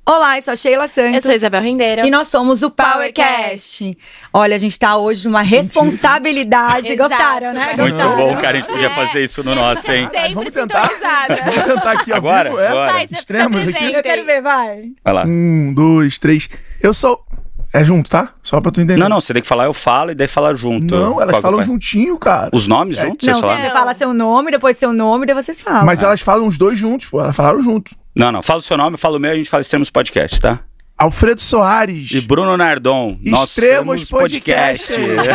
Olá, eu sou a Sheila Santos. Eu sou a Isabel Rendeiro. E nós somos o PowerCast. Olha, a gente tá hoje numa responsabilidade. Gostaram, né? Muito Gostaram? bom, cara. A gente podia fazer isso no nosso, hein? Vamos tentar. Vamos tentar aqui ao Agora? vivo, Agora. Vai, Extremos aqui. Eu quero ver, vai. Vai lá. 1, 2, 3. Eu sou... É junto, tá? Só pra tu entender. Não, você tem que falar, eu falo, e daí falar junto. Não, elas Qual que falam vai? juntinho, cara. Os nomes juntos? Não, Vocês falaram? você fala seu nome, depois seu nome, daí vocês falam. Mas elas falam os dois juntos, pô. Elas falaram junto. Não. Fala o seu nome, fala o meu, a gente fala Extremos Podcast, tá? Alfredo Soares. E Bruno Nardon. Nós Extremos Extremos Podcast.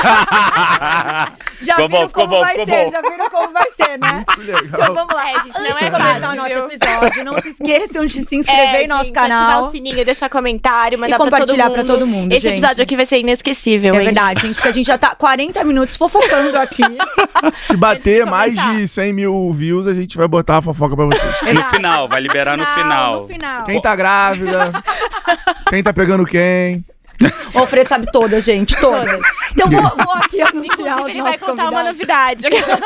Já Ficou viram bom, ficou como bom, vai ficou ser, bom. já viram como vai ser, né? Muito legal. Então vamos lá. Gente, não Antes de é começar fácil, o nosso viu? episódio, não se esqueçam de se inscrever em nosso gente, ativar canal. o sininho, deixar comentário, mandar compartilhar pra todo mundo, Esse gente. episódio aqui vai ser inesquecível, É hein? verdade, gente, porque a gente já tá 40 minutos fofocando aqui. Se bater Antes de mais começar. de 100 mil views, a gente vai botar a fofoca pra vocês. No final, vai liberar no final. No final. Quem tá grávida, quem tá pegando quem. O Alfredo sabe todas, gente, todas. Então vou aqui anunciar Inclusive, os ele vai nossos contar uma convidados. novidade.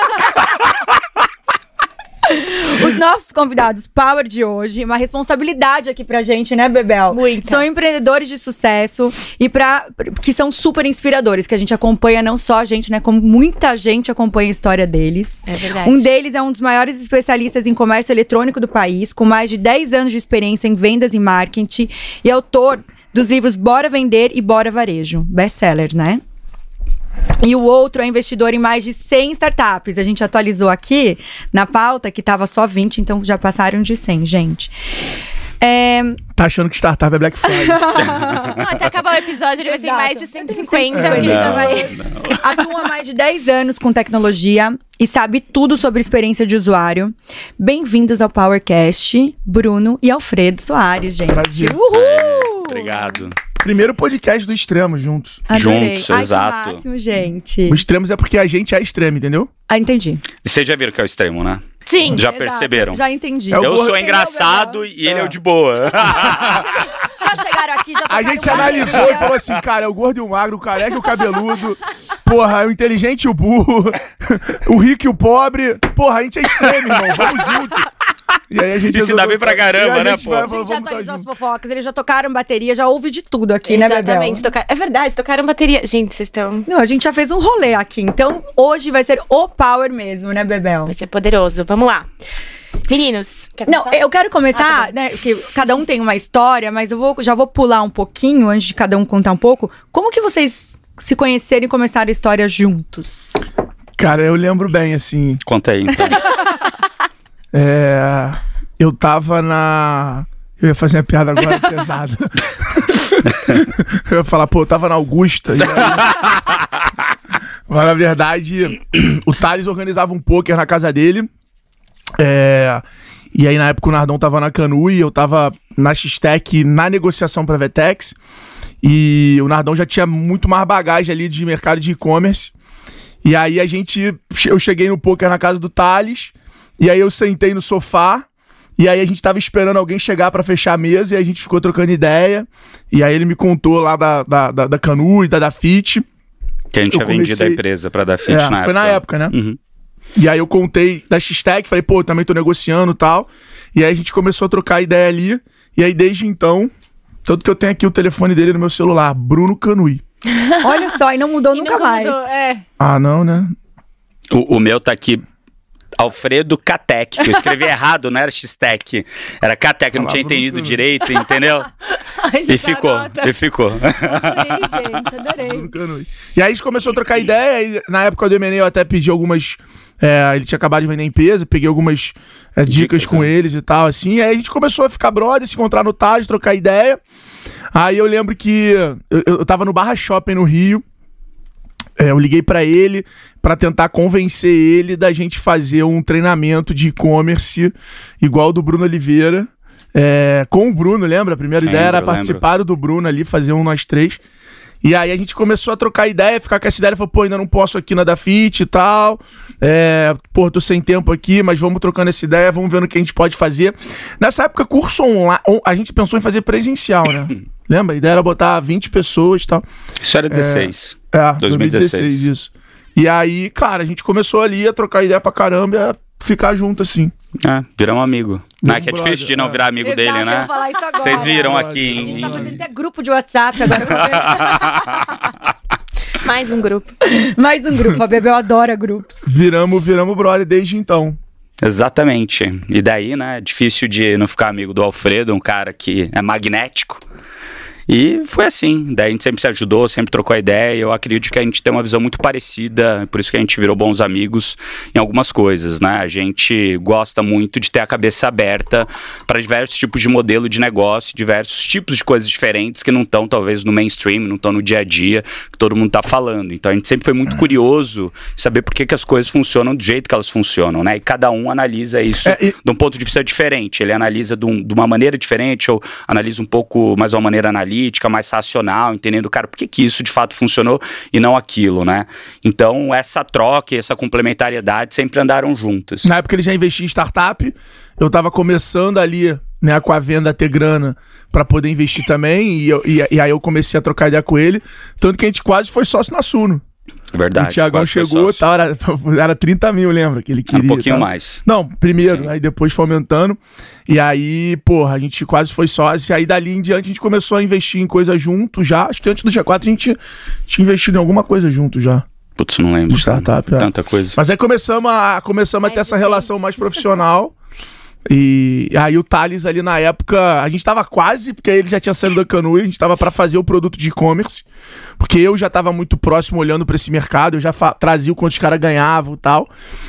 Os nossos convidados Power de hoje, uma responsabilidade aqui pra gente, né, Bebel? Muita. São empreendedores de sucesso e que são super inspiradores, que a gente acompanha, não só a gente, né, como muita gente acompanha a história deles. É verdade. Um deles é um dos maiores especialistas em comércio eletrônico do país, com mais de 10 anos de experiência em vendas e marketing, e autor dos livros Bora Vender e Bora Varejo, best-seller, né? E o outro é investidor em mais de 100 startups. A gente atualizou aqui na pauta que tava só 20, então já passaram de 100, gente. Tá achando que startup é Black Friday. Não, até acabar o episódio, ele vai ser em mais de 150. Ele já Não, vai... Atua há mais de 10 anos com tecnologia e sabe tudo sobre experiência de usuário. Bem-vindos ao PowerCast, Bruno e Alfredo Soares, gente. Prazer. Uhul! Obrigado. Primeiro podcast do Extremos juntos. Adorei. Juntos, Ai, exato. Que máximo, gente. O Extremos é porque a gente é extremo, entendeu? Ah, entendi. E vocês já viram que é o extremo, né? Sim. Já Exato, perceberam? Já entendi. É o Eu gordo. sou engraçado e ele é o de boa. Já chegaram aqui, já A tocaram gente uma analisou bateria. e falou assim, cara, é o gordo e o magro, o careca e o cabeludo. Porra, é o inteligente e o burro. O rico e o pobre. Porra, a gente é extremo, irmão. Vamos junto. E aí a gente E se dá bem pra caramba, né, pô? A gente já atualizou as fofocas, eles já tocaram bateria, já ouve de tudo aqui, né, Bebel? Exatamente. É verdade, tocaram bateria. Gente, vocês estão... Não, a gente já fez um rolê aqui, então hoje vai ser o Power mesmo, né, Bebel? Vai ser poderoso. Vamos lá. Meninos, quer Não, começar? eu quero começar, tá né, porque cada um tem uma história, mas já vou pular um pouquinho, antes de cada um contar um pouco. Como que vocês se conheceram e começaram a história juntos? Cara, eu lembro bem, assim. Conta aí, então. Eu tava na... Eu ia fazer uma piada agora pesada. Eu ia falar, pô, eu tava na Augusta. E aí... Mas, na verdade, o Thales organizava um poker na casa dele. E aí, na época, o Nardon tava na Canu e eu tava na X-Tech na negociação pra Vetex. E o Nardon já tinha muito mais bagagem ali de mercado de e-commerce. E aí, eu cheguei no poker na casa do Thales. E aí, eu sentei no sofá. E aí, a gente tava esperando alguém chegar pra fechar a mesa. E aí, a gente ficou trocando ideia. E aí, ele me contou lá da Canu e da Fit. Que a gente tinha vendido a empresa pra dar fit na época. Foi na época, né? Uhum. E aí eu contei da X-Tech, falei, pô, também tô negociando e tal. E aí a gente começou a trocar ideia ali. E aí desde então, tanto que eu tenho aqui o telefone dele no meu celular, Bruno Canui. Olha só, e não mudou E nunca mais. mudou, é. Ah, não, né? O meu tá aqui, Alfredo Catec, que eu escrevi errado, não era X-Tech. Era Catec, eu não Ah lá, tinha Bruno entendido Canui. direito, entendeu? Ai, você E ficou, anota. e ficou. Adorei, gente, adorei. Bruno Canui. E aí a gente começou a trocar ideia. E na época do M&A eu até pedi algumas... ele tinha acabado de vender a empresa, peguei algumas dicas com né? eles e tal, assim. E aí a gente começou a ficar brother, se encontrar no Thales, trocar ideia. Aí eu lembro que eu tava no Barra Shopping no Rio. Eu liguei pra ele pra tentar convencer ele da gente fazer um treinamento de e-commerce igual ao do Bruno Oliveira. Com o Bruno, lembra? A primeira ideia era participar do Bruno ali, fazer um nós três. E aí a gente começou a trocar ideia, ficar com essa ideia, falou, pô, ainda não posso aqui na da Fit e tal, pô, tô sem tempo aqui, mas vamos trocando essa ideia, vamos vendo o que a gente pode fazer. Nessa época, curso online, a gente pensou em fazer presencial, né? Lembra? A ideia era botar 20 pessoas e tal. Isso era 16. 2016, isso. E aí, cara, a gente começou ali a trocar ideia pra caramba, ficar junto, assim. Viramos amigo. Não, que é brother, difícil de não virar amigo Exato, dele, eu né? vou falar isso agora. Vocês viram A aqui gente tá fazendo até grupo de WhatsApp agora. Mais um grupo. Mais um grupo. A Bebel adora grupos. Viramos brother desde então. Exatamente. E daí, né, é difícil de não ficar amigo do Alfredo, um cara que é magnético. E foi assim, daí a gente sempre se ajudou, sempre trocou a ideia, e eu acredito que a gente tem uma visão muito parecida, por isso que a gente virou bons amigos em algumas coisas, né? A gente gosta muito de ter a cabeça aberta para diversos tipos de modelo de negócio, diversos tipos de coisas diferentes que não estão talvez no mainstream, não estão no dia a dia, que todo mundo está falando. Então a gente sempre foi muito curioso saber por que as coisas funcionam do jeito que elas funcionam, né? E cada um analisa isso de um ponto de vista diferente. Ele analisa de uma maneira diferente, ou analisa um pouco mais uma maneira analítica, mais racional, entendendo, cara, por que isso de fato funcionou e não aquilo, né? Então, essa troca e essa complementariedade sempre andaram juntas. Na época ele já investia em startup, eu tava começando ali, né, com a venda a ter grana pra poder investir também, e aí eu comecei a trocar ideia com ele, tanto que a gente quase foi sócio na Suno. Verdade. O Thiagão chegou e tal, era 30 mil, lembra? Que ele queria. Um pouquinho mais. Não, primeiro, Sim. Aí depois foi aumentando. E aí, porra, a gente quase foi sócio. E aí dali em diante a gente começou a investir em coisa junto já. Acho que antes do G4 a gente tinha investido em alguma coisa junto já. Putz, não lembro. De startup, Tanta coisa. Mas aí começamos a ter essa relação mais profissional. E aí o Thales ali na época, a gente tava quase, porque ele já tinha saído da Canui, a gente tava pra fazer o produto de e-commerce, porque eu já tava muito próximo olhando pra esse mercado, eu já trazia o quanto os caras ganhavam e tal.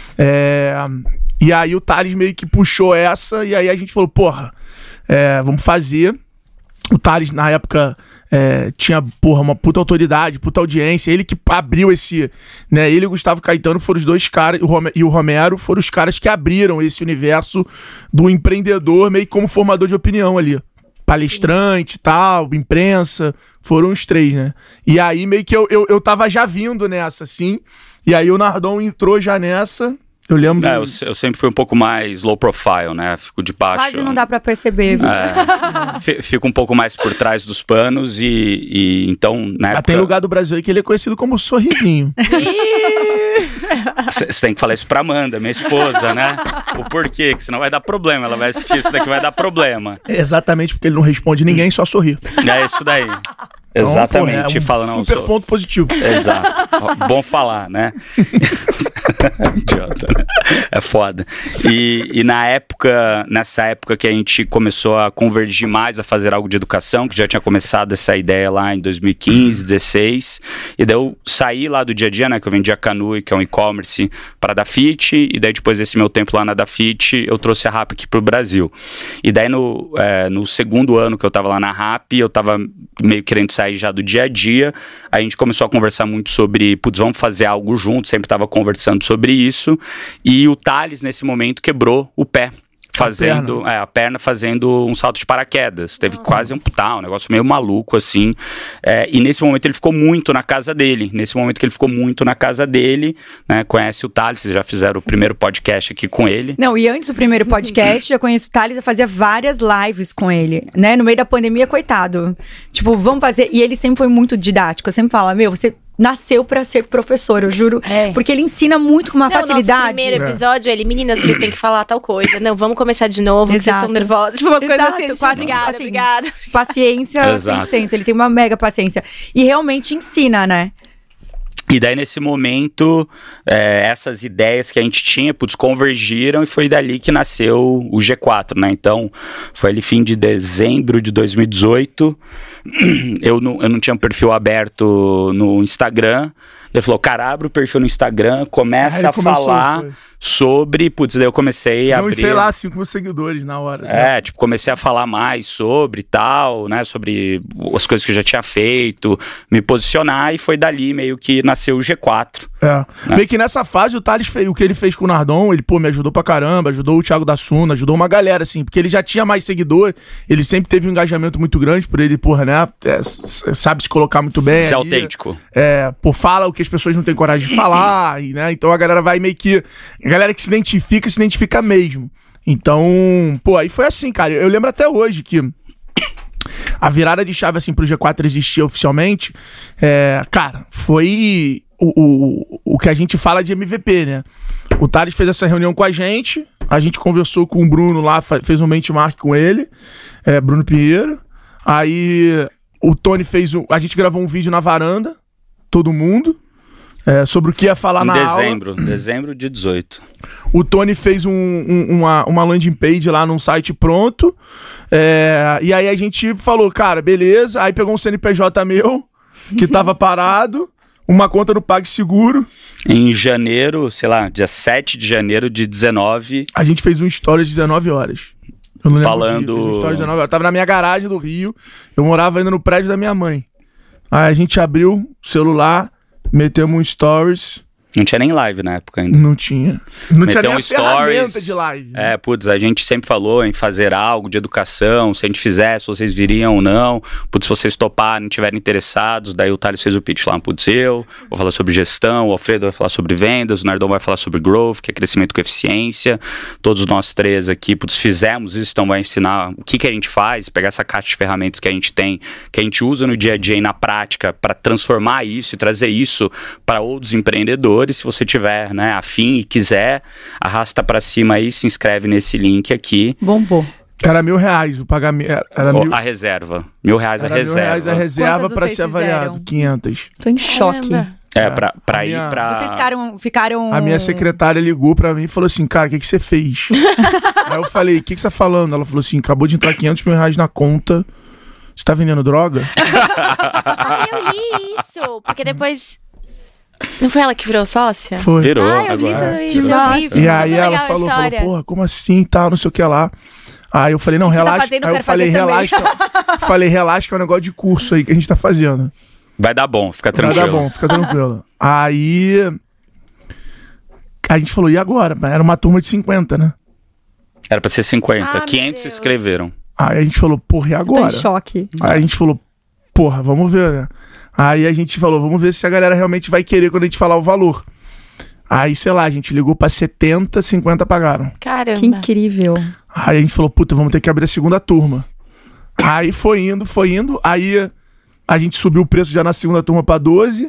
E aí o Thales meio que puxou essa, e aí a gente falou, porra, vamos fazer. O Thales na época tinha, porra, uma puta autoridade, puta audiência, ele que abriu esse, né, ele e o Gustavo Caetano foram os dois caras, e o Romero foram os caras que abriram esse universo do empreendedor meio que como formador de opinião ali, palestrante e tal, imprensa, foram os três, né, e aí meio que eu tava já vindo nessa, assim, e aí o Nardon entrou já nessa. Eu lembro. Eu sempre fui um pouco mais low profile, né? Fico de baixo. Quase não dá pra perceber, viu? Fico um pouco mais por trás dos panos e então, na época... Tem lugar do Brasil aí que ele é conhecido como Sorrisinho. Você tem que falar isso pra Amanda, minha esposa, né? O porquê, que senão vai dar problema. Ela vai assistir isso daqui, vai dar problema. Exatamente, porque ele não responde ninguém, só sorri. É isso daí. Exatamente. Então, pô, super ponto positivo. Exato. Bom falar, né? Idiota, né? É foda. E nessa época que a gente começou a convergir mais, a fazer algo de educação, que já tinha começado essa ideia lá em 2015, 2016, e daí eu saí lá do dia a dia, né, que eu vendia a Canui, que é um e-commerce, para a Dafit, e daí depois desse meu tempo lá na Dafit, eu trouxe a RAP aqui pro Brasil. E daí no segundo ano que eu tava lá na RAP, eu tava meio querendo sair já do dia a dia, a gente começou a conversar muito sobre, putz, vamos fazer algo junto, sempre tava conversando sobre isso, e o Thales nesse momento quebrou o pé, a perna fazendo um salto de paraquedas, teve quase amputar, um negócio meio maluco assim, e nesse momento ele ficou muito na casa dele, né, conhece o Thales, vocês já fizeram o primeiro podcast aqui com ele. Não, e antes do primeiro podcast, já conheço o Thales, eu fazia várias lives com ele, né, no meio da pandemia, coitado, tipo, vamos fazer, e ele sempre foi muito didático, eu sempre falo, você nasceu pra ser professor, eu juro. Porque ele ensina muito com uma facilidade. No primeiro episódio, ele, meninas, vocês têm que falar tal coisa. Não, vamos começar de novo, porque vocês estão nervosas. Tipo, umas coisas assim. Quase, obrigada. Paciência 100%, ele tem uma mega paciência. E realmente ensina, né? E daí, nesse momento, essas ideias que a gente tinha, convergiram, e foi dali que nasceu o G4, né? Então, foi ali fim de dezembro de 2018, eu não tinha um perfil aberto no Instagram, ele falou, cara, abre o perfil no Instagram, começa a falar sobre, daí eu comecei a abrir... sei lá, 5 mil seguidores na hora. Né? Comecei a falar mais sobre tal, né, sobre as coisas que eu já tinha feito, me posicionar, e foi dali meio que nasceu o G4. Né? Meio que nessa fase o Thales fez o que ele fez com o Nardon, ele, me ajudou pra caramba, ajudou o Thiago da Suno, ajudou uma galera, assim, porque ele já tinha mais seguidor, ele sempre teve um engajamento muito grande por ele, né, sabe se colocar muito bem. Ser autêntico. Fala o que as pessoas não têm coragem de falar, né, então a galera vai meio que... A galera que se identifica mesmo. Então, aí foi assim, cara. Eu lembro até hoje que a virada de chave, assim, pro G4 existir oficialmente, cara, foi o que a gente fala de MVP, né? O Thales fez essa reunião com a gente conversou com o Bruno lá, fez um benchmark com ele, Bruno Pinheiro. Aí o Tony a gente gravou um vídeo na varanda, todo mundo, sobre o que ia falar na aula. Dezembro de 18. O Tony fez uma landing page lá num site pronto, e aí a gente falou, cara, beleza. Aí pegou um CNPJ meu, que tava parado, uma conta no PagSeguro. Em janeiro, sei lá, dia 7 de janeiro de 19. A gente fez um story de 19 horas. Eu não lembro falando... fez um story de 19 horas. Eu tava na minha garagem do Rio, eu morava ainda no prédio da minha mãe. Aí a gente abriu o celular, metemos um stories... Não tinha nem live na época ainda. Não tinha. Não tinha nem a stories, ferramenta de live. A gente sempre falou em fazer algo de educação, se a gente fizesse, vocês viriam ou não. Se vocês toparem, estiverem interessados, daí o Thales fez o pitch lá. Eu vou falar sobre gestão, o Alfredo vai falar sobre vendas, o Nardon vai falar sobre growth, que é crescimento com eficiência. Todos nós três aqui, fizemos isso, então vai ensinar o que a gente faz, pegar essa caixa de ferramentas que a gente tem, que a gente usa no dia a dia e na prática, para transformar isso e trazer isso para outros empreendedores. Se você tiver, né, afim e quiser, arrasta pra cima aí, se inscreve nesse link aqui. Bombou. Era R$1.000 o pagamento. A reserva. R$1.000 a reserva. R$1.000 a reserva pra ser avaliado. 500. Tô em choque. Pra ir pra... Vocês ficaram... A minha secretária ligou pra mim e falou assim, cara, o que você fez? Aí eu falei, o que você tá falando? Ela falou assim, acabou de entrar R$500 na conta. Você tá vendendo droga? Eu li isso, porque depois... Não foi ela que virou sócia? Foi. Virou, eu li agora. tudo isso, eu vi. E aí ela falou, porra, como assim, tá, não sei o que lá. Aí eu falei, não, relaxa. Tá aí eu falei, relaxa. Relaxa que é um negócio de curso aí que a gente tá fazendo. Vai dar bom, fica tranquilo. Vai dar bom, fica tranquilo. Aí a gente falou, e agora? Era uma turma de 50, né? Era pra ser 50. 500 se inscreveram. Aí a gente falou, porra, e agora? Tô em choque. Aí a gente falou, porra, vamos ver, né? Aí a gente falou, vamos ver se a galera realmente vai querer quando a gente falar o valor. Aí, sei lá, a gente ligou pra 70, 50 pagaram. Caramba. Que incrível. Aí a gente falou, puta, vamos ter que abrir a segunda turma. Aí foi indo. Aí a gente subiu o preço já na segunda turma pra 12.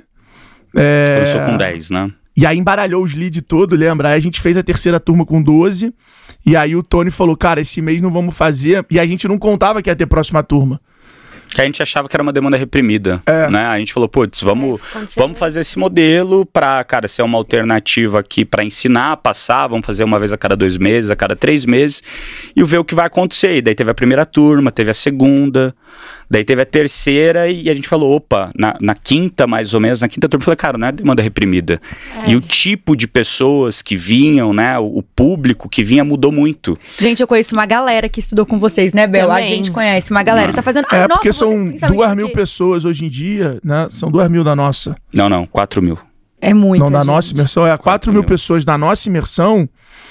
Começou com 10, né? E aí embaralhou os leads todo, lembra? Aí a gente fez a terceira turma com 12. E aí o Tony falou, cara, esse mês não vamos fazer. E a gente não contava que ia ter próxima turma. Que a gente achava que era uma demanda reprimida, né? A gente falou, putz, vamos fazer esse modelo pra, cara, ser uma alternativa aqui pra ensinar a passar, vamos fazer uma vez a cada 2 meses, a cada 3 meses, e ver o que vai acontecer. E daí teve a primeira turma, teve a segunda, daí teve a terceira, e a gente falou, opa, na quinta, mais ou menos, na quinta turma, eu falei, cara, não é demanda reprimida. E o tipo de pessoas que vinham, né, o público que vinha mudou muito. Gente, eu conheço uma galera que estudou com vocês, né, Bel? A gente conhece uma galera. Tá fazendo... porque são 2.000 pessoas hoje em dia, né? São 2.000 da nossa. Não, 4.000. É muito. Não, da nossa imersão. 4.000 pessoas da nossa imersão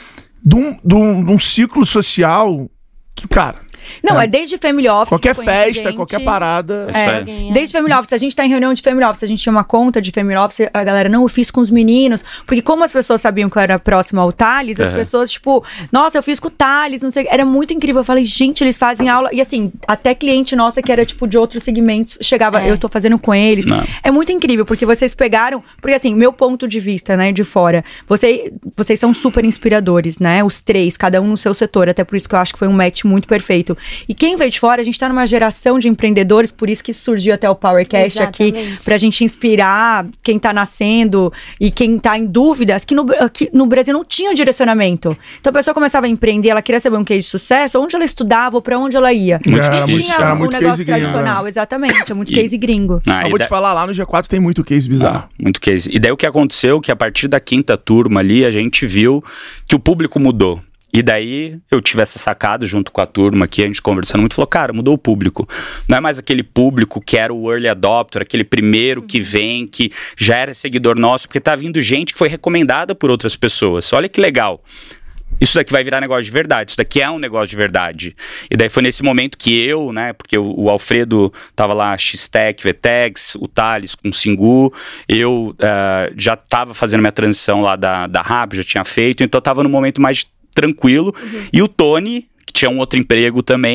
de um ciclo social que, cara... Não, é desde Family Office. Qualquer festa, qualquer parada. Desde Family Office. A gente tá em reunião de Family Office. A gente tinha uma conta de Family Office. A galera, não, eu fiz com os meninos. Porque como as pessoas sabiam que eu era próximo ao Thales, as pessoas, tipo, nossa, eu fiz com o Thales, não sei. Era muito incrível. Eu falei, gente, eles fazem aula. E assim, até cliente nossa que era, tipo, de outros segmentos, chegava, eu tô fazendo com eles. Não. É muito incrível, porque vocês pegaram. Porque assim, meu ponto de vista, né, de fora, vocês são super inspiradores, né? Os três, cada um no seu setor. Até por isso que eu acho que foi um match muito perfeito. E quem veio de fora, a gente tá numa geração de empreendedores, por isso que surgiu até o PowerCast aqui, pra gente inspirar quem tá nascendo e quem tá em dúvidas, que no Brasil não tinha direcionamento. Então a pessoa começava a empreender, ela queria saber um case de sucesso, onde ela estudava ou pra onde ela ia. Não tinha um negócio tradicional, gringo, exatamente, é muito case gringo. Eu vou te falar, lá no G4 tem muito case bizarro. Muito case. E daí o que aconteceu, que a partir da quinta turma ali, a gente viu que o público mudou. E daí eu tive essa sacada junto com a turma aqui, a gente conversando muito, falou, cara, mudou o público. Não é mais aquele público que era o early adopter, aquele primeiro que vem, que já era seguidor nosso, porque tá vindo gente que foi recomendada por outras pessoas. Olha que legal. Isso daqui vai virar negócio de verdade, isso daqui é um negócio de verdade. E daí foi nesse momento que eu, né, porque o Alfredo tava lá, X-Tech, VTEX, o Thales com o Singu, eu já tava fazendo minha transição lá da RAP, já tinha feito, então eu tava no momento mais tranquilo. E o Tony, que tinha um outro emprego também,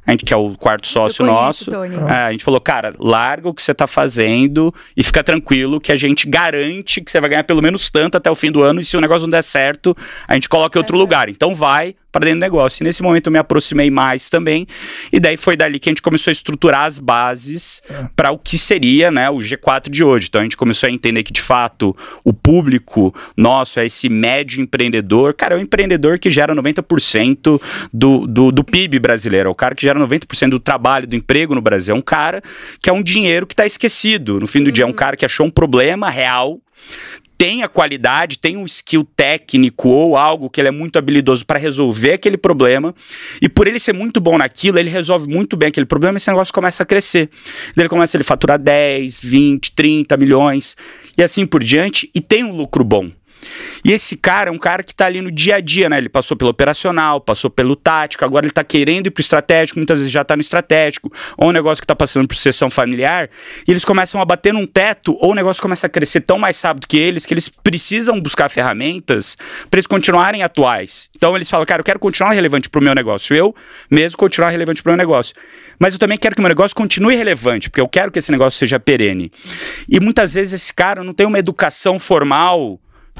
que é o quarto sócio nosso. A gente falou, cara, larga o que você tá fazendo e fica tranquilo que a gente garante que você vai ganhar pelo menos tanto até o fim do ano, e se o negócio não der certo, a gente coloca em outro lugar. Então vai para dentro do negócio. E nesse momento eu me aproximei mais também, e daí foi dali que a gente começou a estruturar as bases para o que seria, né, o G4 de hoje. Então a gente começou a entender que, de fato, o público nosso é esse médio empreendedor. Cara, é um empreendedor que gera 90% do PIB brasileiro, é o cara que gera 90% do trabalho, do emprego no Brasil. É um cara que é um dinheiro que está esquecido. No fim do dia, é um cara que achou um problema real, tem a qualidade, tem um skill técnico ou algo que ele é muito habilidoso para resolver aquele problema, e por ele ser muito bom naquilo, ele resolve muito bem aquele problema, e esse negócio começa a crescer. Então ele começa a faturar 10, 20, 30 milhões, e assim por diante, e tem um lucro bom. E esse cara é um cara que tá ali no dia a dia, né? Ele passou pelo operacional, passou pelo tático, agora ele tá querendo ir pro estratégico, muitas vezes já tá no estratégico, ou um negócio que tá passando por sucessão familiar, e eles começam a bater num teto, ou o negócio começa a crescer tão mais rápido que eles precisam buscar ferramentas para eles continuarem atuais. Então eles falam, cara, eu quero continuar relevante pro meu negócio, eu mesmo continuar relevante pro meu negócio, mas eu também quero que o meu negócio continue relevante, porque eu quero que esse negócio seja perene. E muitas vezes esse cara não tem uma educação formal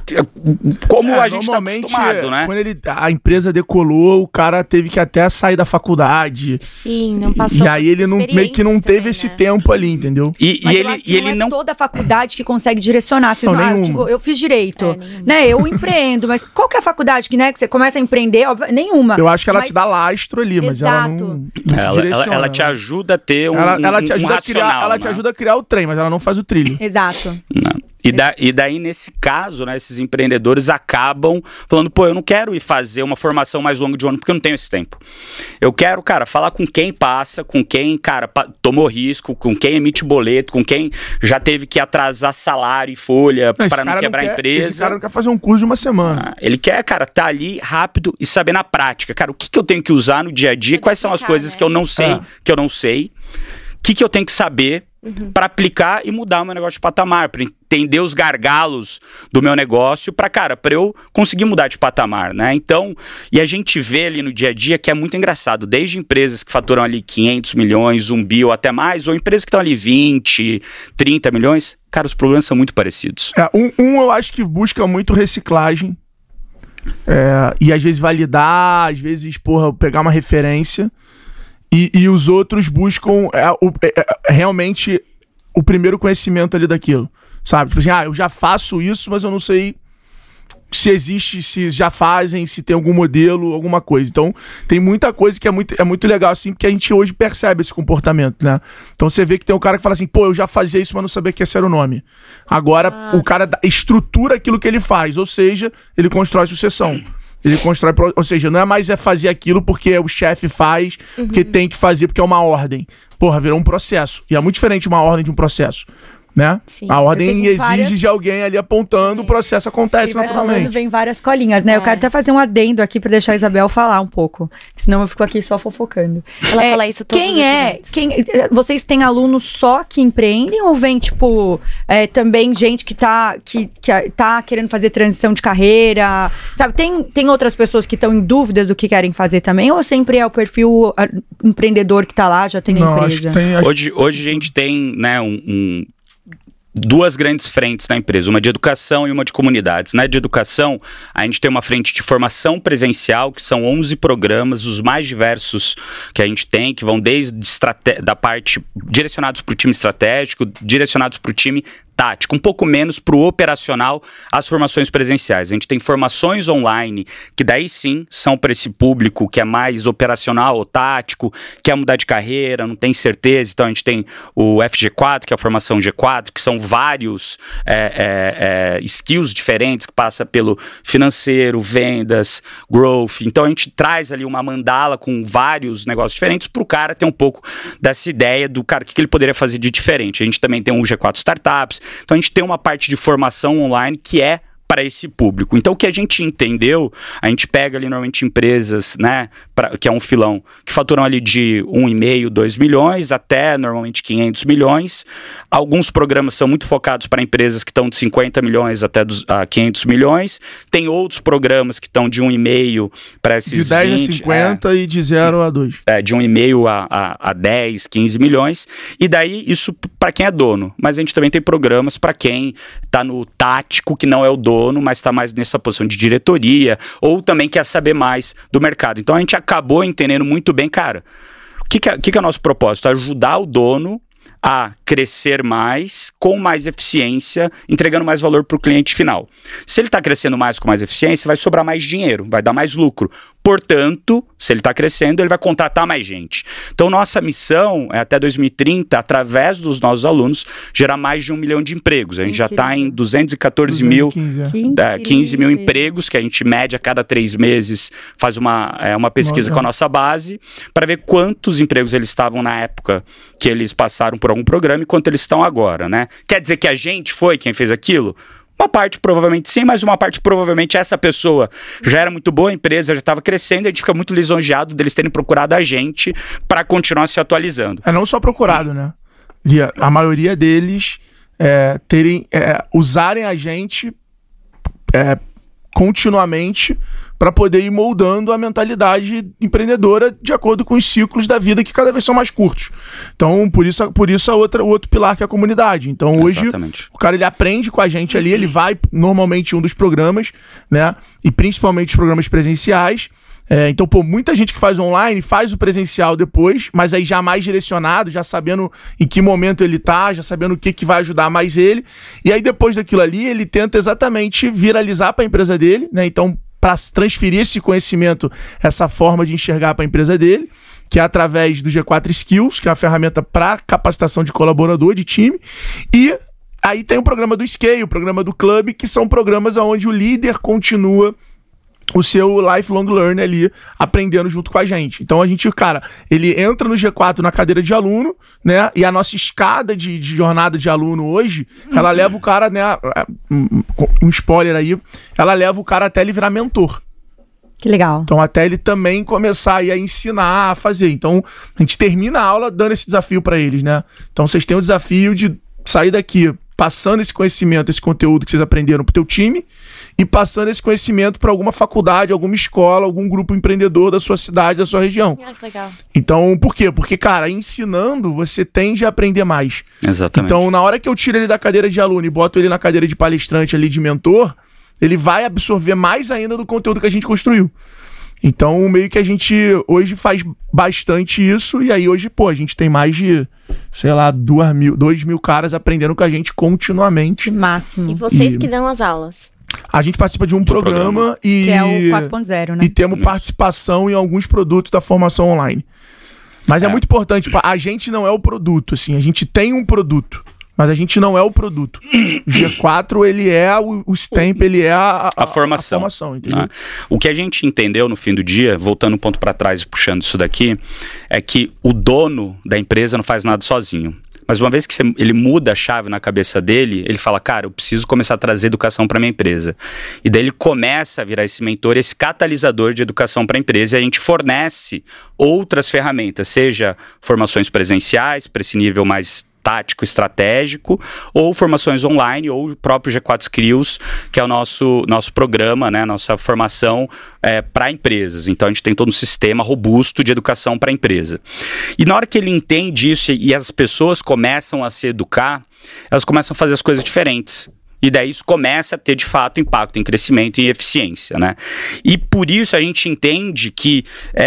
como a gente tá acostumado, né? Quando a empresa decolou, o cara teve que até sair da faculdade. Sim, não passou. E aí ele meio que não teve esse tempo ali, entendeu? E ele não é toda a faculdade que consegue direcionar. Vocês não, tipo, eu fiz direito, né? Eu empreendo, mas qual que é a faculdade que, né, que você começa a empreender? Nenhuma. Eu acho que ela te dá lastro ali, mas ela não te direciona. Ela te ajuda a ter ela te ajuda racional, ela te ajuda a criar o trem, mas ela não faz o trilho. Exato. Não. E daí, nesse caso, né, esses empreendedores acabam falando, pô, eu não quero ir fazer uma formação mais longa de um ano, porque eu não tenho esse tempo. Eu quero, cara, falar com quem passa, com quem, cara, tomou risco, com quem emite boleto, com quem já teve que atrasar salário e folha para não quebrar a empresa. Esse cara não quer fazer um curso de uma semana. Ele quer, cara, tá ali rápido e saber na prática, cara, o que eu tenho que usar no dia a dia, quais são as coisas, né, que eu não sei, o que eu tenho que saber para aplicar e mudar o meu negócio de patamar, para entender os gargalos do meu negócio, para eu conseguir mudar de patamar, né? Então, e a gente vê ali no dia a dia que é muito engraçado, desde empresas que faturam ali 500 milhões, 1 bi ou até mais, ou empresas que estão ali 20, 30 milhões, cara, os problemas são muito parecidos. Eu acho que busca muito reciclagem, e às vezes validar, às vezes, pegar uma referência. E os outros buscam realmente o primeiro conhecimento ali daquilo, sabe? Tipo assim, eu já faço isso, mas eu não sei se existe, se já fazem, se tem algum modelo, alguma coisa. Então, tem muita coisa que é muito legal, assim, porque a gente hoje percebe esse comportamento, né? Então, você vê que tem um cara que fala assim, pô, eu já fazia isso, mas não sabia que esse era o nome. Agora, o cara estrutura aquilo que ele faz, ou seja, ele constrói sucessão. Ele constrói, ou seja, não é mais fazer aquilo porque o chefe faz, porque tem que fazer, porque é uma ordem. Porra, virou um processo. E é muito diferente uma ordem de um processo, né? Sim. A ordem exige de alguém ali apontando, o processo acontece naturalmente. Falando, vem várias colinhas, né? Eu quero até fazer um adendo aqui pra deixar a Isabel falar um pouco, senão eu fico aqui só fofocando. Ela fala isso todos os episódios. Vocês têm alunos só que empreendem ou vem, tipo, também gente que tá querendo fazer transição de carreira, sabe? Tem outras pessoas que estão em dúvidas do que querem fazer também, ou sempre é o perfil empreendedor que tá lá, já tem a empresa? Hoje a gente tem, né, duas grandes frentes na empresa, uma de educação e uma de comunidades. Na de educação, a gente tem uma frente de formação presencial, que são 11 programas, os mais diversos que a gente tem, que vão desde da parte direcionados para o time estratégico, direcionados para o time tático, um pouco menos para o operacional, as formações presenciais. A gente tem formações online, que daí sim são para esse público que é mais operacional ou tático, quer mudar de carreira, não tem certeza. Então a gente tem o FG4, que é a formação G4, que são vários skills diferentes, que passa pelo financeiro, vendas, growth. Então a gente traz ali uma mandala com vários negócios diferentes para o cara ter um pouco dessa ideia do cara, o que ele poderia fazer de diferente. A gente também tem um G4 Startups. Então a gente tem uma parte de formação online que é para esse público. Então, o que a gente entendeu, a gente pega ali normalmente empresas, né, que é um filão, que faturam ali de 1,5, 2 milhões até normalmente 500 milhões. Alguns programas são muito focados para empresas que estão de 50 milhões até 500 milhões. Tem outros programas que estão de 1,5 para esses de 10 20, a 50 e de 0 a 2. De 1,5 a 10, 15 milhões. E daí, isso para quem é dono. Mas a gente também tem programas para quem está no tático, que não é o dono, mas está mais nessa posição de diretoria, ou também quer saber mais do mercado. Então a gente acabou entendendo muito bem, cara, o que é o nosso propósito? Ajudar o dono a crescer mais, com mais eficiência, entregando mais valor para o cliente final. Se ele está crescendo mais com mais eficiência, vai sobrar mais dinheiro, vai dar mais lucro. Portanto, se ele está crescendo, ele vai contratar mais gente. Então, nossa missão é até 2030, através dos nossos alunos, gerar mais de 1 milhão de empregos. A gente já está em 214 mil, 15 mil empregos, que a gente mede a cada 3 meses, faz uma pesquisa com a nossa base, para ver quantos empregos eles estavam na época que eles passaram por algum programa e quanto eles estão agora, né? Quer dizer que a gente foi quem fez aquilo? Uma parte provavelmente sim, mas uma parte provavelmente essa pessoa já era muito boa, a empresa já estava crescendo, a gente fica muito lisonjeado deles terem procurado a gente para continuar se atualizando. É não só procurado, né? A maioria deles usarem a gente continuamente para poder ir moldando a mentalidade empreendedora de acordo com os ciclos da vida que cada vez são mais curtos. Então, por isso o outro pilar que é a comunidade. Então, hoje, o cara ele aprende com a gente ali, ele vai normalmente em um dos programas, né? E principalmente os programas presenciais. Então, muita gente que faz online faz o presencial depois, mas aí já mais direcionado, já sabendo em que momento ele tá, já sabendo o que vai ajudar mais ele. E aí, depois daquilo ali, ele tenta exatamente viralizar para a empresa dele, né? Então, para transferir esse conhecimento, essa forma de enxergar para a empresa dele, que é através do G4 Skills, que é uma ferramenta para capacitação de colaborador, de time. E aí tem o programa do Scale, o programa do Club, que são programas onde o líder continua o seu lifelong learner ali, aprendendo junto com a gente. Então a gente, cara, ele entra no G4 na cadeira de aluno, né? E a nossa escada de jornada de aluno hoje, ela leva o cara, né? Um spoiler aí, ela leva o cara até ele virar mentor. Que legal. Então até ele também começar aí a ensinar a fazer. Então a gente termina a aula dando esse desafio para eles, né? Então vocês têm o desafio de sair daqui passando esse conhecimento, esse conteúdo que vocês aprenderam pro teu time e passando esse conhecimento para alguma faculdade, alguma escola, algum grupo empreendedor da sua cidade, da sua região. Ah, que legal. Então, por quê? Porque, cara, ensinando, você tende a aprender mais. Exatamente. Então, na hora que eu tiro ele da cadeira de aluno e boto ele na cadeira de palestrante ali, de mentor, ele vai absorver mais ainda do conteúdo que a gente construiu. Então, meio que a gente hoje faz bastante isso, e aí hoje, a gente tem mais de, sei lá, 2 mil caras aprendendo com a gente continuamente. Máximo. E vocês que dão as aulas? A gente participa de um programa e... Que é o 4.0, né? E temos participação em alguns produtos da formação online. Mas é muito importante, a gente não é o produto, assim, a gente tem um produto. Mas a gente não é o produto. O G4, ele é o stamp, ele é a formação. Entendeu? O que a gente entendeu no fim do dia, voltando um ponto para trás e puxando isso daqui, é que o dono da empresa não faz nada sozinho. Mas uma vez que ele muda a chave na cabeça dele, ele fala, cara, eu preciso começar a trazer educação para minha empresa. E daí ele começa a virar esse mentor, esse catalisador de educação para a empresa, e a gente fornece outras ferramentas, seja formações presenciais, para esse nível mais tático, estratégico, ou formações online, ou o próprio G4 Skills, que é o nosso programa, né, nossa formação para empresas. Então a gente tem todo um sistema robusto de educação para a empresa. E na hora que ele entende isso e as pessoas começam a se educar, elas começam a fazer as coisas diferentes. E daí isso começa a ter, de fato, impacto em crescimento e eficiência, né? E por isso a gente entende que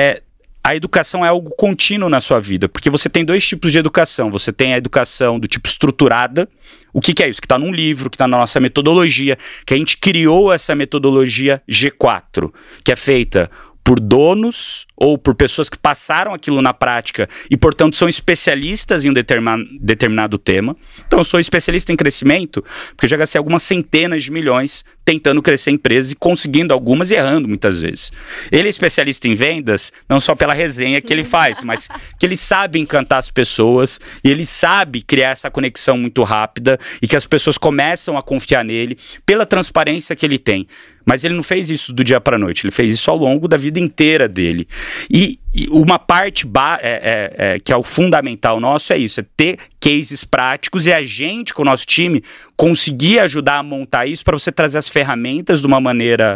a educação é algo contínuo na sua vida, porque você tem 2 tipos de educação. Você tem a educação do tipo estruturada. O que é isso? Que está num livro, que está na nossa metodologia, que a gente criou essa metodologia G4, que é feita por donos ou por pessoas que passaram aquilo na prática e, portanto, são especialistas em um determinado tema. Então, eu sou especialista em crescimento porque eu já gastei algumas centenas de milhões tentando crescer empresas e conseguindo algumas e errando muitas vezes. Ele é especialista em vendas, não só pela resenha que ele faz, mas que ele sabe encantar as pessoas e ele sabe criar essa conexão muito rápida e que as pessoas começam a confiar nele pela transparência que ele tem. Mas ele não fez isso do dia para a noite, ele fez isso ao longo da vida inteira dele. E uma parte que é o fundamental nosso é isso, é ter cases práticos e a gente, com o nosso time, conseguir ajudar a montar isso para você trazer as ferramentas de uma maneira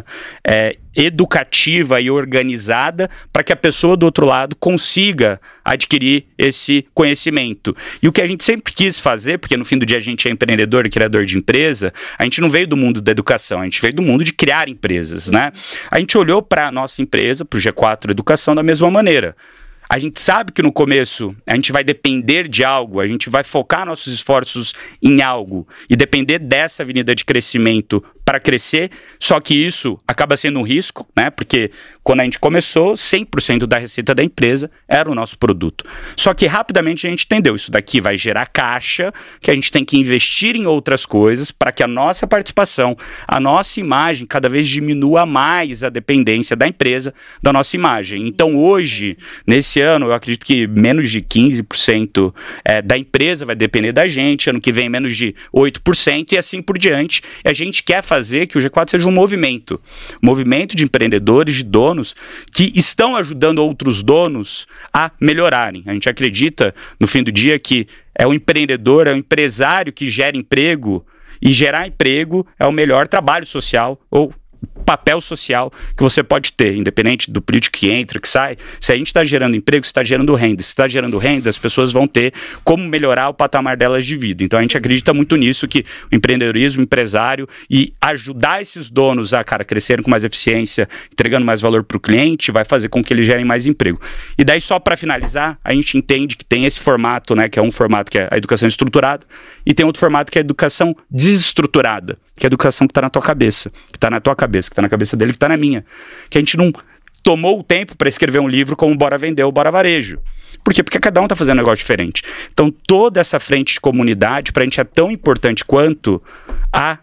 educativa e organizada para que a pessoa do outro lado consiga adquirir esse conhecimento. E o que a gente sempre quis fazer, porque no fim do dia a gente é empreendedor e criador de empresa, a gente não veio do mundo da educação, a gente veio do mundo de criar empresas, né? A gente olhou para a nossa empresa, para o G4 Educação, da mesma maneira. A gente sabe que no começo a gente vai depender de algo, a gente vai focar nossos esforços em algo e depender dessa avenida de crescimento para crescer, só que isso acaba sendo um risco, né? Porque quando a gente começou, 100% da receita da empresa era o nosso produto. Só que rapidamente a gente entendeu, isso daqui vai gerar caixa, que a gente tem que investir em outras coisas para que a nossa participação, a nossa imagem cada vez diminua mais a dependência da empresa da nossa imagem. Então hoje, nesse ano, eu acredito que menos de 15% da empresa vai depender da gente, ano que vem menos de 8% e assim por diante. E a gente quer fazer que o G4 seja um movimento de empreendedores, de donos, que estão ajudando outros donos a melhorarem. A gente acredita, no fim do dia, que é o empreendedor, é o empresário que gera emprego, e gerar emprego é o melhor trabalho social ou papel social que você pode ter, independente do político que entra, que sai. Se a gente está gerando emprego, se está gerando renda. Se está gerando renda, as pessoas vão ter como melhorar o patamar delas de vida. Então a gente acredita muito nisso, que o empreendedorismo, o empresário e ajudar esses donos a, crescerem com mais eficiência, entregando mais valor para o cliente, vai fazer com que eles gerem mais emprego. E daí, só para finalizar, a gente entende que tem esse formato, né, que é um formato que é a educação estruturada, e tem outro formato que é a educação desestruturada, que é a educação que está na tua cabeça, que está na tua cabeça, que está na cabeça dele, que está na minha. Que a gente não tomou o tempo para escrever um livro como Bora Vender ou Bora Varejo. Por quê? Porque cada um está fazendo um negócio diferente. Então, toda essa frente de comunidade, para a gente, é tão importante quanto a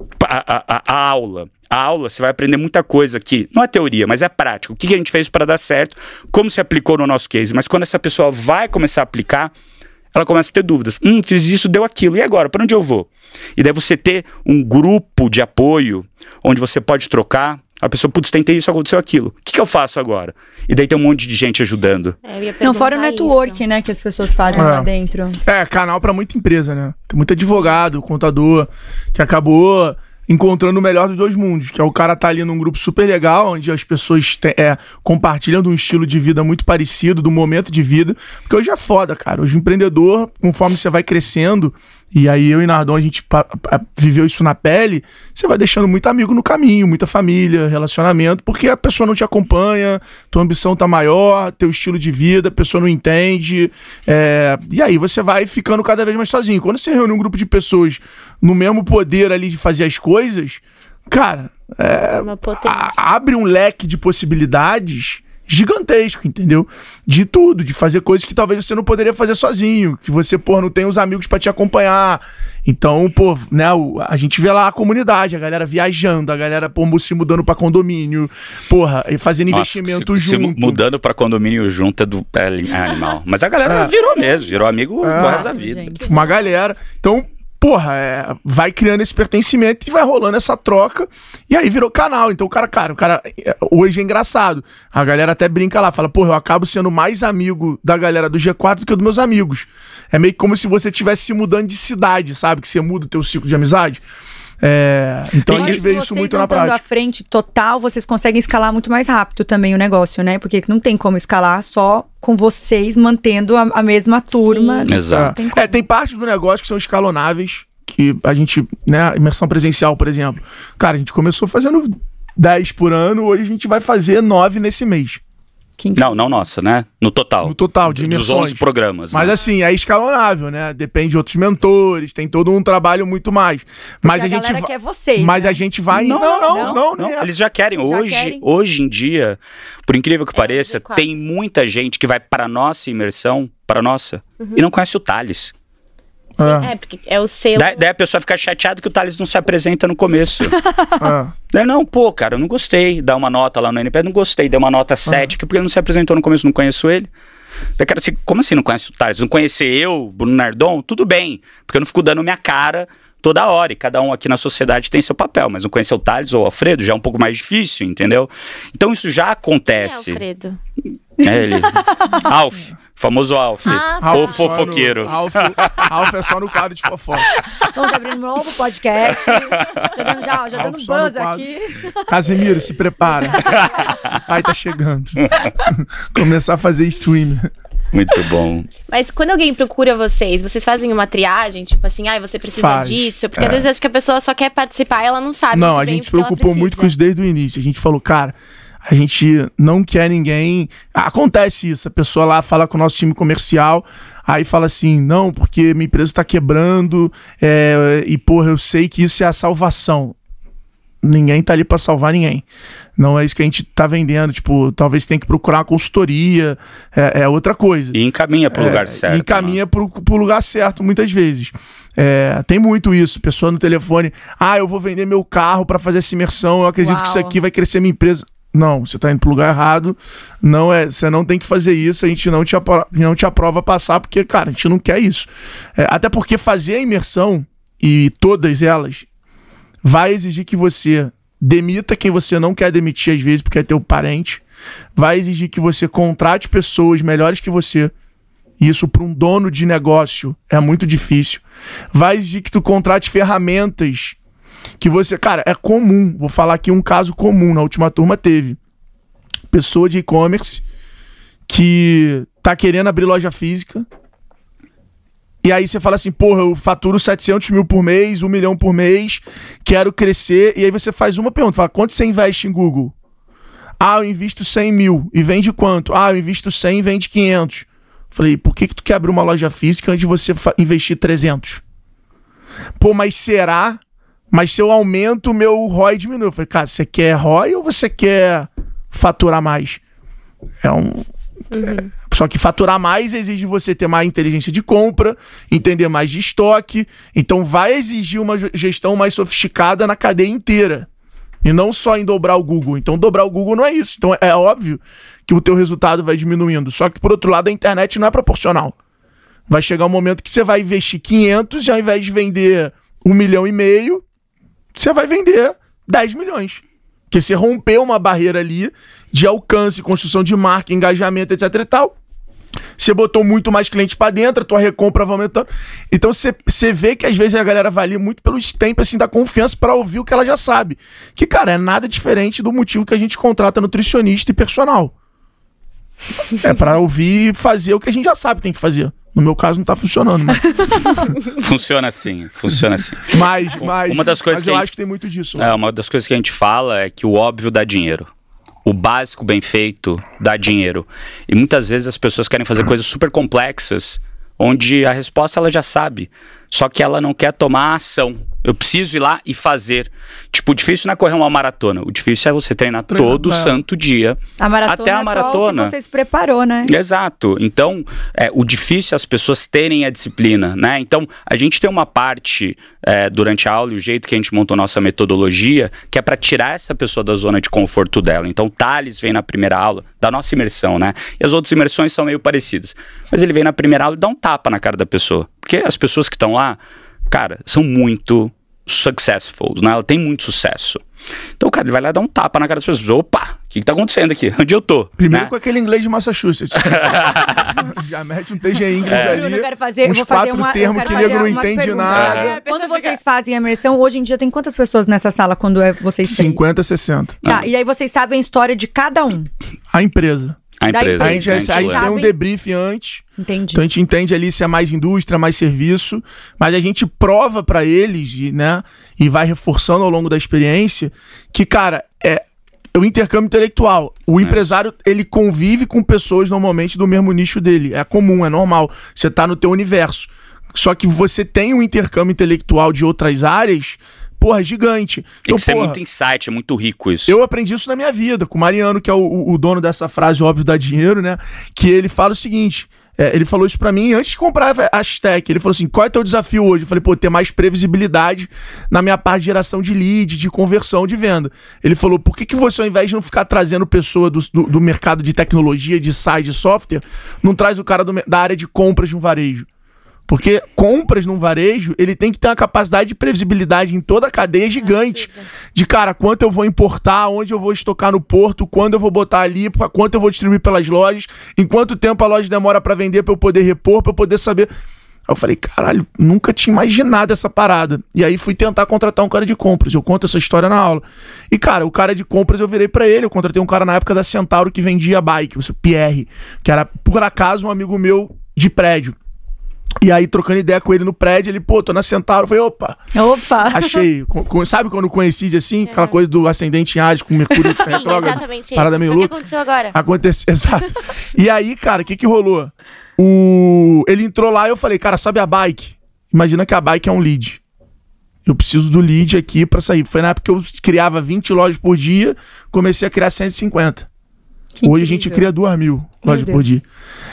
aula. A aula, você vai aprender muita coisa aqui. Não é teoria, mas é prática. O que a gente fez para dar certo, como se aplicou no nosso case. Mas quando essa pessoa vai começar a aplicar, ela começa a ter dúvidas. Fiz isso, deu aquilo. E agora? Para onde eu vou? E daí você ter um grupo de apoio onde você pode trocar. A pessoa, putz, tentei isso, aconteceu aquilo. O que eu faço agora? E daí tem um monte de gente ajudando. Não, fora o network, né, que as pessoas fazem lá dentro. Canal pra muita empresa, né? Tem muito advogado, contador, que acabou encontrando o melhor dos dois mundos, que é o cara tá ali num grupo super legal, onde as pessoas compartilham de um estilo de vida muito parecido, do momento de vida, porque hoje é foda, cara. Hoje o empreendedor, conforme você vai crescendo, e aí eu e Nardon, a gente viveu isso na pele, você vai deixando muito amigo no caminho, muita família, relacionamento, porque a pessoa não te acompanha, tua ambição tá maior, teu estilo de vida, a pessoa não entende, e aí você vai ficando cada vez mais sozinho. Quando você reúne um grupo de pessoas no mesmo poder ali de fazer as coisas, cara, abre um leque de possibilidades gigantesco, entendeu? De tudo, de fazer coisas que talvez você não poderia fazer sozinho, que você, não tem os amigos pra te acompanhar. Então, né, a gente vê lá a comunidade, a galera viajando, a galera, se mudando pra condomínio, e fazendo investimento junto. Mudando pra condomínio junto é animal. Mas a galera virou amigo do resto da vida. Gente. Uma galera. Então, vai criando esse pertencimento e vai rolando essa troca, e aí virou canal. Então o cara hoje é engraçado, a galera até brinca lá, fala, eu acabo sendo mais amigo da galera do G4 do que dos meus amigos. É meio que como se você estivesse se mudando de cidade, sabe? Que você muda o teu ciclo de amizade. Então a gente vê isso muito na prática. À frente total, vocês conseguem escalar muito mais rápido também o negócio, né? Porque não tem como escalar só com vocês mantendo a mesma turma. Sim. Exato. Tem partes do negócio que são escalonáveis, que a gente, né, a imersão presencial, por exemplo. Cara, a gente começou fazendo 10 por ano, hoje a gente vai fazer 9 nesse mês. Não nossa, né? No total. No total, de dos imersões. 11 programas. Mas né? assim, é escalonável, né? Depende de outros mentores, tem todo um trabalho muito mais. Mas Porque a gente quer vocês, Mas né? a gente vai... Não, nem é. eles já querem. Já Hoje em dia, por incrível que pareça, Z4. tem muita gente que vai para nossa imersão, e não conhece o Thales. Porque é o selo. Daí a pessoa fica chateada que o Thales não se apresenta no começo. Daí, não, pô, cara, eu não gostei. Dá uma nota lá no NPS, não gostei. Deu uma nota 7, porque ele não se apresentou no começo, não conheço ele. Daí, cara, assim, como assim não conhece o Thales? Não conhecer eu, Bruno Nardon? Tudo bem, porque eu não fico dando minha cara toda hora, e cada um aqui na sociedade tem seu papel, mas não conhecer o Thales ou o Alfredo já é um pouco mais difícil, entendeu? Então isso já acontece. Alfredo. É ele. Alf, famoso Alf. O fofoqueiro. Alf é só no quadro de fofoca. Vamos abrir um novo podcast. Já dando Alf só no buzz quadro. aqui. Casemiro, se prepara. Pai tá chegando. Começar a fazer stream. Muito bom. Mas quando alguém procura vocês fazem uma triagem, tipo assim, você precisa Faz. disso? Porque às vezes acho que a pessoa só quer participar e ela não sabe. Não, muito a bem gente se o que ela preocupou muito com precisa. isso desde o início. A gente falou, cara, a gente não quer ninguém... Acontece isso, a pessoa lá fala com o nosso time comercial, aí fala assim, não, porque minha empresa tá quebrando, e porra, eu sei que isso é a salvação. Ninguém tá ali pra salvar ninguém. Não é isso que a gente tá vendendo. Tipo, talvez tenha que procurar uma consultoria, é outra coisa. E encaminha pro lugar certo. Encaminha pro lugar certo, muitas vezes. Tem muito isso. Pessoa no telefone, eu vou vender meu carro pra fazer essa imersão, eu acredito que isso aqui vai crescer minha empresa. Não, você tá indo pro lugar errado. Você não tem que fazer isso, a gente não te aprova passar, porque, cara, a gente não quer isso. Até porque fazer a imersão, e todas elas, vai exigir que você demita quem você não quer demitir, às vezes, porque é teu parente. Vai exigir que você contrate pessoas melhores que você. Isso para um dono de negócio é muito difícil. Vai exigir que tu contrate ferramentas que você... Cara, é comum. Vou falar aqui um caso comum. Na última turma teve pessoa de e-commerce que tá querendo abrir loja física. E aí você fala assim, porra, eu faturo 700 mil por mês, 1 milhão por mês, quero crescer. E aí você faz uma pergunta, fala, quanto você investe em Google? Eu invisto 100 mil. E vende quanto? Eu invisto 100 e vende 500. Falei, por que tu quer abrir uma loja física antes de você investir 300? Pô, mas será? Mas se eu aumento, o meu ROI diminui. Eu falei, cara, você quer ROI ou você quer faturar mais? Só que faturar mais exige você ter mais inteligência de compra, entender mais de estoque. Então vai exigir uma gestão mais sofisticada na cadeia inteira. E não só em dobrar o Google. Então dobrar o Google não é isso. Então é óbvio que o teu resultado vai diminuindo. Só que por outro lado a internet não é proporcional. Vai chegar um momento que você vai investir 500 e ao invés de vender 1,5 milhão, você vai vender 10 milhões. Porque você rompeu uma barreira ali de alcance, construção de marca, engajamento, etc e tal. Você botou muito mais clientes pra dentro, a tua recompra vai aumentando. Então você vê que às vezes a galera vai ali muito pelo stamp assim, da confiança pra ouvir o que ela já sabe. Que, cara, é nada diferente do motivo que a gente contrata nutricionista e personal. É pra ouvir e fazer o que a gente já sabe que tem que fazer. No meu caso não tá funcionando, mas... Funciona assim. Mas uma das coisas eu acho que tem muito disso. Uma das coisas que a gente fala é que o óbvio dá dinheiro. O básico bem feito dá dinheiro. E muitas vezes as pessoas querem fazer coisas super complexas, onde a resposta ela já sabe. Só que ela não quer tomar ação. Eu preciso ir lá e fazer. Tipo, o difícil não é correr uma maratona. O difícil é você treinar todo santo dia. A maratona até a maratona. É só o que você se preparou, né? Exato. Então, o difícil é as pessoas terem a disciplina, né? Então, a gente tem uma parte durante a aula e o jeito que a gente montou nossa metodologia, que é para tirar essa pessoa da zona de conforto dela. Então, o Thales vem na primeira aula da nossa imersão, né? E as outras imersões são meio parecidas. Mas ele vem na primeira aula e dá um tapa na cara da pessoa. Porque as pessoas que estão lá, cara, são muito successful, né? Ela tem muito sucesso. Então o cara ele vai lá dar um tapa na cara das pessoas. Opa, o que tá acontecendo aqui? Onde eu tô? Primeiro né? com aquele inglês de Massachusetts. Já mete um TG English ali. Bruno, eu quero fazer, uns eu vou fazer 4 termos que o nego não entende nada. Quando vocês fazem a imersão, hoje em dia tem quantas pessoas nessa sala quando vocês têm? 50, 60. Tá, e aí vocês sabem a história de cada um. A empresa. A empresa. A gente tem um debrief antes. Entendi. Então a gente entende ali se é mais indústria, mais serviço. Mas a gente prova pra eles, né? E vai reforçando ao longo da experiência que, cara, é o intercâmbio intelectual. O empresário, ele convive com pessoas normalmente do mesmo nicho dele. É comum, é normal. Você tá no teu universo. Só que você tem um intercâmbio intelectual de outras áreas, porra, gigante. Então, isso é muito insight, é muito rico isso. Eu aprendi isso na minha vida, com o Mariano, que é o dono dessa frase, óbvio, dá dinheiro, né? Que ele fala o seguinte... ele falou isso pra mim antes de comprar a Hashtag. Ele falou assim, qual é o teu desafio hoje? Eu falei, ter mais previsibilidade na minha parte de geração de lead, de conversão, de venda. Ele falou, por que você, ao invés de não ficar trazendo pessoa do mercado de tecnologia, de SaaS, de software, não traz o cara da área de compras de um varejo? Porque compras num varejo, ele tem que ter uma capacidade de previsibilidade em toda a cadeia gigante. De, cara, quanto eu vou importar, onde eu vou estocar no porto, quando eu vou botar ali, quanto eu vou distribuir pelas lojas, em quanto tempo a loja demora pra vender, pra eu poder repor, pra eu poder saber... Aí eu falei, caralho, nunca tinha imaginado essa parada. E aí fui tentar contratar um cara de compras. Eu conto essa história na aula. E, cara, o cara de compras eu virei pra ele. Eu contratei um cara na época da Centauro que vendia bike, o Pierre, que era, por acaso, um amigo meu de prédio. E aí, trocando ideia com ele no prédio, ele, tô na Centauro. Eu falei, opa! Achei. Sabe quando coincide assim? Aquela coisa do ascendente em Ares com Mercúrio retrógrado? Exatamente parada isso. Meio Foi o louca. que aconteceu agora. Exato. E aí, cara, o que rolou? Ele entrou lá e eu falei, cara, sabe a bike? Imagina que a bike é um lead. Eu preciso do lead aqui pra sair. Foi na época que eu criava 20 lojas por dia, comecei a criar 150. Hoje a gente cria 2.000 lojas por dia.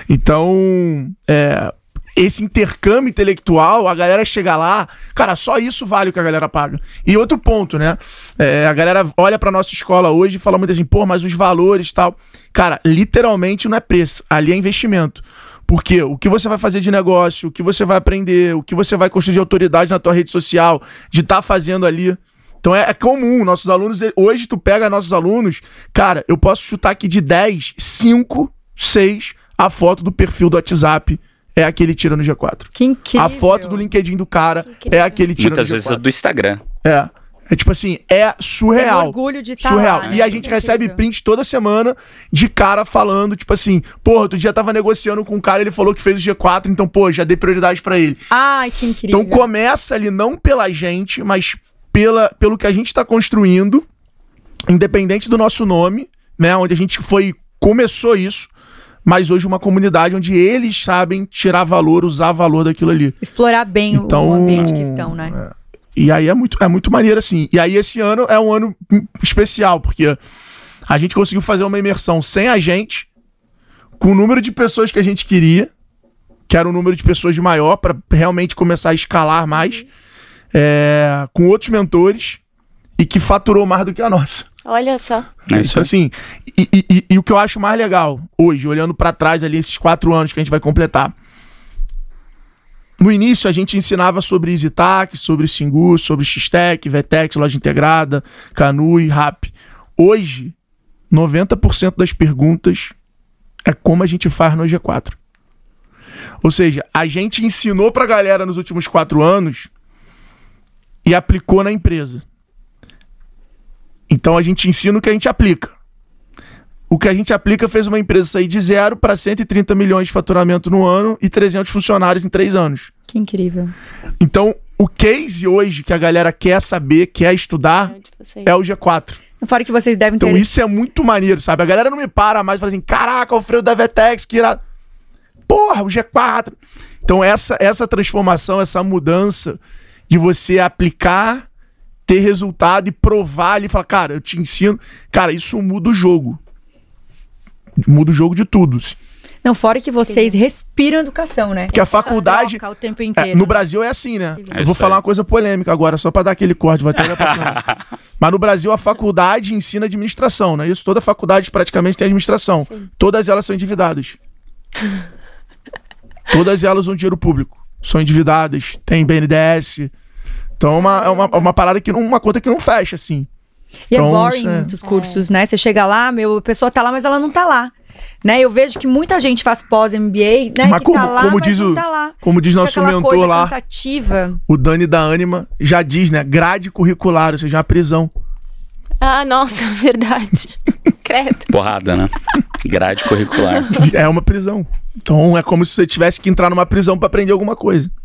Então, esse intercâmbio intelectual, a galera chega lá, cara, só isso vale o que a galera paga. E outro ponto, né? A galera olha pra nossa escola hoje e fala muito assim, mas os valores e tal. Cara, literalmente não é preço, ali é investimento. Porque o que você vai fazer de negócio, o que você vai aprender, o que você vai construir de autoridade na tua rede social, de estar fazendo ali. Então é comum, nossos alunos, hoje tu pega nossos alunos, cara, eu posso chutar aqui de 10, 5, 6, a foto do perfil do WhatsApp é a que ele tira no G4. Que incrível. A foto do LinkedIn do cara é a que ele tira no G4. Muitas vezes é do Instagram. É tipo assim, é surreal. É orgulho de estar surreal. lá, né? E a gente recebe print toda semana de cara falando, tipo assim, outro dia tava negociando com um cara, ele falou que fez o G4, então, já dei prioridade pra ele. Ai, que incrível. Então começa ali não pela gente, mas pelo que a gente tá construindo, independente do nosso nome, né? Onde a gente começou isso, mas hoje uma comunidade onde eles sabem tirar valor, usar valor daquilo ali. Explorar bem o ambiente que estão, né? E aí é muito maneiro, assim. E aí esse ano é um ano especial, porque a gente conseguiu fazer uma imersão sem a gente, com o número de pessoas que a gente queria, que era um número de pessoas de maior, para realmente começar a escalar mais, com outros mentores, e que faturou mais do que a nossa. Olha só. Então, assim, e o que eu acho mais legal hoje, olhando para trás ali, esses 4 anos que a gente vai completar, no início a gente ensinava sobre EasyTax, sobre Singu, sobre X-Tech, VTEX, Loja Integrada, Canui, Rap. Hoje, 90% das perguntas é como a gente faz no G4. Ou seja, a gente ensinou pra galera nos últimos 4 anos e aplicou na empresa. Então a gente ensina o que a gente aplica. O que a gente aplica fez uma empresa sair de 0 para 130 milhões de faturamento no ano e 300 funcionários em 3 anos. Que incrível. Então, o case hoje que a galera quer saber, quer estudar, é o G4. Fora que vocês devem ter... Então isso é muito maneiro, sabe? A galera não me para mais e fala assim, caraca, o freio da VTEX, que irado. Porra, o G4. Então essa transformação, essa mudança de você aplicar, ter resultado e provar ali, falar, cara, eu te ensino. Cara, isso muda o jogo. Muda o jogo de tudo. Não, fora que vocês respiram educação, né? Porque a faculdade... O tempo inteiro. No Brasil é assim, né? É eu vou falar uma coisa polêmica agora, só pra dar aquele corte, vai ter Mas no Brasil a faculdade ensina administração, né? Isso, toda faculdade praticamente tem administração. Sim. Todas elas são endividadas. Todas elas usam dinheiro público. São endividadas, tem BNDES. Então é uma parada que uma conta que não fecha, assim. E então, é boring muitos cursos, né? Você chega lá, a pessoa tá lá, mas ela não tá lá. Né? Eu vejo que muita gente faz pós-MBA, né? Mas que tá lá, mas não tá lá. Como diz nosso mentor lá, cansativa. O Dani da Anima, já diz, né? Grade curricular, ou seja, uma prisão. Ah, nossa, verdade. Credo. Porrada, né? Grade curricular. É uma prisão. Então é como se você tivesse que entrar numa prisão pra aprender alguma coisa.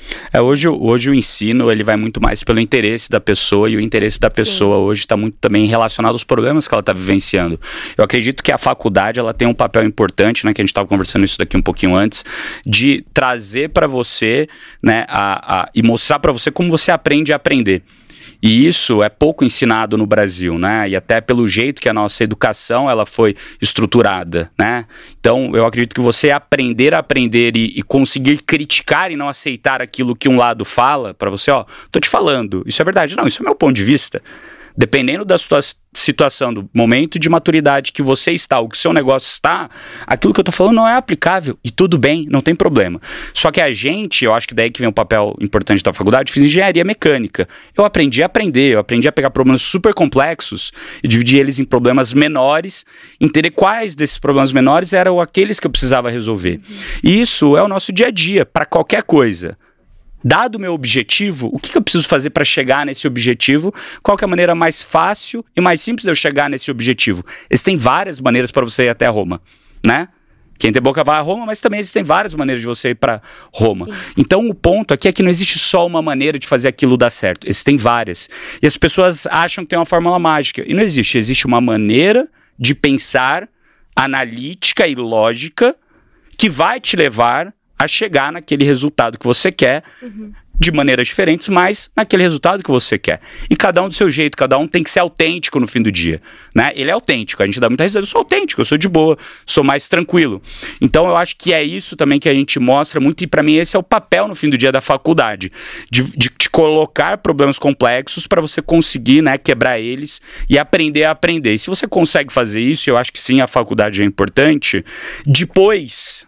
Hoje o ensino ele vai muito mais pelo interesse da pessoa, e o interesse da pessoa hoje está muito também relacionado aos problemas que ela está vivenciando. Eu acredito que a faculdade ela tem um papel importante, né, que a gente estava conversando isso daqui um pouquinho antes, de trazer para você, né, e mostrar para você como você aprende a aprender. E isso é pouco ensinado no Brasil, né? E até pelo jeito que a nossa educação ela foi estruturada, né? Então, eu acredito que você aprender a aprender e conseguir criticar e não aceitar aquilo que um lado fala para você, tô te falando, isso é verdade. Não, isso é meu ponto de vista. Dependendo da sua situação, do momento de maturidade que você está, ou que o seu negócio está, aquilo que eu tô falando não é aplicável. E tudo bem, não tem problema. Só que eu acho que daí que vem um papel importante da faculdade, fiz engenharia mecânica. Eu aprendi a aprender, eu aprendi a pegar problemas super complexos e dividir eles em problemas menores, entender quais desses problemas menores eram aqueles que eu precisava resolver. E isso é o nosso dia a dia, para qualquer coisa. Dado o meu objetivo, o que eu preciso fazer para chegar nesse objetivo? Qual que é a maneira mais fácil e mais simples de eu chegar nesse objetivo? Existem várias maneiras para você ir até Roma, né? Quem tem boca vai a Roma, mas também existem várias maneiras de você ir para Roma. Sim. Então o ponto aqui é que não existe só uma maneira de fazer aquilo dar certo. Existem várias. E as pessoas acham que tem uma fórmula mágica. E não existe. Existe uma maneira de pensar analítica e lógica que vai te levar a chegar naquele resultado que você quer, de maneiras diferentes, mas naquele resultado que você quer. E cada um do seu jeito, cada um tem que ser autêntico no fim do dia, né? Ele é autêntico, a gente dá muita risada, eu sou autêntico, eu sou de boa, sou mais tranquilo. Então eu acho que é isso também que a gente mostra muito, e para mim esse é o papel no fim do dia da faculdade, de te colocar problemas complexos para você conseguir, né, quebrar eles e aprender a aprender. E se você consegue fazer isso, eu acho que sim, a faculdade é importante, depois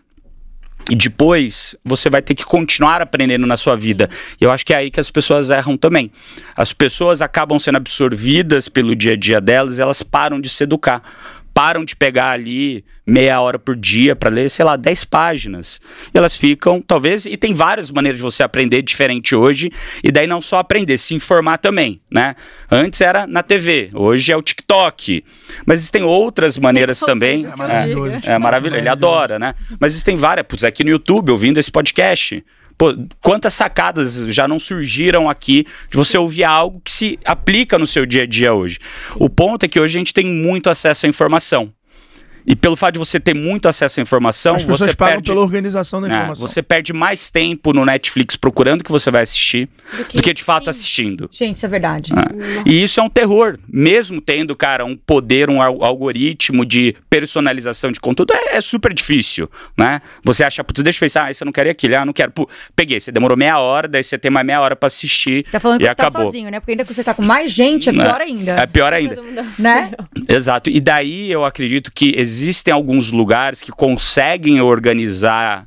você vai ter que continuar aprendendo na sua vida. E eu acho que é aí que as pessoas erram também. As pessoas acabam sendo absorvidas pelo dia a dia delas e elas param de se educar. Param de pegar ali meia hora por dia para ler, 10 páginas. E elas ficam, talvez, e tem várias maneiras de você aprender diferente hoje, e daí não só aprender, se informar também, né? Antes era na TV, hoje é o TikTok. Mas existem outras maneiras também. É maravilhoso. É maravilhoso, ele adora, né? Mas existem várias, aqui no YouTube, ouvindo esse podcast. Pô, quantas sacadas já não surgiram aqui de você ouvir algo que se aplica no seu dia a dia hoje? Sim. O ponto é que hoje a gente tem muito acesso à informação. E pelo fato de você ter muito acesso à informação, as pessoas pagam pela organização da informação. Você perde mais tempo no Netflix procurando o que você vai assistir do que de fato assistindo. Gente, isso é verdade. E isso é um terror. Mesmo tendo, cara, um poder, um algoritmo de personalização de conteúdo, é super difícil, né? Você acha, putz, deixa eu ver, isso eu não quero ir aquilo, não quero. Pô, peguei, você demorou meia hora, daí você tem mais meia hora pra assistir. Você tá falando e que acabou. Você tá sozinho, né? Porque ainda que você tá com mais gente, é pior ainda. É pior ainda. Né? Exato. E daí eu acredito que existem alguns lugares que conseguem organizar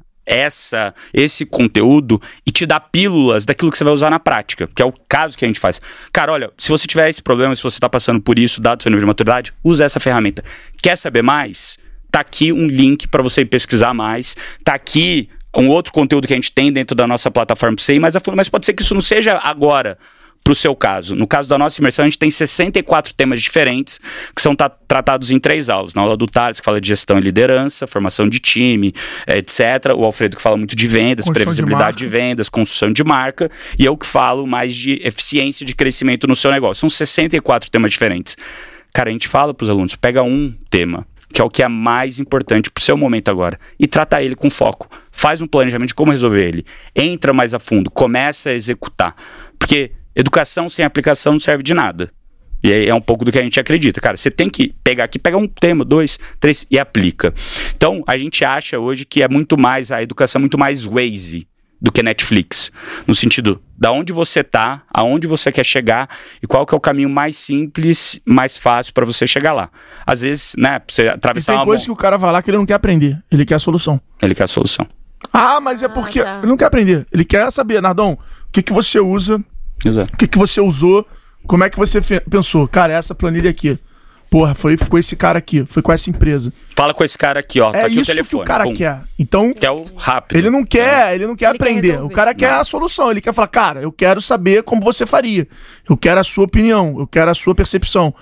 esse conteúdo e te dar pílulas daquilo que você vai usar na prática, que é o caso que a gente faz. Cara, olha, se você tiver esse problema, se você tá passando por isso, dado o seu nível de maturidade, usa essa ferramenta. Quer saber mais? Tá aqui um link para você ir pesquisar mais, tá aqui um outro conteúdo que a gente tem dentro da nossa plataforma para você ir mais a fundo, mas pode ser que isso não seja agora para o seu caso. No caso da nossa imersão, a gente tem 64 temas diferentes que são tratados em 3 aulas. Na aula do Thales, que fala de gestão e liderança, formação de time, etc. O Alfredo, que fala muito de vendas, previsibilidade de vendas, construção de marca. E eu que falo mais de eficiência de crescimento no seu negócio. São 64 temas diferentes. Cara, a gente fala para os alunos, pega um tema, que é o que é mais importante para o seu momento agora, e trata ele com foco. Faz um planejamento de como resolver ele. Entra mais a fundo, começa a executar. Porque educação sem aplicação não serve de nada. E aí é um pouco do que a gente acredita. Cara, você tem que pegar um tema, 2, 3 e aplica. Então, a gente acha hoje que a educação é muito mais Waze do que Netflix. No sentido, da onde você tá, aonde você quer chegar e qual que é o caminho mais simples, mais fácil para você chegar lá. Às vezes, né, pra você atravessar uma... Tem coisa que o cara vai lá que ele não quer aprender. Ele quer a solução. Ele quer a solução. Mas é porque... Ele não quer aprender. Ele quer saber, Nardon, o que você usa... Exato. O que você usou? Como é que você pensou? Cara, essa planilha aqui. Porra, ficou esse cara aqui. Foi com essa empresa. Fala com esse cara aqui, ó. Tá aqui o telefone. É isso que o cara quer. Então, quer o rápido. Ele não quer aprender. O cara quer a solução. Ele quer falar, cara, eu quero saber como você faria. Eu quero a sua opinião. Eu quero a sua percepção.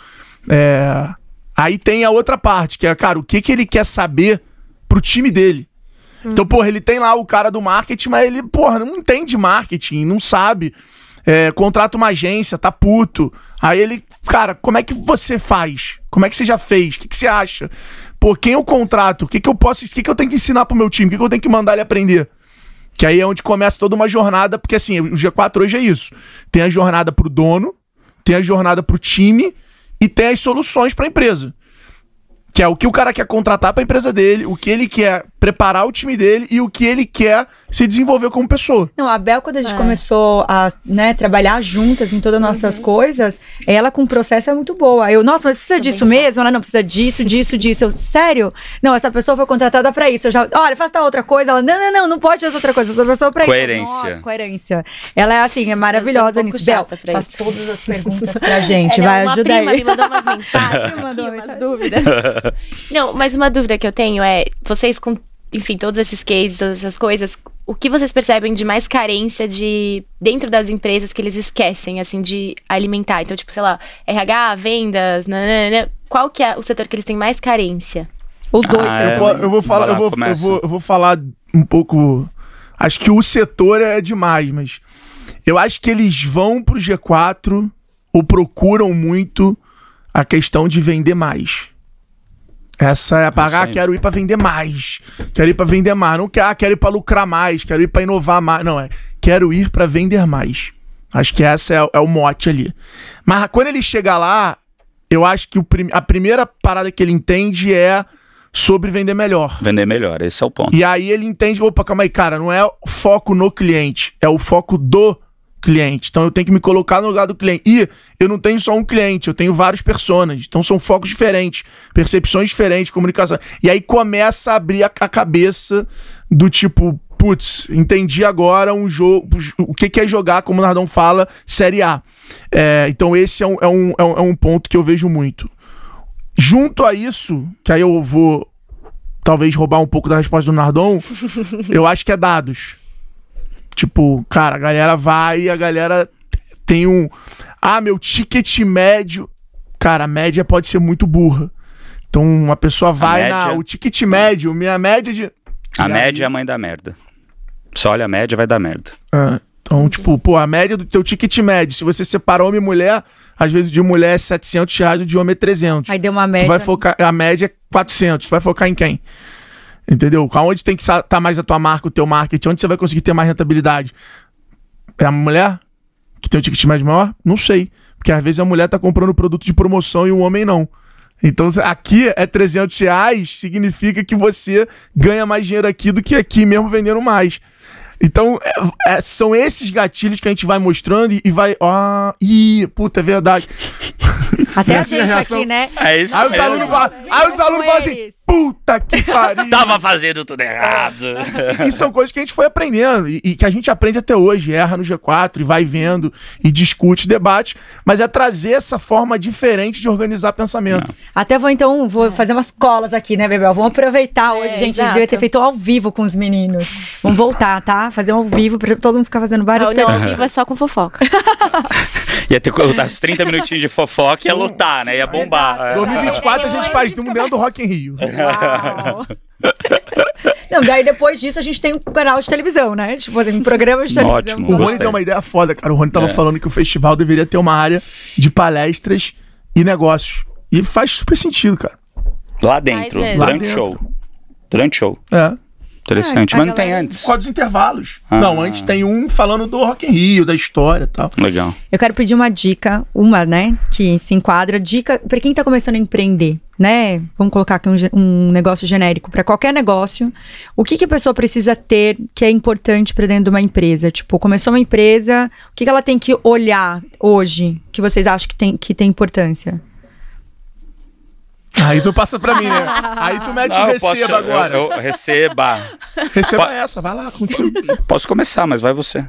Aí tem a outra parte, que é, cara, o que ele quer saber pro time dele. Então, porra, ele tem lá o cara do marketing, mas ele, porra, não entende marketing, não sabe. Contrata uma agência, tá puto. Aí ele, cara, como é que você faz? Como é que você já fez? O que você acha? Pô, quem eu contrato? O que eu tenho que ensinar pro meu time? O que eu tenho que mandar ele aprender? Que aí é onde começa toda uma jornada, porque assim, o G4 hoje é isso. Tem a jornada pro dono, tem a jornada pro time e tem as soluções pra empresa. Que é o que o cara quer contratar pra empresa dele, o que ele quer preparar o time dele e o que ele quer se desenvolver como pessoa. Não, a Bel, quando a gente começou a trabalhar juntas em todas as nossas coisas, ela com o processo é muito boa. Eu, nossa, mas precisa disso mesmo? Ela não precisa disso. Eu, sério? Não, essa pessoa foi contratada pra isso. Eu já, olha, faça outra coisa. Ela, não pode fazer outra coisa. Essa pessoa pra coerência. Isso. Nossa, coerência. Ela é assim, é maravilhosa nisso. Bel, faz todas as perguntas pra gente. Vai, ajuda aí. Me mandou umas mensagens, umas dúvidas. Não, mas uma dúvida que eu tenho é, vocês com, enfim, todos esses cases, todas essas coisas, o que vocês percebem de mais carência dentro das empresas que eles esquecem, assim, de alimentar? Então, tipo, sei lá, RH, vendas, qual que é o setor que eles têm mais carência? Ou dois. Eu vou falar um pouco, acho que o setor é demais, mas eu acho que eles vão pro G4 ou procuram muito a questão de vender mais. Essa é a pagar, quero ir pra vender mais. Quero ir pra vender mais. Não quero ir pra lucrar mais, quero ir pra inovar mais. Não, quero ir pra vender mais. Acho que essa é o mote ali. Mas quando ele chega lá, eu acho que a primeira parada que ele entende é sobre vender melhor. Vender melhor, esse é o ponto. E aí ele entende, opa, calma aí, cara, não é o foco no cliente, é o foco do cliente. Então eu tenho que me colocar no lugar do cliente. E eu não tenho só um cliente, eu tenho vários personas. Então são focos diferentes, percepções diferentes, comunicação. E aí começa a abrir a cabeça do tipo, putz, entendi agora um jogo, o que é jogar, como o Nardão fala, Série A. Então esse é um ponto que eu vejo muito. Junto a isso, que aí eu vou talvez roubar um pouco da resposta do Nardon, eu acho que é dados. Tipo, cara, a galera vai e a galera tem meu ticket médio. Cara, a média pode ser muito burra. Então, uma pessoa vai o ticket médio, minha média de... A média é a mãe da merda. Só olha a média, vai dar merda. Então, tipo, a média do teu ticket médio, se você separar homem e mulher, às vezes de mulher é R$700, de homem é 300. Aí deu uma média. Tu vai focar, a média é 400, tu vai focar em quem? Entendeu? Aonde tem que estar mais a tua marca, o teu marketing? Onde você vai conseguir ter mais rentabilidade? É a mulher que tem o ticket médio maior? Não sei. Porque às vezes a mulher tá comprando produto de promoção e o homem não. Então aqui é R$300, significa que você ganha mais dinheiro aqui do que aqui, mesmo vendendo mais. Então, são esses gatilhos que a gente vai mostrando e vai... puta, é verdade. Até a gente aqui, né? É isso aí os alunos falam assim, puta que pariu. Tava fazendo tudo errado. E são coisas que a gente foi aprendendo e que a gente aprende até hoje. Erra no G4 e vai vendo e discute, debate. Mas é trazer essa forma diferente de organizar pensamento. Até vou fazer umas colas aqui, né, Bebel? Vamos aproveitar hoje, gente. A gente devia ter feito ao vivo com os meninos. Vamos voltar, tá? Fazer um ao vivo pra todo mundo ficar fazendo várias Não, ao vivo é só com fofoca. Ia ter os 30 minutinhos de fofoca e ia lutar, né? Ia bombar. 2024 a gente faz dentro do Rock in Rio. Uau. Não, daí depois disso a gente tem um canal de televisão, né? Tipo, assim, um programa de televisão. Ótimo. O Rony deu uma ideia foda, cara. O Rony tava falando que o festival deveria ter uma área de palestras e negócios. E faz super sentido, cara. Lá dentro, durante show. Interessante, mas não tem antes. Por causa dos intervalos. Não, antes tem um falando do Rock in Rio, da história e tal. Legal. Eu quero pedir uma dica, né, que se enquadra. Dica pra quem tá começando a empreender, né? Vamos colocar aqui um negócio genérico. Pra qualquer negócio, o que a pessoa precisa ter que é importante pra dentro de uma empresa? Tipo, começou uma empresa, o que ela tem que olhar hoje que vocês acham que tem importância? Aí tu passa pra mim, né? Aí tu mete o receba agora. Eu receba. Receba essa, vai lá, contigo. Posso começar, mas vai você.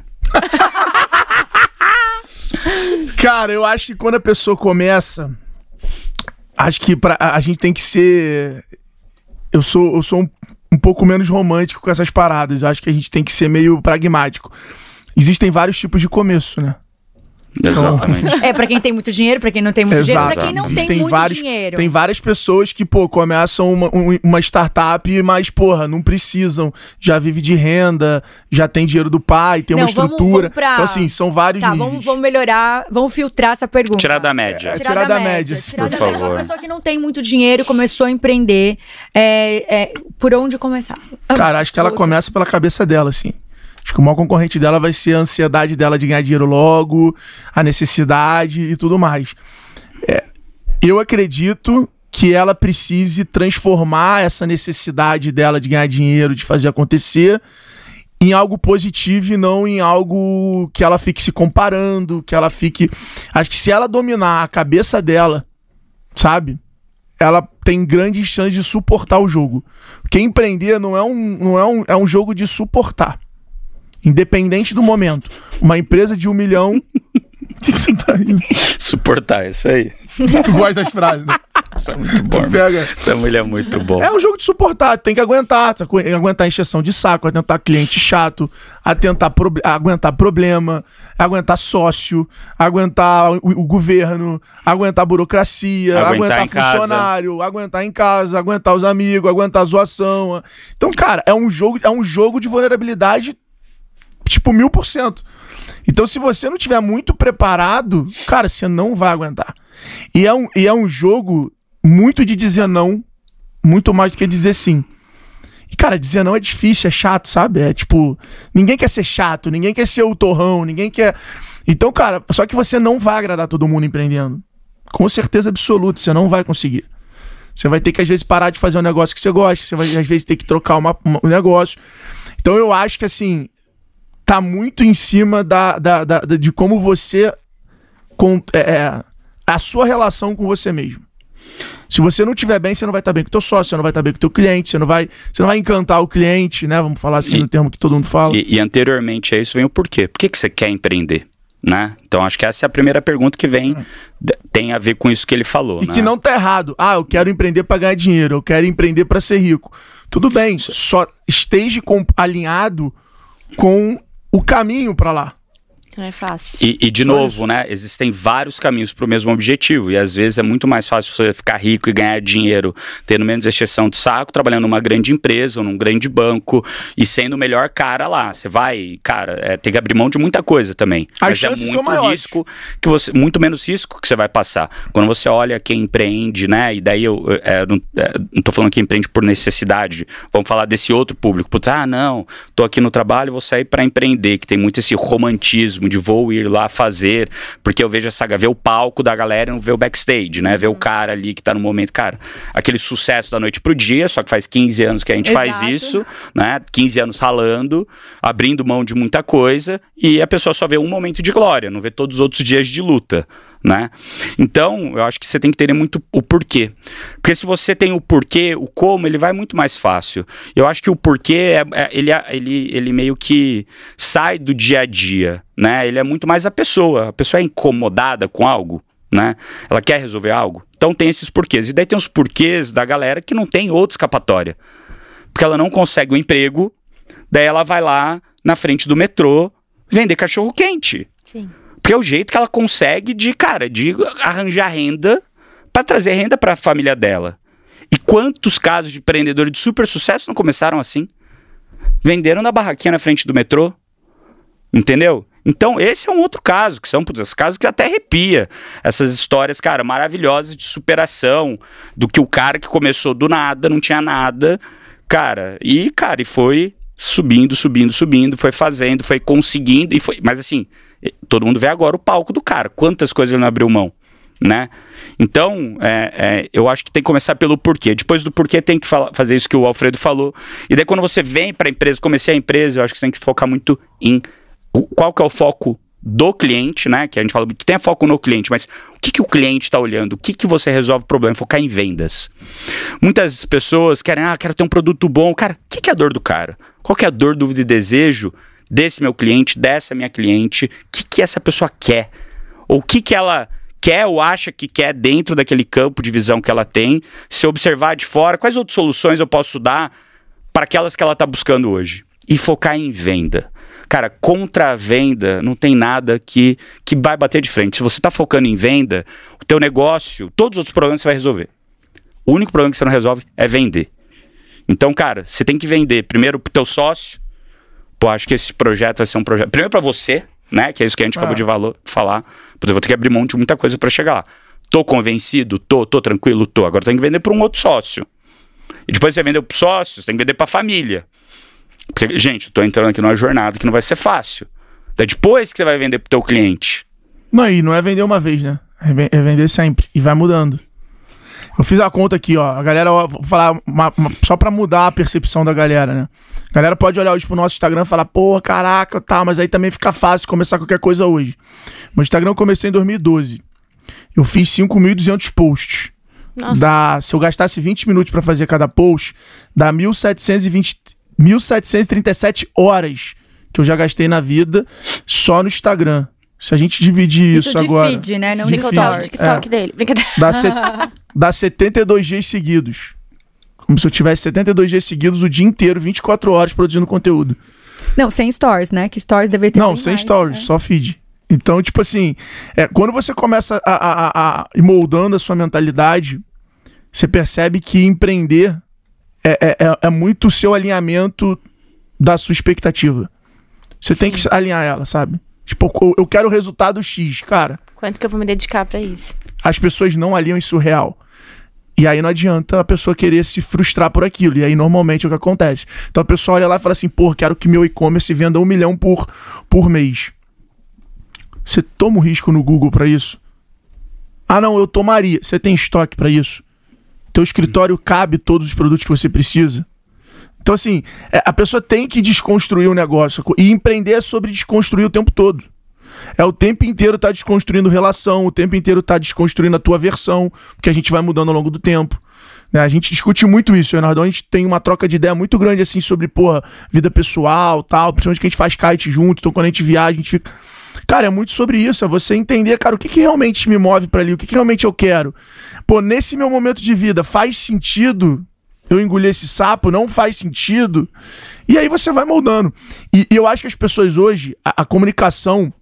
Cara, eu acho que quando a pessoa começa, acho que a gente tem que ser... Eu sou um pouco menos romântico com essas paradas. Eu acho que a gente tem que ser meio pragmático. Existem vários tipos de começo, né? Exatamente. Pra quem tem muito dinheiro, pra quem não tem muito dinheiro, pra quem não tem muito dinheiro. Tem várias pessoas que, começam uma startup, mas, não precisam. Já vive de renda, já tem dinheiro do pai, tem uma estrutura. Então, assim, são vários níveis. Vamos melhorar, vamos filtrar essa pergunta. Tirar da média. Tirar da média, por favor. Uma pessoa que não tem muito dinheiro e começou a empreender, por onde começar? Cara, acho que ela começa pela cabeça dela, assim. Acho que o maior concorrente dela vai ser a ansiedade dela de ganhar dinheiro logo, a necessidade e tudo mais. Eu acredito que ela precise transformar essa necessidade dela de ganhar dinheiro, de fazer acontecer, em algo positivo e não em algo que ela fique se comparando, que ela fique... Acho que se ela dominar a cabeça dela, sabe? Ela tem grandes chances de suportar o jogo. Porque empreender é um jogo de suportar. Independente do momento. Uma empresa de 1 milhão... O que você tá rindo? Suportar, isso aí. Tu gosta das frases, né? Isso é muito bom. Essa mulher é muito bom. É um jogo de suportar, tem que aguentar. Aguentar encheção de saco, aguentar cliente chato, aguentar problema, aguentar sócio, aguentar o governo, aguentar burocracia, aguentar funcionário, aguentar em casa, aguentar os amigos, aguentar a zoação. Então, cara, é um jogo de vulnerabilidade tipo 1000%. Então, se você não tiver muito preparado, cara, você não vai aguentar. E é um jogo muito de dizer não, muito mais do que dizer sim. E, cara, dizer não é difícil, é chato, sabe? É tipo, ninguém quer ser chato, ninguém quer ser o torrão, ninguém quer... Então, cara, só que você não vai agradar todo mundo empreendendo. Com certeza absoluta, você não vai conseguir. Você vai ter que, às vezes, parar de fazer um negócio que você gosta, você vai, às vezes, ter que trocar um negócio. Então, eu acho que, assim... tá muito em cima de como você... a sua relação com você mesmo. Se você não estiver bem, você não vai estar bem com o teu sócio, você não vai estar bem com o teu cliente, você não vai encantar o cliente, né? Vamos falar assim no termo que todo mundo fala. E anteriormente a isso vem o porquê. Por que você quer empreender? Né? Então acho que essa é a primeira pergunta que tem a ver com isso que ele falou. E que não tá errado. Eu quero empreender para ganhar dinheiro, eu quero empreender para ser rico. Tudo bem, só esteja alinhado com o caminho para lá. Não é fácil. E de novo, né? Existem vários caminhos para o mesmo objetivo. E às vezes é muito mais fácil você ficar rico e ganhar dinheiro, tendo menos exceção de saco, trabalhando numa grande empresa ou num grande banco e sendo o melhor cara lá. Você vai, cara, tem que abrir mão de muita coisa também. As chances são maiores. Muito menos risco que você vai passar. Quando você olha quem empreende, né? E daí eu não tô falando que empreende por necessidade. Vamos falar desse outro público. Putz, não, tô aqui no trabalho, vou sair para empreender, que tem muito esse romantismo de vou ir lá fazer, porque eu vejo ver o palco da galera e não ver o backstage, né? Ver o cara ali que tá no momento, cara, aquele sucesso da noite pro dia, só que faz 15 anos que a gente faz isso, né? 15 anos ralando, abrindo mão de muita coisa, e a pessoa só vê um momento de glória, não vê todos os outros dias de luta, né? Então, eu acho que você tem que ter muito o porquê. Porque se você tem o porquê, o como, ele vai muito mais fácil. Eu acho que o porquê, ele meio que sai do dia a dia, né? Ele é muito mais a pessoa é incomodada com algo, né? Ela quer resolver algo. Então tem esses porquês. E daí tem os porquês da galera que não tem outra escapatória. Porque ela não consegue um emprego, daí ela vai lá na frente do metrô vender cachorro-quente. Sim. Porque é o jeito que ela consegue de arranjar renda para trazer renda para a família dela. E quantos casos de empreendedores de super sucesso não começaram assim? Venderam na barraquinha na frente do metrô. Entendeu? Então, esse é um outro caso, que são esses casos que até arrepia. Essas histórias, cara, maravilhosas de superação, do que o cara que começou do nada, não tinha nada, e foi subindo, foi fazendo, foi conseguindo, mas assim, todo mundo vê agora o palco do cara, quantas coisas ele não abriu mão, né? Então, eu acho que tem que começar pelo porquê. Depois do porquê tem que fazer isso que o Alfredo falou. E daí quando você vem para a empresa, comecei a empresa, eu acho que você tem que focar muito em qual que é o foco do cliente, né? Que a gente fala muito, tem foco no cliente, mas o que o cliente está olhando? O que você resolve o problema? Focar em vendas. Muitas pessoas querem, quero ter um produto bom. Cara, o que é a dor do cara? Qual que é a dor, dúvida e desejo desse meu cliente, dessa minha cliente? O que essa pessoa quer? Ou o que ela quer ou acha que quer dentro daquele campo de visão que ela tem? Se eu observar de fora, quais outras soluções eu posso dar para aquelas que ela está buscando hoje? E focar em venda. Cara, contra a venda não tem nada que vai bater de frente. Se você tá focando em venda, o teu negócio, todos os outros problemas você vai resolver. O único problema que você não resolve é vender. Então, cara, você tem que vender primeiro pro teu sócio. Pô, acho que esse projeto vai ser um projeto... Primeiro pra você, né? Que é isso que a gente acabou de falar. Porque eu vou ter que abrir mão de muita coisa pra chegar lá. Tô convencido? Tô tranquilo? Tô. Agora tem que vender pra um outro sócio. E depois você vender pro sócio, você tem que vender pra família. Porque, gente, eu tô entrando aqui numa jornada que não vai ser fácil. Daí depois que você vai vender pro teu cliente. Não, e não é vender uma vez, né? É vender sempre. E vai mudando. Eu fiz a conta aqui, ó. A galera, ó, vou falar só pra mudar a percepção da galera, né? A galera pode olhar hoje pro nosso Instagram e falar, pô, caraca, tá, mas aí também fica fácil começar qualquer coisa hoje. Meu Instagram eu comecei em 2012. Eu fiz 5.200 posts. Nossa. Se eu gastasse 20 minutos pra fazer cada post, dá 1.737 horas que eu já gastei na vida só no Instagram. Se a gente dividir isso agora... Isso de feed, né? Não de TikTok dele. Brincadeira. Dá 72 dias seguidos. Como se eu tivesse 72 dias seguidos o dia inteiro, 24 horas produzindo conteúdo. Não, sem stories, né? Que stories deveria ter Não, sem mais, stories, só feed. Então, tipo assim, quando você começa a ir moldando a sua mentalidade, você percebe que empreender é muito o seu alinhamento da sua expectativa. Você tem que alinhar ela, sabe? Tipo, eu quero o resultado X, cara. Quanto que eu vou me dedicar pra isso? As pessoas não alinham isso real. E aí não adianta a pessoa querer se frustrar por aquilo. E aí normalmente é o que acontece. Então a pessoa olha lá e fala assim, pô, quero que meu e-commerce venda 1 milhão por mês. Você toma um risco no Google pra isso? Ah, não, eu tomaria. Você tem estoque pra isso? Teu escritório cabe todos os produtos que você precisa? Então, assim, a pessoa tem que desconstruir o negócio. E empreender é sobre desconstruir o tempo todo. É o tempo inteiro tá desconstruindo relação, o tempo inteiro tá desconstruindo a tua versão, porque a gente vai mudando ao longo do tempo. Né? A gente discute muito isso, Leonardo. A gente tem uma troca de ideia muito grande, assim, sobre, porra, vida pessoal, tal. Principalmente que a gente faz kite junto, então quando a gente viaja, a gente fica... Cara, é muito sobre isso, é você entender, cara, o que realmente me move pra ali, o que realmente eu quero. Pô, nesse meu momento de vida, faz sentido eu engolir esse sapo? Não faz sentido? E aí você vai moldando. E eu acho que as pessoas hoje, a comunicação,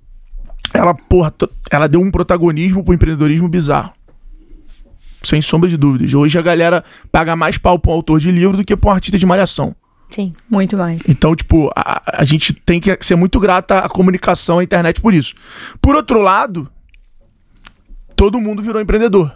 ela deu um protagonismo pro empreendedorismo bizarro. Sem sombra de dúvidas. Hoje a galera paga mais pau pra um autor de livro do que pra um artista de malhação. Sim, muito mais. Então, tipo, a gente tem que ser muito grata à comunicação, à internet por isso. Por outro lado, todo mundo virou empreendedor.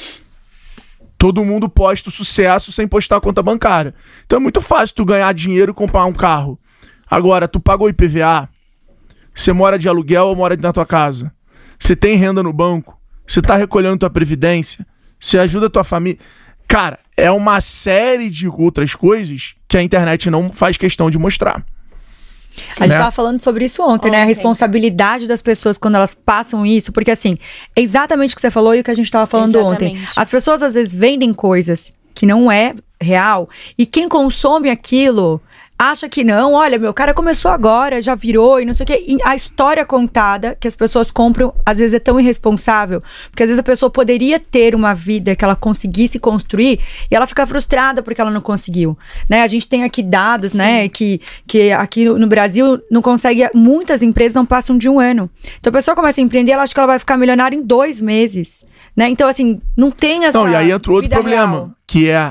Todo mundo posta o sucesso sem postar a conta bancária. Então é muito fácil tu ganhar dinheiro e comprar um carro. Agora, tu pagou IPVA? Você mora de aluguel ou mora na tua casa? Você tem renda no banco? Você tá recolhendo tua previdência? Você ajuda a tua família? Cara, é uma série de outras coisas que a internet não faz questão de mostrar. A gente tava falando sobre isso ontem, né? A responsabilidade das pessoas quando elas passam isso. Porque, assim, é exatamente o que você falou e o que a gente tava falando ontem. As pessoas, às vezes, vendem coisas que não é real. E quem consome aquilo acha que não. Olha, meu cara começou agora, já virou e não sei o quê. E a história contada que as pessoas compram, às vezes, é tão irresponsável. Porque, às vezes, a pessoa poderia ter uma vida que ela conseguisse construir e ela fica frustrada porque ela não conseguiu. Né? A gente tem aqui dados, né? Que aqui no Brasil não consegue... Muitas empresas não passam de 1 ano. Então, a pessoa começa a empreender, ela acha que ela vai ficar milionária em 2 meses. Né? Então, assim, não tem essa Não, e aí entra outro problema, real. Que é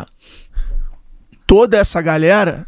toda essa galera...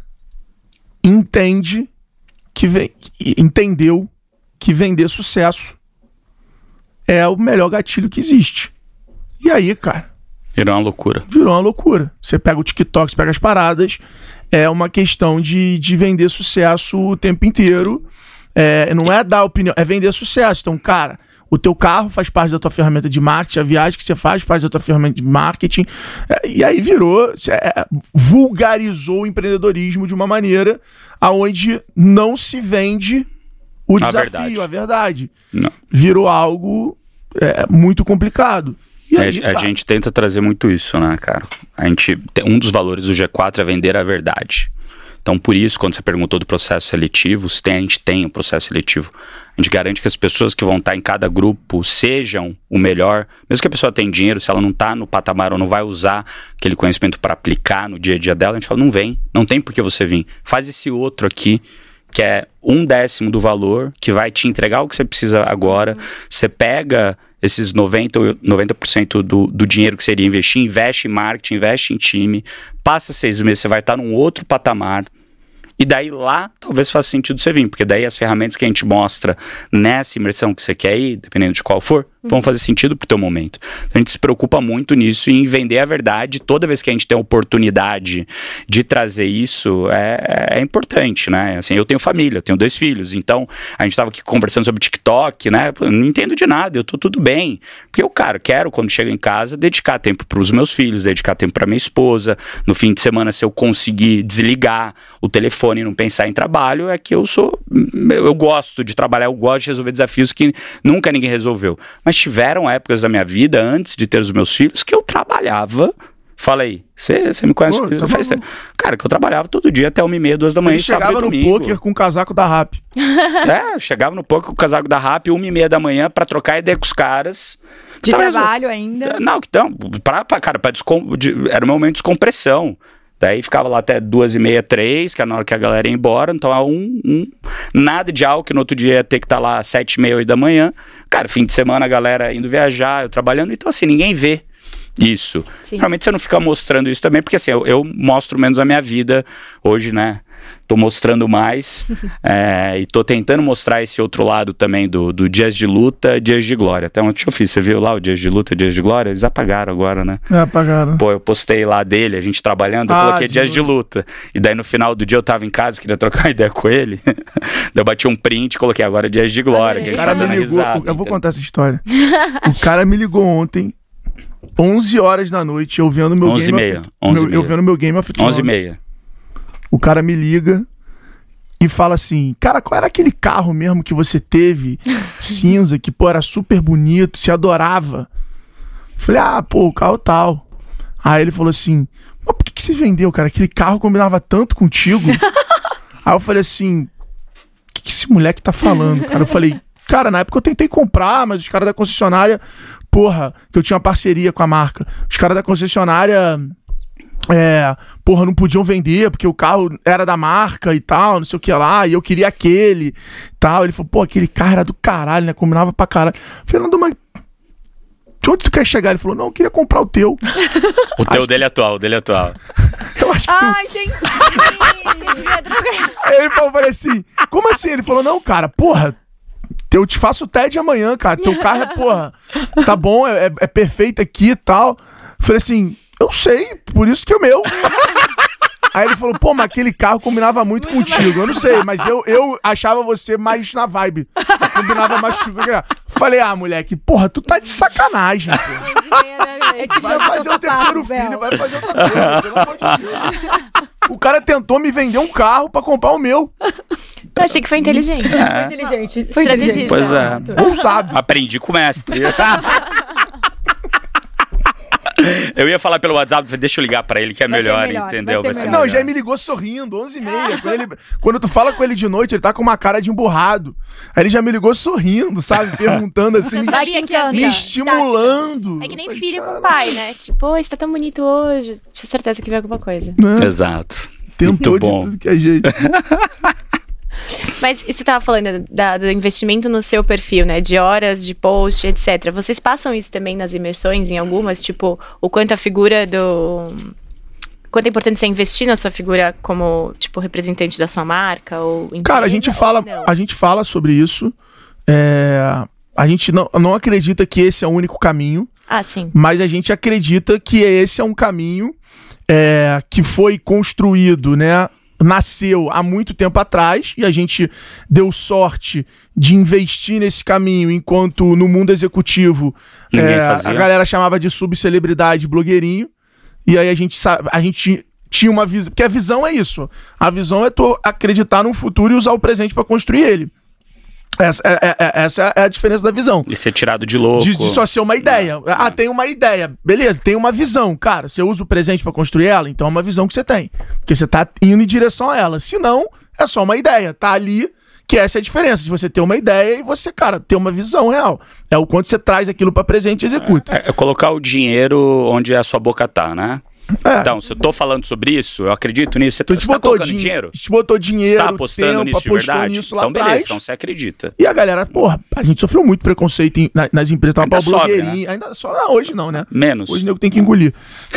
entendeu que vender sucesso é o melhor gatilho que existe. E aí, cara... Virou uma loucura. Virou uma loucura. Você pega o TikTok, você pega as paradas, é uma questão de vender sucesso o tempo inteiro. Não é dar opinião, é vender sucesso. Então, cara... O teu carro faz parte da tua ferramenta de marketing, a viagem que você faz parte da tua ferramenta de marketing. E aí vulgarizou o empreendedorismo de uma maneira aonde não se vende o desafio, a verdade. Não. Virou algo muito complicado. E aí, a gente tenta trazer muito isso, né, cara? Um dos valores do G4 é vender a verdade. Então, por isso, quando você perguntou do processo seletivo, a gente tem o processo seletivo. A gente garante que as pessoas que vão estar em cada grupo sejam o melhor. Mesmo que a pessoa tenha dinheiro, se ela não está no patamar ou não vai usar aquele conhecimento para aplicar no dia a dia dela, a gente fala, não vem, não tem por que você vir. Faz esse outro aqui, que é 1/10 do valor, que vai te entregar o que você precisa agora. Você pega esses 90% do dinheiro que seria investir, investe em marketing, investe em time, passa 6 meses, você vai estar num outro patamar. E daí lá, talvez faça sentido você vir, porque daí as ferramentas que a gente mostra nessa imersão que você quer ir, dependendo de qual for, vão fazer sentido pro teu momento. Então a gente se preocupa muito nisso e em vender a verdade. Toda vez que a gente tem a oportunidade de trazer isso, é importante, né? Assim, eu tenho família, eu tenho 2 filhos, então a gente tava aqui conversando sobre TikTok, né? Eu não entendo de nada, eu tô tudo bem. Porque eu, cara, quero, quando chego em casa, dedicar tempo pros meus filhos, dedicar tempo pra minha esposa. No fim de semana, se eu conseguir desligar o telefone e não pensar em trabalho, é que eu gosto de trabalhar, eu gosto de resolver desafios que nunca ninguém resolveu. Mas tiveram épocas da minha vida, antes de ter os meus filhos, que eu trabalhava. Fala aí, você me conhece? Faz tempo. Cara, que eu trabalhava todo dia até 1h30, 2 da manhã. Ele chegava no poker com o casaco da RAP. Chegava no poker com o casaco da RAP, 1h30 da manhã, pra trocar ideia com os caras. De trabalho ainda? Não, então, era o meu momento de descompressão. Daí ficava lá até 2h30, 3, que é na hora que a galera ia embora. Então nada de algo que no outro dia ia ter que estar lá às 7h30, 8 da manhã. Cara, fim de semana a galera indo viajar, eu trabalhando. Então assim, ninguém vê isso. Sim. Realmente você não fica mostrando isso também, porque assim, eu mostro menos a minha vida hoje, né? Tô mostrando mais e tô tentando mostrar esse outro lado também do dias de luta, dias de glória. Até ontem eu fiz, você viu lá o dias de luta, dias de glória? Eles apagaram agora, né? Apagaram. Pô, eu postei lá dele, a gente trabalhando, eu coloquei dias de luta. E daí no final do dia eu tava em casa, queria trocar ideia com ele. Daí eu bati um print, coloquei agora dias de glória. Que a gente o cara me ligou, eu vou contar essa história. O cara me ligou ontem, 11 horas da noite, eu vendo meu 11h30. Eu vendo meu Game of Thrones. 11h30. O cara me liga e fala assim, cara, qual era aquele carro mesmo que você teve, cinza, que, pô, era super bonito, você adorava? Falei, o carro tal. Aí ele falou assim, mas por que você vendeu, cara? Aquele carro combinava tanto contigo. Aí eu falei assim, o que esse moleque tá falando, cara? Eu falei, cara, na época eu tentei comprar, mas os caras da concessionária, que eu tinha uma parceria com a marca, os caras da concessionária... não podiam vender, porque o carro era da marca e tal, não sei o que lá, e eu queria aquele e tal. Ele falou, aquele carro era do caralho, né? Combinava pra caralho. Fernando, mas de onde tu quer chegar? Ele falou, não, eu queria comprar o teu. O teu dele atual. Eu acho que entendi. Aí ele falou, falei assim, como assim? Ele falou, não, cara, eu te faço o TED amanhã, cara. Teu carro tá bom, é perfeito aqui e tal. Falei assim, eu sei, por isso que é o meu. Aí ele falou, mas aquele carro combinava muito contigo. Eu não sei, mas eu achava você mais na vibe. Combinava mais contigo. Falei, moleque, tu tá de sacanagem, Vai fazer o terceiro filho, vai fazer outra coisa, pelo amor de Deus. O cara tentou me vender um carro pra comprar o meu. Eu achei que foi inteligente. Foi inteligente. Estrategista. Pois é. Ousado. Aprendi com o mestre. Eu ia falar pelo WhatsApp, deixa eu ligar pra ele que é melhor, entendeu? Vai ser melhor. Não, já me ligou sorrindo, 11h30. Quando tu fala com ele de noite, ele tá com uma cara de emburrado. Aí ele já me ligou sorrindo, sabe? Perguntando assim, me estimulando. É que nem filho com pai, né? Tipo, você tá tão bonito hoje. Tinha certeza que veio alguma coisa. Exato. Tentou de tudo que é jeito. Mas você estava falando do investimento no seu perfil, né? De horas, de post, etc. Vocês passam isso também nas imersões, em algumas? Tipo, o quanto a figura quanto é importante você investir na sua figura como, tipo, representante da sua marca? Ou empresa, cara, a gente fala sobre isso. A gente não acredita que esse é o único caminho. Sim. Mas a gente acredita que esse é um caminho que foi construído, né? Nasceu há muito tempo atrás e a gente deu sorte de investir nesse caminho, enquanto no mundo executivo a galera chamava de subcelebridade, blogueirinho, e aí a gente tinha uma visão, porque a visão é isso, a visão é tu acreditar no futuro e usar o presente para construir ele. Essa é a diferença da visão. E ser tirado de louco. De só ser uma ideia. Tem uma ideia. Beleza, tem uma visão. Cara, você usa o presente pra construir ela, então é uma visão que você tem. Porque você tá indo em direção a ela. Se não, é só uma ideia. Tá ali, que essa é a diferença de você ter uma ideia e você, cara, ter uma visão real. É o quanto você traz aquilo pra presente e executa. É colocar o dinheiro onde a sua boca tá, né? Então, se eu tô falando sobre isso, eu acredito nisso. Você tá colocando dinheiro? A gente botou dinheiro, você tá apostando nisso de verdade? Nisso lá então, beleza, atrás. então você acredita. E a galera, porra, a gente sofreu muito preconceito nas empresas. Tava pra blogueirinha. Né? Ainda só hoje não, né? Menos. Hoje o nego tem que engolir.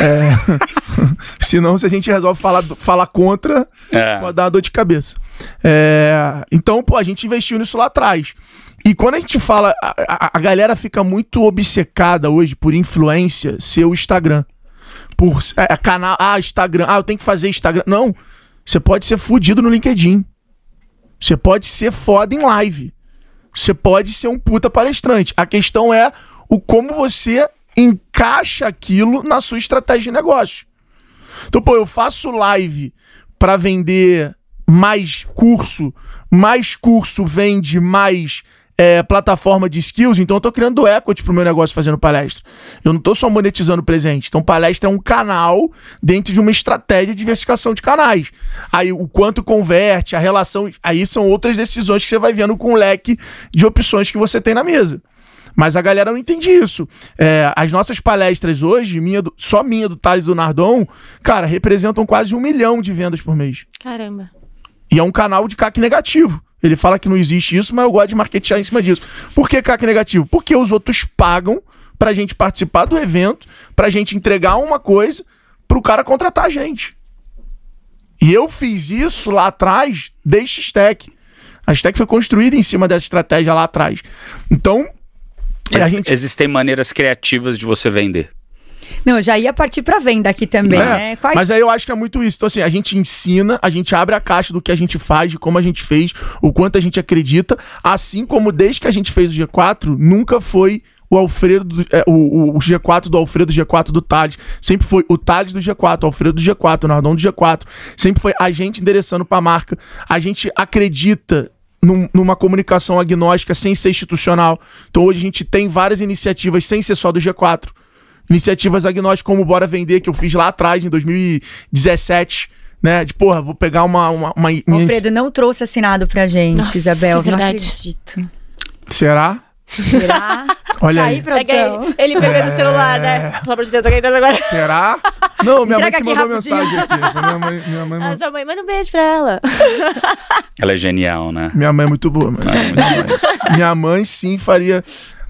Senão, se a gente resolve falar contra, pode dar uma dor de cabeça. Então, pô, a gente investiu nisso lá atrás. E quando a gente fala, a galera fica muito obcecada hoje por influência ser o Instagram. Por canal, Instagram, eu tenho que fazer Instagram. Não, você pode ser fudido no LinkedIn. Você pode ser foda em live. Você pode ser um puta palestrante. A questão é como você encaixa aquilo na sua estratégia de negócio. Então, pô, eu faço live pra vender mais curso vende mais plataforma de skills, então eu tô criando equity pro meu negócio fazendo palestra. Eu não tô só monetizando presente. Então palestra é um canal dentro de uma estratégia de diversificação de canais. Aí o quanto converte, a relação, aí são outras decisões que você vai vendo com o leque de opções que você tem na mesa. Mas a galera não entende isso. As nossas palestras hoje, só minha, do Thales e do Nardon, cara, representam quase 1 milhão de vendas por mês. Caramba. E é um canal de CAC negativo. Ele fala que não existe isso, mas eu gosto de marketear em cima disso. Por que CAC negativo? Porque os outros pagam pra gente participar do evento, pra gente entregar uma coisa, pro cara contratar a gente. E eu fiz isso lá atrás, desde Stack. A Stack foi construída em cima dessa estratégia lá atrás. Então, existem maneiras criativas de você vender. Não, eu já ia partir pra venda aqui também, né? Mas aí eu acho que é muito isso. Então, assim, a gente ensina, a gente abre a caixa do que a gente faz, de como a gente fez, o quanto a gente acredita. Assim como desde que a gente fez o G4, nunca foi o Alfredo, o G4 do Alfredo, o G4 do Thales. Sempre foi o Thales do G4, o Alfredo do G4, o Nardon do G4. Sempre foi a gente endereçando pra marca. A gente acredita numa comunicação agnóstica sem ser institucional. Então hoje a gente tem várias iniciativas sem ser só do G4. Iniciativas agnósticas como Bora Vender, que eu fiz lá atrás, em 2017, né? De, porra, vou pegar uma Alfredo não trouxe assinado pra gente. Nossa, Isabel, é verdade. Não acredito. Será? Olha aí. Ele pegou no celular, né? Pelo amor de Deus, alguém tá agora. Será? Não, minha mãe que mandou rapidinho. mensagem aqui. Minha mãe sua mãe, manda um beijo pra ela. Ela é genial, né? Minha mãe é muito boa. Minha mãe, sim, faria...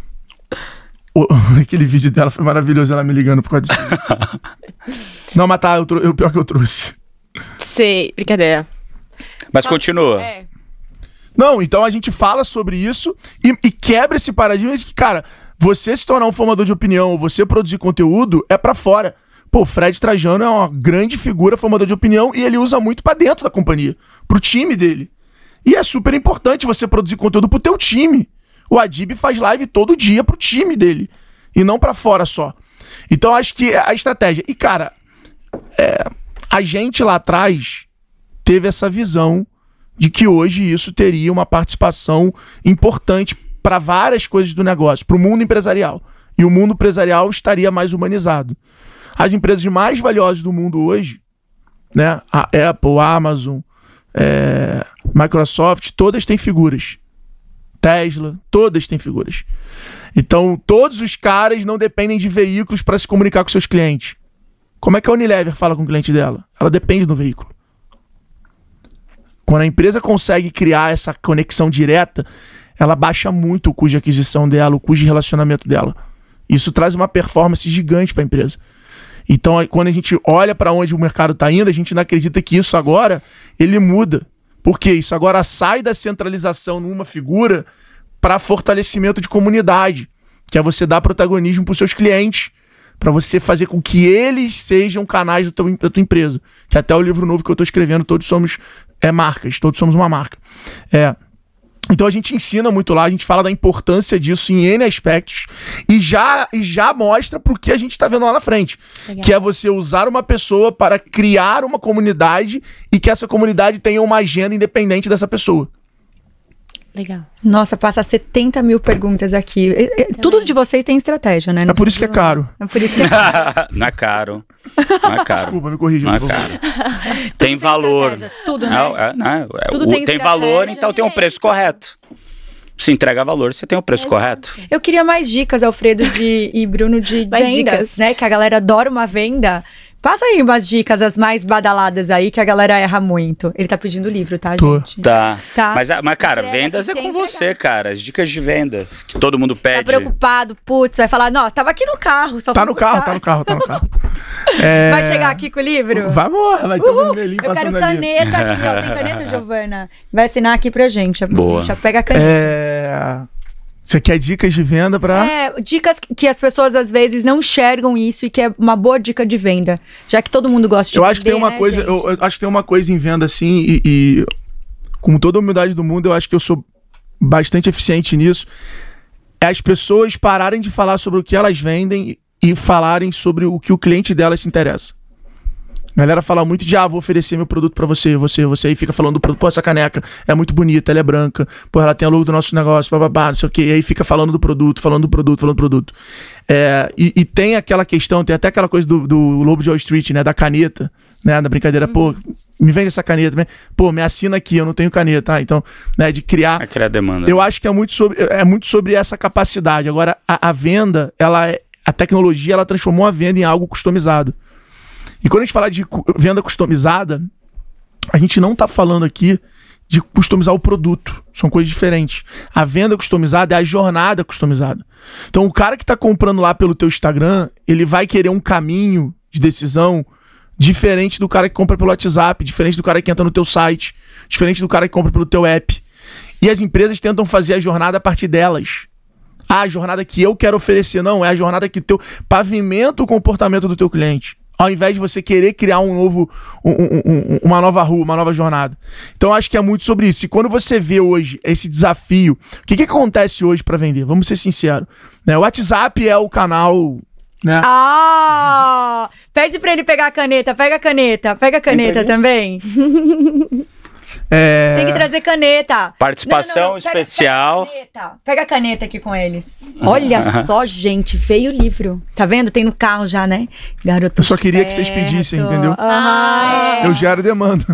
Aquele vídeo dela foi maravilhoso, ela me ligando por causa disso. Não, mas tá, pior que eu trouxe. Sei, brincadeira. Mas continua. Não, então a gente fala sobre isso e quebra esse paradigma de que, cara, você se tornar um formador de opinião, você produzir conteúdo, é pra fora. Pô, o Fred Trajano é uma grande figura, formador de opinião, e ele usa muito pra dentro da companhia, pro time dele. E é super importante você produzir conteúdo pro teu time. O Adib faz live todo dia pro time dele. E não pra fora só. Então acho que a estratégia... E cara, a gente lá atrás teve essa visão de que hoje isso teria uma participação importante para várias coisas do negócio, pro mundo empresarial. E o mundo empresarial estaria mais humanizado. As empresas mais valiosas do mundo hoje, né? A Apple, a Amazon, Microsoft, todas têm figuras. Tesla, todas têm figuras. Então, todos os caras não dependem de veículos para se comunicar com seus clientes. Como é que a Unilever fala com o cliente dela? Ela depende do veículo. Quando a empresa consegue criar essa conexão direta, ela baixa muito o custo de aquisição dela, o custo de relacionamento dela. Isso traz uma performance gigante para a empresa. Então, quando a gente olha para onde o mercado está indo, a gente não acredita que isso agora, ele muda. Porque isso agora sai da centralização numa figura para fortalecimento de comunidade, que é você dar protagonismo para os seus clientes, para você fazer com que eles sejam canais da tua empresa. Que até o livro novo que eu estou escrevendo, todos somos marcas, todos somos uma marca. Então a gente ensina muito lá, a gente fala da importância disso em N aspectos e já mostra pro que a gente tá vendo lá na frente. Legal. Que é você usar uma pessoa para criar uma comunidade e que essa comunidade tenha uma agenda independente dessa pessoa. Legal. Nossa, passa 70 mil perguntas aqui. Tudo de vocês tem estratégia, né? É por isso que é caro. É por isso que é caro. Não é caro. Não é caro. Desculpa, me corrija. Não é caro. Tem valor. Tudo, né? Tudo tem valor, então tem um preço correto. Se entrega valor, você tem o preço correto. Eu queria mais dicas, Alfredo e Bruno, de vendas, dicas, né? Que a galera adora uma venda. Passa aí umas dicas, as mais badaladas aí, que a galera erra muito. Ele tá pedindo livro, tá, gente? Tá. Tá. Mas, cara, Entrega vendas que é tem com que você, cara. As dicas de vendas que todo mundo pede. Tá preocupado, putz, vai falar, não, tava aqui no carro. Só Tá fui no carro, buscar. tá no carro, tá no carro. Vai chegar aqui com o livro? Vamos, vai ter um vermelhinho Eu quero passando ali. caneta aqui, ó. Tem caneta, Giovana? Vai assinar aqui pra gente. Boa. Já pega a caneta. Você quer dicas de venda pra... Dicas que as pessoas às vezes não enxergam isso e que é uma boa dica de venda. Já que todo mundo gosta de Eu vender, acho que tem uma né, coisa, gente? eu acho que tem uma coisa em venda assim, e com toda a humildade do mundo, eu acho que eu sou bastante eficiente nisso. É as pessoas pararem de falar sobre o que elas vendem e falarem sobre o que o cliente delas se interessa. A galera fala muito de, vou oferecer meu produto pra você aí fica falando do produto, pô, essa caneca é muito bonita, ela é branca, pô, ela tem a logo do nosso negócio, bababá, não sei o quê, e aí fica falando do produto. E tem aquela questão, tem até aquela coisa do Lobo de Wall Street, né, da caneta, né, da brincadeira, pô, me vende essa caneta, pô, me assina aqui, eu não tenho caneta, então, né, de criar... Vai criar demanda. Eu acho que é muito sobre essa capacidade. Agora, a venda, a tecnologia, ela transformou a venda em algo customizado. E quando a gente fala de venda customizada, a gente não está falando aqui de customizar o produto. São coisas diferentes. A venda customizada é a jornada customizada. Então, o cara que está comprando lá pelo teu Instagram, ele vai querer um caminho de decisão diferente do cara que compra pelo WhatsApp, diferente do cara que entra no teu site, diferente do cara que compra pelo teu app. E as empresas tentam fazer a jornada a partir delas. A jornada que eu quero oferecer, não. É a jornada que pavimenta o comportamento do teu cliente. Ao invés de você querer criar uma nova rua, uma nova jornada. Então, acho que é muito sobre isso. E quando você vê hoje esse desafio, o que acontece hoje para vender? Vamos ser sinceros. Né? O WhatsApp é o canal... Né? Pede pra ele pegar a caneta. Pega a caneta também. Tem que trazer caneta. Participação especial. Pega a caneta aqui com eles. Olha só, gente, veio o livro. Tá vendo? Tem no carro já, né? Garoto. Eu só queria que vocês pedissem, entendeu? Eu gero demanda.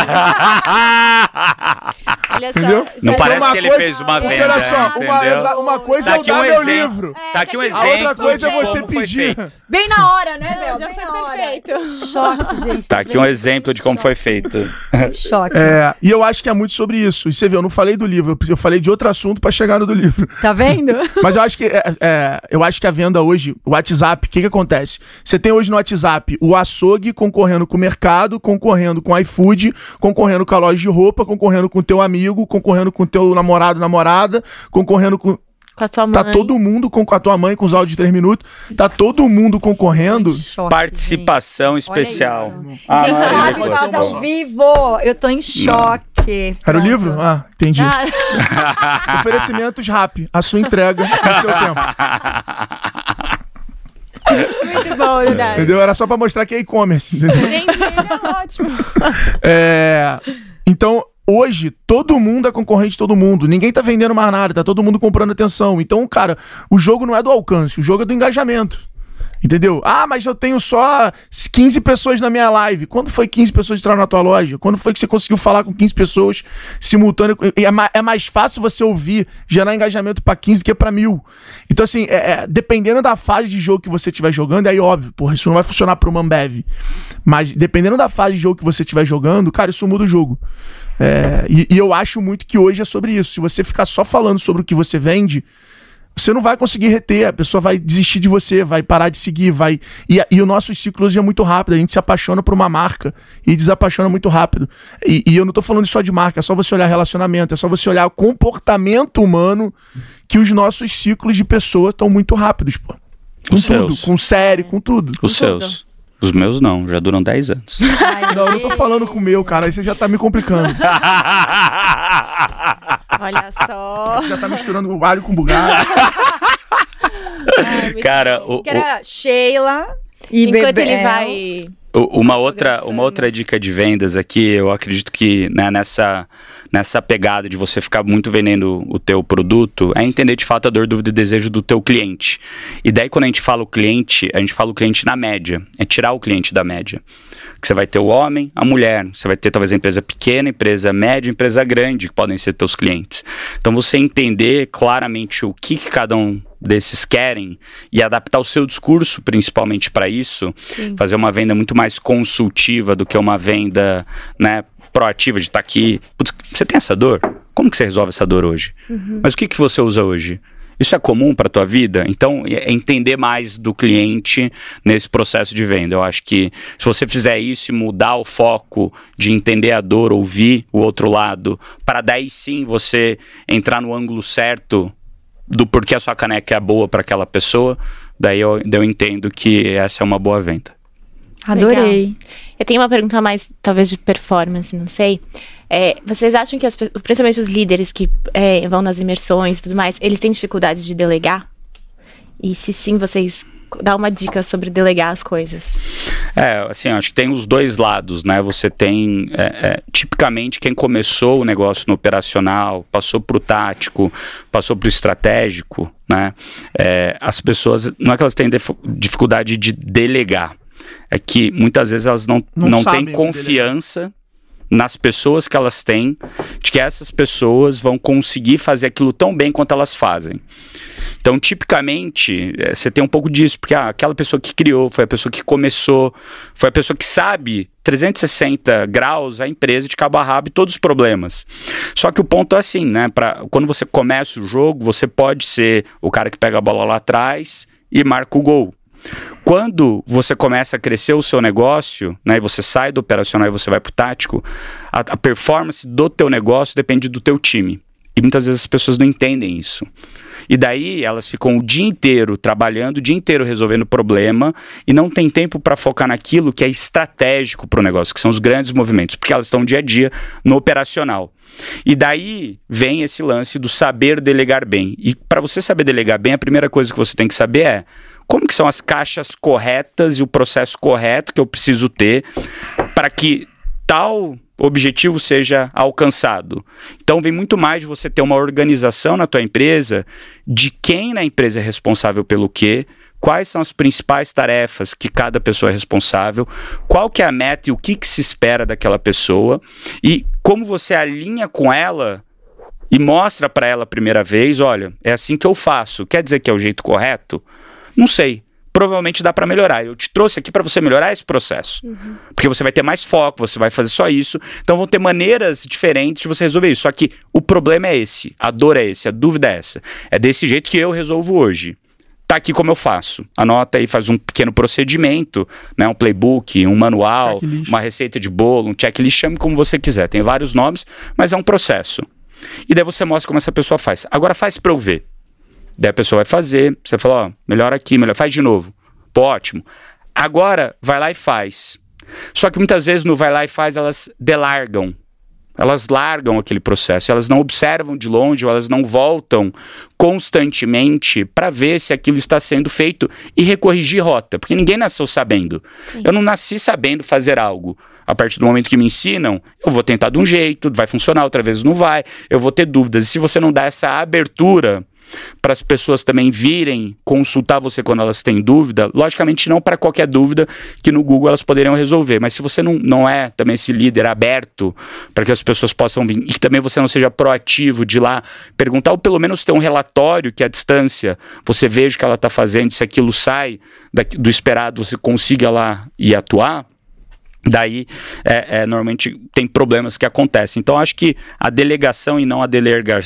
Olha só. Entendeu? Não parece uma que ele coisa- fez uma porque venda, olha só, entendeu? uma coisa Tá é eu aqui dar um meu exemplo. livro. Tá aqui um A exemplo. outra coisa é de você como foi pedir. feito. Bem na hora, né, Bel? Já Bem foi na hora. perfeito. Choque, gente. Tá aqui um exemplo de como foi feito. Choque. E eu acho que é muito sobre isso. E você vê, eu não falei do livro, eu falei de outro assunto pra chegar no do livro. Tá vendo? Mas eu acho que a venda hoje, o WhatsApp, o que acontece? Você tem hoje no WhatsApp o açougue concorrendo com o mercado, concorrendo com o iFood, concorrendo com a loja de roupa, concorrendo com o teu amigo, concorrendo com o teu namorado, namorada, concorrendo com... Com a tua mãe. Tá todo mundo com a tua mãe, com os áudios de 3 minutos. Tá todo mundo concorrendo. Choque, Participação especial. isso. Ah, Quem maravilha, sabe que faz você ao falou. vivo. Eu tô em choque. Era o Pronto. livro? Entendi. Ah, Oferecimentos RAP. A sua entrega no seu tempo. muito bom, verdade. Entendeu? Era só pra mostrar que é e-commerce, entendeu? Entendi, é ótimo. Então, hoje, todo mundo é concorrente de todo mundo. Ninguém tá vendendo mais nada, tá todo mundo comprando atenção. Então, cara, o jogo não é do alcance, o jogo é do engajamento. Entendeu? Mas eu tenho só 15 pessoas na minha live. Quando foi 15 pessoas entraram na tua loja? Quando foi que você conseguiu falar com 15 pessoas simultâneo? É mais fácil você ouvir, gerar engajamento pra 15 do que pra 1000. Então, assim, dependendo da fase de jogo que você estiver jogando, aí óbvio, porra, isso não vai funcionar pro Mambev. Mas dependendo da fase de jogo que você estiver jogando, cara, isso muda o jogo. E eu acho muito que hoje é sobre isso. Se você ficar só falando sobre o que você vende, você não vai conseguir reter, a pessoa vai desistir de você, vai parar de seguir, vai... E o nosso ciclo hoje é muito rápido, a gente se apaixona por uma marca e desapaixona muito rápido. E eu não tô falando só de marca, é só você olhar relacionamento, é só você olhar o comportamento humano, que os nossos ciclos de pessoas estão muito rápidos, pô. Com Os tudo, seus. com série, com tudo. Os seus. Os meus não, já duram 10 anos. Não, eu não tô falando com o meu, cara, aí você já tá me complicando. Olha só. Você já tá misturando o alho com bugado. Cara, Que era Sheila e Enquanto Bebel. ele vai... uma outra dica de vendas aqui, eu acredito que, né, nessa pegada de você ficar muito vendendo o teu produto, é entender de fato a dor, dúvida e desejo do teu cliente. E daí quando a gente fala o cliente na média, é tirar o cliente da média. Que você vai ter o homem, a mulher, você vai ter talvez a empresa pequena, empresa média, empresa grande, que podem ser teus clientes. Então você entender claramente o que cada um desses querem e adaptar o seu discurso principalmente para isso, fazer uma venda muito mais consultiva do que uma venda, né, proativa de estar aqui. Putz, você tem essa dor? Como que você resolve essa dor hoje? Mas o que você usa hoje? Isso é comum para a tua vida? Então, é entender mais do cliente nesse processo de venda. Eu acho que se você fizer isso e mudar o foco de entender a dor, ouvir o outro lado, para daí sim você entrar no ângulo certo do porquê a sua caneca é boa para aquela pessoa, daí eu entendo que essa é uma boa venda. Adorei. Legal. Eu tenho uma pergunta mais, talvez, de performance, não sei. Vocês acham que, principalmente os líderes que vão nas imersões e tudo mais, eles têm dificuldade de delegar? E se sim, vocês dão uma dica sobre delegar as coisas. Assim, acho que tem os dois lados, né? Você tem, tipicamente, quem começou o negócio no operacional, passou para o tático, passou para o estratégico, né? As pessoas, não é que elas têm dificuldade de delegar, é que muitas vezes elas não têm confiança nas pessoas que elas têm, de que essas pessoas vão conseguir fazer aquilo tão bem quanto elas fazem. Então, tipicamente, você tem um pouco disso, porque aquela pessoa que criou, foi a pessoa que começou, foi a pessoa que sabe 360 graus a empresa de cabo a rabo e todos os problemas. Só que o ponto é assim, né? Quando você começa o jogo, você pode ser o cara que pega a bola lá atrás e marca o gol. Quando você começa a crescer o seu negócio, né, e você sai do operacional e você vai para o tático, a performance do teu negócio depende do teu time. E muitas vezes as pessoas não entendem isso. E daí elas ficam o dia inteiro trabalhando, o dia inteiro resolvendo problema e não tem tempo para focar naquilo que é estratégico para o negócio, que são os grandes movimentos, porque elas estão dia a dia no operacional. E daí vem esse lance do saber delegar bem. E para você saber delegar bem, a primeira coisa que você tem que saber é como que são as caixas corretas e o processo correto que eu preciso ter para que tal objetivo seja alcançado. Então vem muito mais de você ter uma organização na tua empresa de quem na empresa é responsável pelo quê, quais são as principais tarefas que cada pessoa é responsável, qual que é a meta e o que se espera daquela pessoa e como você alinha com ela e mostra para ela a primeira vez, olha, é assim que eu faço, quer dizer que é o jeito correto? Não sei, provavelmente dá para melhorar. Eu te trouxe aqui para você melhorar esse processo. Porque você vai ter mais foco, você vai fazer só isso. Então vão ter maneiras diferentes de você resolver isso. Só que o problema é esse, a dor é esse, a dúvida é essa. É desse jeito que eu resolvo hoje. Tá aqui como eu faço. Anota aí, faz um pequeno procedimento, né, um playbook, um manual, checklist, uma receita de bolo, um checklist, chame como você quiser. Tem vários nomes, mas é um processo. E daí você mostra como essa pessoa faz. Agora faz para eu ver. Daí a pessoa vai fazer, você fala, ó, melhora aqui, faz de novo. Pô, ótimo. Agora, vai lá e faz. Só que muitas vezes no vai lá e faz, elas delargam. Elas largam aquele processo, elas não observam de longe, ou elas não voltam constantemente para ver se aquilo está sendo feito e recorrigir rota, porque ninguém nasceu sabendo. Sim. Eu não nasci sabendo fazer algo. A partir do momento que me ensinam, eu vou tentar de um jeito, vai funcionar, outra vez não vai, eu vou ter dúvidas. E se você não dá essa abertura para as pessoas também virem consultar você quando elas têm dúvida, logicamente não para qualquer dúvida que no Google elas poderiam resolver, mas se você não é também esse líder aberto para que as pessoas possam vir, e que também você não seja proativo de ir lá perguntar, ou pelo menos ter um relatório que à distância você veja o que ela está fazendo, se aquilo sai do esperado, você consiga lá e atuar, daí normalmente tem problemas que acontecem. Então acho que a delegação e não a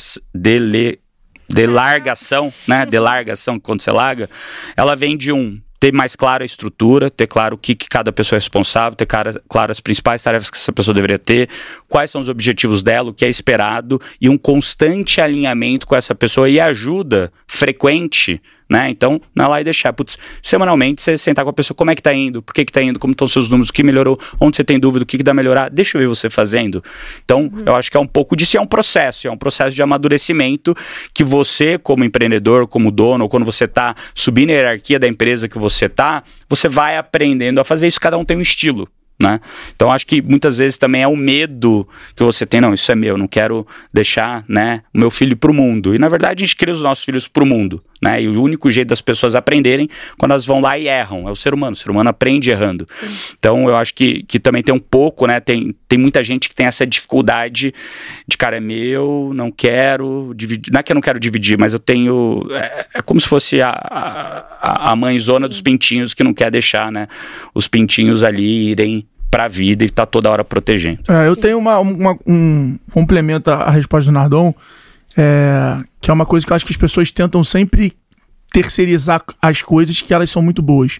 delargação, né? Delargação, quando você larga, ela vem de ter mais clara a estrutura, ter claro o que cada pessoa é responsável, ter claro as principais tarefas que essa pessoa deveria ter, quais são os objetivos dela, o que é esperado, e um constante alinhamento com essa pessoa e ajuda frequente, né? Então, não é lá e deixar. Putz, semanalmente, você sentar com a pessoa, como é que tá indo, por que tá indo, como estão os seus números, o que melhorou, onde você tem dúvida, o que dá a melhorar, deixa eu ver você fazendo. Então, eu acho que é um pouco disso, é um processo de amadurecimento que você, como empreendedor, como dono, ou quando você tá subindo a hierarquia da empresa que você tá, você vai aprendendo a fazer isso, cada um tem um estilo. Né? Então acho que muitas vezes também é o medo que você tem, não, isso é meu, não quero deixar, né, o meu filho pro mundo, e na verdade a gente cria os nossos filhos pro mundo, né? E o único jeito das pessoas aprenderem quando elas vão lá e erram. É o ser humano aprende errando. Sim. Então eu acho que também tem um pouco, né? Tem muita gente que tem essa dificuldade de, cara, é meu, não quero dividir. Não é que eu não quero dividir, mas eu tenho... É como se fosse a mãezona dos pintinhos que não quer deixar, né? Os pintinhos ali irem pra vida e tá toda hora protegendo. Eu tenho um complemento à resposta do Nardon, que é uma coisa que eu acho que as pessoas tentam sempre terceirizar as coisas que elas são muito boas.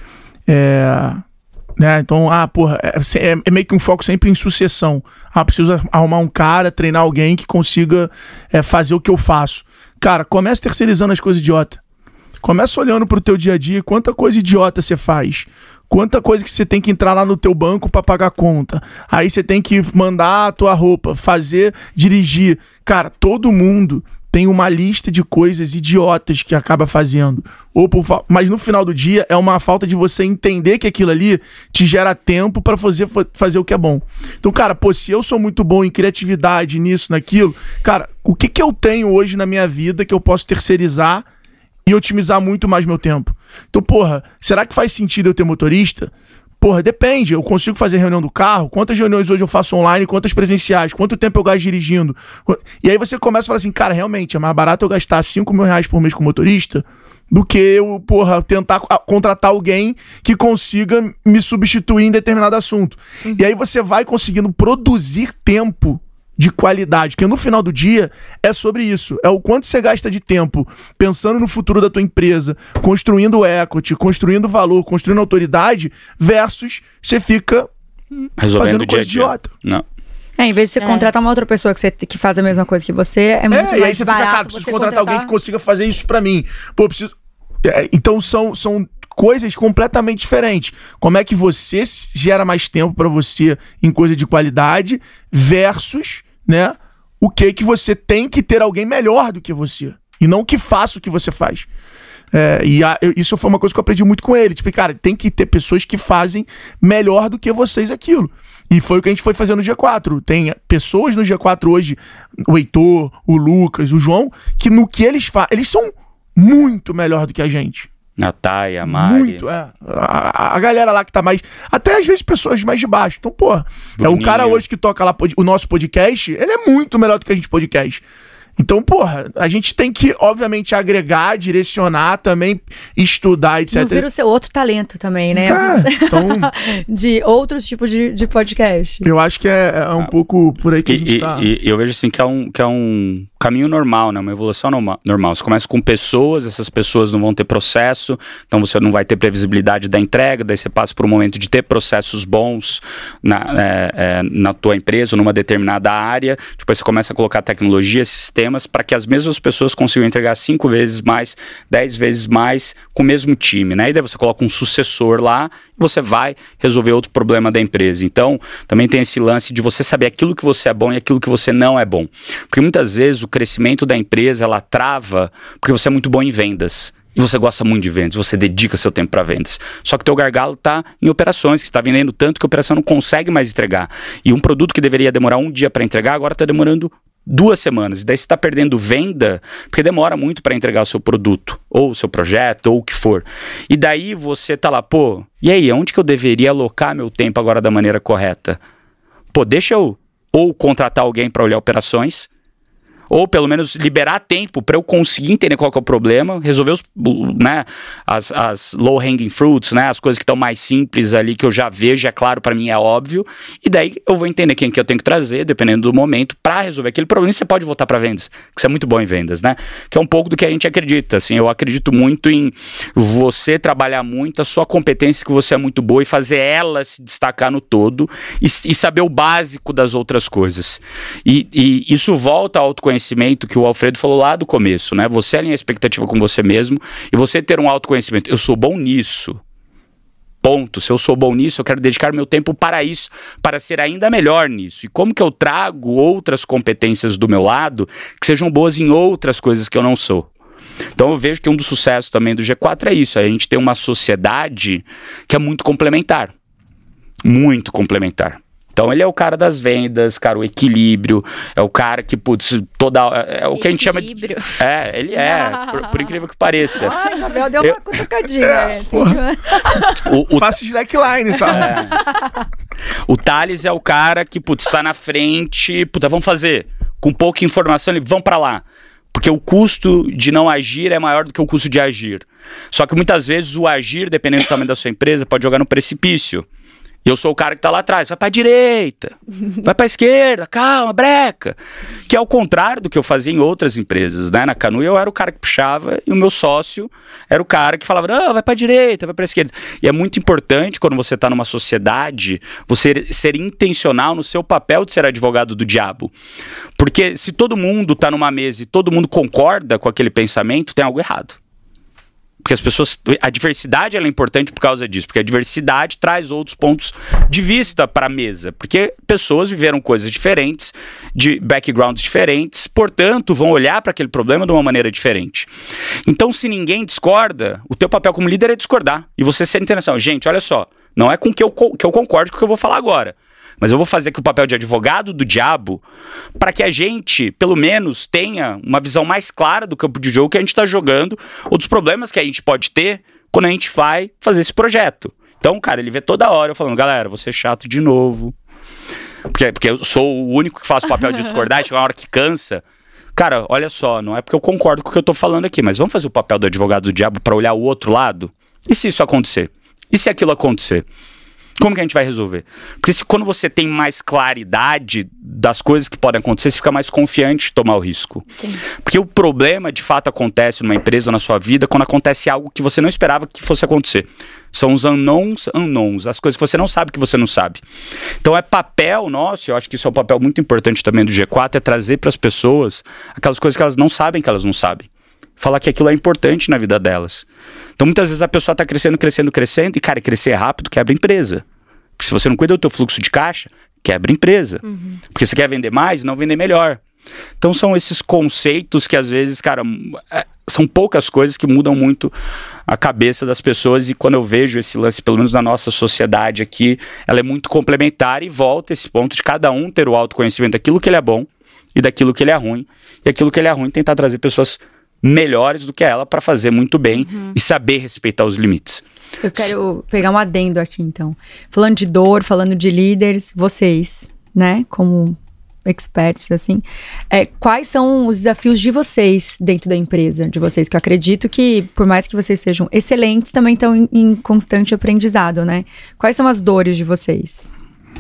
Né? Então, é meio que um foco sempre em sucessão. Preciso arrumar um cara, treinar alguém que consiga fazer o que eu faço. Cara, começa terceirizando as coisas idiotas. Começa olhando pro teu dia a dia, quanta coisa idiota você faz. Quanta coisa que você tem que entrar lá no teu banco pra pagar a conta. Aí você tem que mandar a tua roupa, dirigir. Cara, todo mundo tem uma lista de coisas idiotas que acaba fazendo. Mas no final do dia é uma falta de você entender que aquilo ali te gera tempo pra fazer o que é bom. Então, cara, se eu sou muito bom em criatividade, nisso, naquilo, cara, o que eu tenho hoje na minha vida que eu posso terceirizar e otimizar muito mais meu tempo? Então, será que faz sentido eu ter motorista? Depende. Eu consigo fazer reunião do carro? Quantas reuniões hoje eu faço online? Quantas presenciais? Quanto tempo eu gasto dirigindo? E aí você começa a falar assim, cara, realmente é mais barato eu gastar R$5.000 por mês com motorista do que eu, tentar contratar alguém que consiga me substituir em determinado assunto. Uhum. E aí você vai conseguindo produzir tempo de qualidade, que no final do dia é sobre isso, é o quanto você gasta de tempo pensando no futuro da tua empresa, construindo equity, construindo valor, construindo autoridade, versus você fica fazendo coisa idiota. Não. Em vez de você contratar uma outra pessoa que faz a mesma coisa que você, é muito mais e aí você barato. Fica, cara, preciso contratar alguém que consiga fazer isso pra mim. Preciso... Então são coisas completamente diferentes. Como é que você gera mais tempo pra você em coisa de qualidade versus, né, o que você tem que ter alguém melhor do que você e não que faça o que você faz. Isso foi uma coisa que eu aprendi muito com ele. Tipo, cara, tem que ter pessoas que fazem melhor do que vocês aquilo. E foi o que a gente foi fazendo no G4. Tem pessoas no G4 hoje, o Heitor, o Lucas, o João, que no que eles fazem, eles são muito melhor do que a gente. A Thay, a Mari. Muito, a galera lá que tá mais... Até às vezes pessoas mais de baixo. Então, o cara hoje que toca lá o nosso podcast, ele é muito melhor do que a gente podcast. Então, a gente tem que, obviamente, agregar, direcionar também, estudar, etc. Não vira o seu outro talento também, né? Então... de outros tipos de podcast. Eu acho que é um pouco por aí que a gente tá... E eu vejo assim que é um caminho normal, né? Uma evolução normal. Você começa com pessoas, essas pessoas não vão ter processo, então você não vai ter previsibilidade da entrega, daí você passa por um momento de ter processos bons na tua empresa ou numa determinada área, depois você começa a colocar tecnologia, sistemas, para que as mesmas pessoas consigam entregar 5 vezes mais, 10 vezes mais com o mesmo time, né? E daí você coloca um sucessor lá e você vai resolver outro problema da empresa. Então, também tem esse lance de você saber aquilo que você é bom e aquilo que você não é bom. Porque muitas vezes o crescimento da empresa, ela trava porque você é muito bom em vendas. E você gosta muito de vendas, você dedica seu tempo para vendas. Só que teu gargalo está em operações, que está vendendo tanto que a operação não consegue mais entregar. E um produto que deveria demorar 1 dia para entregar, agora está demorando 2 semanas. E daí você está perdendo venda, porque demora muito para entregar o seu produto, ou o seu projeto, ou o que for. E daí você tá lá, e aí, onde que eu deveria alocar meu tempo agora da maneira correta? Deixa eu ou contratar alguém para olhar operações, ou pelo menos liberar tempo para eu conseguir entender qual que é o problema, resolver as low-hanging fruits, né, as coisas que estão mais simples ali, que eu já vejo, é claro, para mim é óbvio, e daí eu vou entender quem que eu tenho que trazer, dependendo do momento, para resolver aquele problema. E você pode voltar para vendas, que você é muito bom em vendas, né, que é um pouco do que a gente acredita, assim, eu acredito muito em você trabalhar muito a sua competência, que você é muito boa, e fazer ela se destacar no todo, e saber o básico das outras coisas, e isso volta ao autoconhecimento, que o Alfredo falou lá do começo, né? Você alinhar a expectativa com você mesmo e você ter um autoconhecimento. Eu sou bom nisso. Ponto. Se eu sou bom nisso, eu quero dedicar meu tempo para isso, para ser ainda melhor nisso. E como que eu trago outras competências do meu lado que sejam boas em outras coisas que eu não sou? Então eu vejo que um dos sucessos também do G4 é isso. A gente tem uma sociedade que é muito complementar. Muito complementar. Então ele é o cara das vendas, cara, o equilíbrio, é o cara que, putz, é o que a gente chama de... Ele é, por incrível que pareça. Ai, Isabel deu uma cutucadinha. Faço slackline, tá? O Thales é o cara que, putz, tá na frente, puta, vamos fazer. Com pouca informação, ele vamos pra lá. Porque o custo de não agir é maior do que o custo de agir. Só que muitas vezes o agir, dependendo do tamanho da sua empresa, pode jogar no precipício. E eu sou o cara que tá lá atrás, vai pra direita, vai pra esquerda, calma, breca. Que é o contrário do que eu fazia em outras empresas, né? Na Canu eu era o cara que puxava e o meu sócio era o cara que falava, não, vai pra direita, vai pra esquerda. E é muito importante, quando você tá numa sociedade, você ser intencional no seu papel de ser advogado do diabo. Porque se todo mundo tá numa mesa e todo mundo concorda com aquele pensamento, tem algo errado. Porque as pessoas, a diversidade ela é importante por causa disso, porque a diversidade traz outros pontos de vista para a mesa, porque pessoas viveram coisas diferentes, de backgrounds diferentes, portanto vão olhar para aquele problema de uma maneira diferente. Então se ninguém discorda, o teu papel como líder é discordar, e você ser internacional. Gente, olha só, não é com que eu concordo com o que eu vou falar agora, mas eu vou fazer aqui o papel de advogado do diabo para que a gente, pelo menos, tenha uma visão mais clara do campo de jogo que a gente está jogando ou dos problemas que a gente pode ter quando a gente vai fazer esse projeto. Então, cara, ele vê toda hora eu falando, galera, vou ser chato de novo. Porque eu sou o único que faço o papel de discordar, chega uma hora que cansa. Cara, olha só, não é porque eu concordo com o que eu tô falando aqui, mas vamos fazer o papel do advogado do diabo para olhar o outro lado? E se isso acontecer? E se aquilo acontecer? Como que a gente vai resolver? Porque quando você tem mais claridade das coisas que podem acontecer, você fica mais confiante de tomar o risco. Sim. Porque o problema, de fato, acontece numa empresa ou na sua vida quando acontece algo que você não esperava que fosse acontecer. São os unknowns, as coisas que você não sabe que você não sabe. Então é papel nosso, eu acho que isso é um papel muito importante também do G4, é trazer para as pessoas aquelas coisas que elas não sabem que elas não sabem. Falar que aquilo é importante na vida delas. Então muitas vezes a pessoa está crescendo, e cara, crescer rápido quebra a empresa. Porque se você não cuida do teu fluxo de caixa, quebra a empresa. Porque você quer vender mais e não vender melhor. Então são esses conceitos que às vezes, cara, são poucas coisas que mudam muito a cabeça das pessoas, e quando eu vejo esse lance, pelo menos na nossa sociedade aqui, ela é muito complementar e volta a esse ponto de cada um ter o autoconhecimento daquilo que ele é bom e daquilo que ele é ruim. E aquilo que ele é ruim tentar trazer pessoas melhores do que ela para fazer muito bem e saber respeitar os limites. Eu quero pegar um adendo aqui, então. Falando de dor, falando de líderes, vocês, né, como experts, assim, quais são os desafios de vocês dentro da empresa, de vocês? Que eu acredito que, por mais que vocês sejam excelentes, também estão em constante aprendizado, né? Quais são as dores de vocês?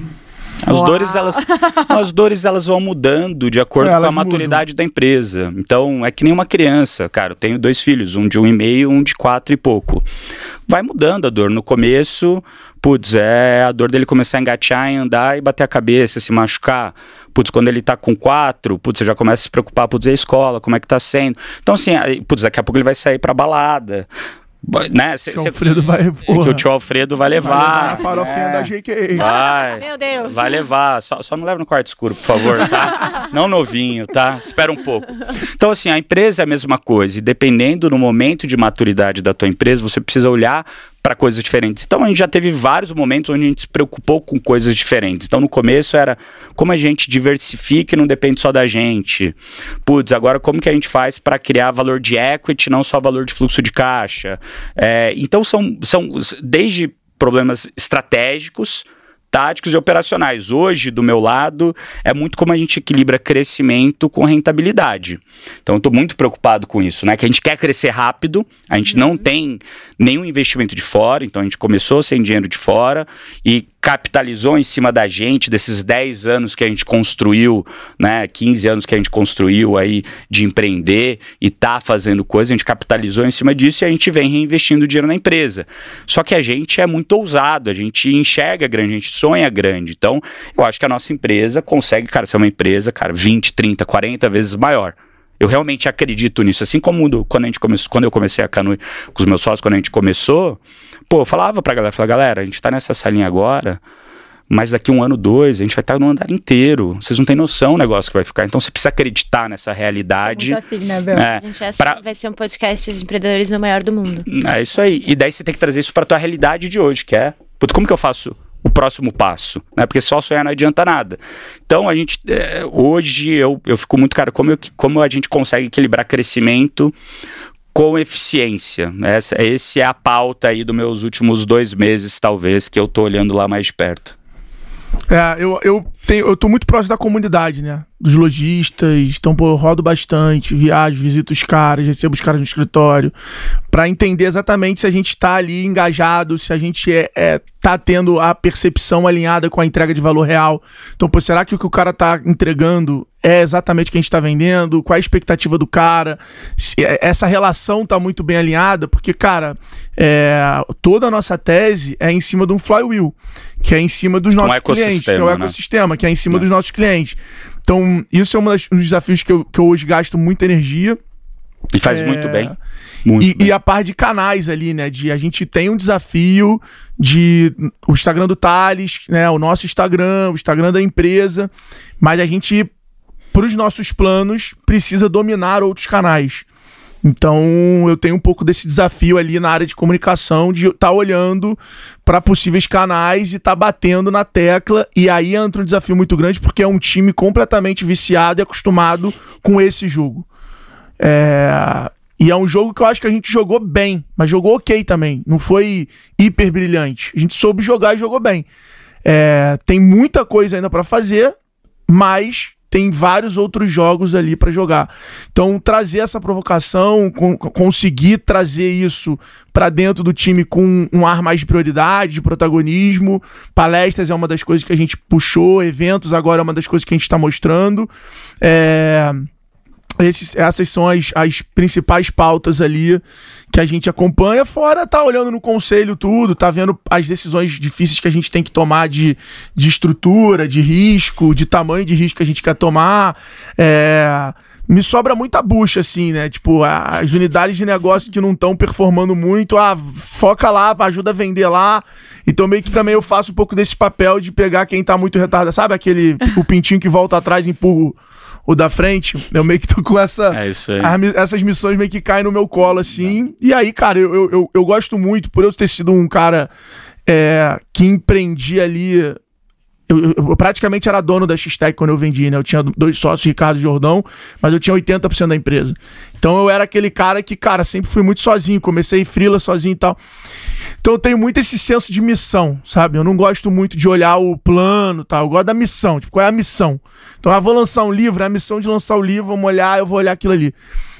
As dores elas vão mudando de acordo com a maturidade da empresa. Então, é que nem uma criança, cara. Eu tenho 2 filhos, um de 1,5 e um de 4 e pouco. Vai mudando a dor. No começo, a dor dele começar a engatear, andar e bater a cabeça, se machucar. Quando ele tá com 4, você já começa a se preocupar, a escola, como é que tá sendo. Então, assim, daqui a pouco ele vai sair pra balada. Né? O tio Alfredo vai levar a farofinha da GK. Meu Deus. Vai levar. Só não leva no quarto escuro, por favor, tá? Não novinho, tá? Espera um pouco. Então, assim, a empresa é a mesma coisa. E dependendo do momento de maturidade da tua empresa, você precisa olhar para coisas diferentes. Então a gente já teve vários momentos onde a gente se preocupou com coisas diferentes. Então no começo era como a gente diversifica e não depende só da gente. Agora como que a gente faz para criar valor de equity, não só valor de fluxo de caixa. Então são desde problemas estratégicos, táticos e operacionais. Hoje, do meu lado, é muito como a gente equilibra crescimento com rentabilidade. Então, eu estou muito preocupado com isso, né? Que a gente quer crescer rápido, a gente não tem nenhum investimento de fora, então a gente começou sem dinheiro de fora e capitalizou em cima da gente, desses 10 anos que a gente construiu, né, 15 anos que a gente construiu aí de empreender e tá fazendo coisa, a gente capitalizou em cima disso e a gente vem reinvestindo dinheiro na empresa. Só que a gente é muito ousado, a gente enxerga grande, a gente sonha grande. Então, eu acho que a nossa empresa consegue, cara, ser uma empresa, cara, 20, 30, 40 vezes maior. Eu realmente acredito nisso. Assim como quando eu comecei a Canu com os meus sócios, quando a gente começou, eu falava pra galera, a gente tá nessa salinha agora, mas daqui 1 ano, 2, a gente vai estar no andar inteiro. Vocês não têm noção do negócio que vai ficar. Então você precisa acreditar nessa realidade. Assim, né, Bel? A gente vai ser um podcast de empreendedorismo maior do mundo. É isso aí. E daí você tem que trazer isso pra tua realidade de hoje, que é... como que eu faço o próximo passo, né? Porque só sonhar não adianta nada. Então, a gente, hoje, eu fico muito, cara, como a gente consegue equilibrar crescimento com eficiência. Essa é a pauta aí dos meus últimos 2 meses, talvez, que eu tô olhando lá mais de perto. Eu tô muito próximo da comunidade, né? Dos lojistas, então, eu rodo bastante, viajo, visito os caras, recebo os caras no escritório, pra entender exatamente se a gente tá ali engajado, se a gente tá tendo a percepção alinhada com a entrega de valor real. Então, será que o que o cara tá entregando é exatamente o que a gente tá vendendo? Qual é a expectativa do cara? Se essa relação tá muito bem alinhada, porque, cara, toda a nossa tese é em cima de um flywheel, que é em cima dos nossos clientes, que é o ecossistema, que é em cima dos nossos clientes. Então, isso é um dos desafios que eu hoje gasto muita energia. E faz muito bem. E a parte de canais ali, né? A gente tem um desafio o Instagram do Thales, né? O nosso Instagram, o Instagram da empresa, mas a gente, para os nossos planos, precisa dominar outros canais. Então, eu tenho um pouco desse desafio ali na área de comunicação, de estar olhando para possíveis canais e estar batendo na tecla. E aí entra um desafio muito grande, porque é um time completamente viciado e acostumado com esse jogo. E é um jogo que eu acho que a gente jogou bem, mas jogou ok também. Não foi hiper brilhante. A gente soube jogar e jogou bem. Tem muita coisa ainda para fazer, mas tem vários outros jogos ali para jogar. Então, trazer essa provocação, conseguir trazer isso para dentro do time com um ar mais de prioridade, de protagonismo. Palestras é uma das coisas que a gente puxou, eventos agora é uma das coisas que a gente está mostrando. Essas são as principais pautas ali que a gente acompanha, fora tá olhando no conselho tudo, tá vendo as decisões difíceis que a gente tem que tomar de estrutura, de risco, de tamanho de risco que a gente quer tomar. Me sobra muita bucha, assim, né? Tipo, as unidades de negócio que não estão performando muito, foca lá, ajuda a vender lá. Então meio que também eu faço um pouco desse papel de pegar quem tá muito retardado, sabe? O pintinho que volta atrás e empurra o da frente. Eu meio que tô com essas missões meio que caem no meu colo, assim. E aí, cara, eu gosto muito, por eu ter sido um cara que empreendi ali. Eu praticamente era dono da X-Tech quando eu vendi, né? Eu tinha 2 sócios, Ricardo e Jordão, mas eu tinha 80% da empresa. Então eu era aquele cara que, cara, sempre fui muito sozinho, comecei freela sozinho e tal. Então eu tenho muito esse senso de missão, sabe? Eu não gosto muito de olhar o plano e tal, eu gosto da missão, tipo, qual é a missão? Então eu vou lançar um livro, é a missão de lançar o livro, vamos olhar, eu vou olhar aquilo ali.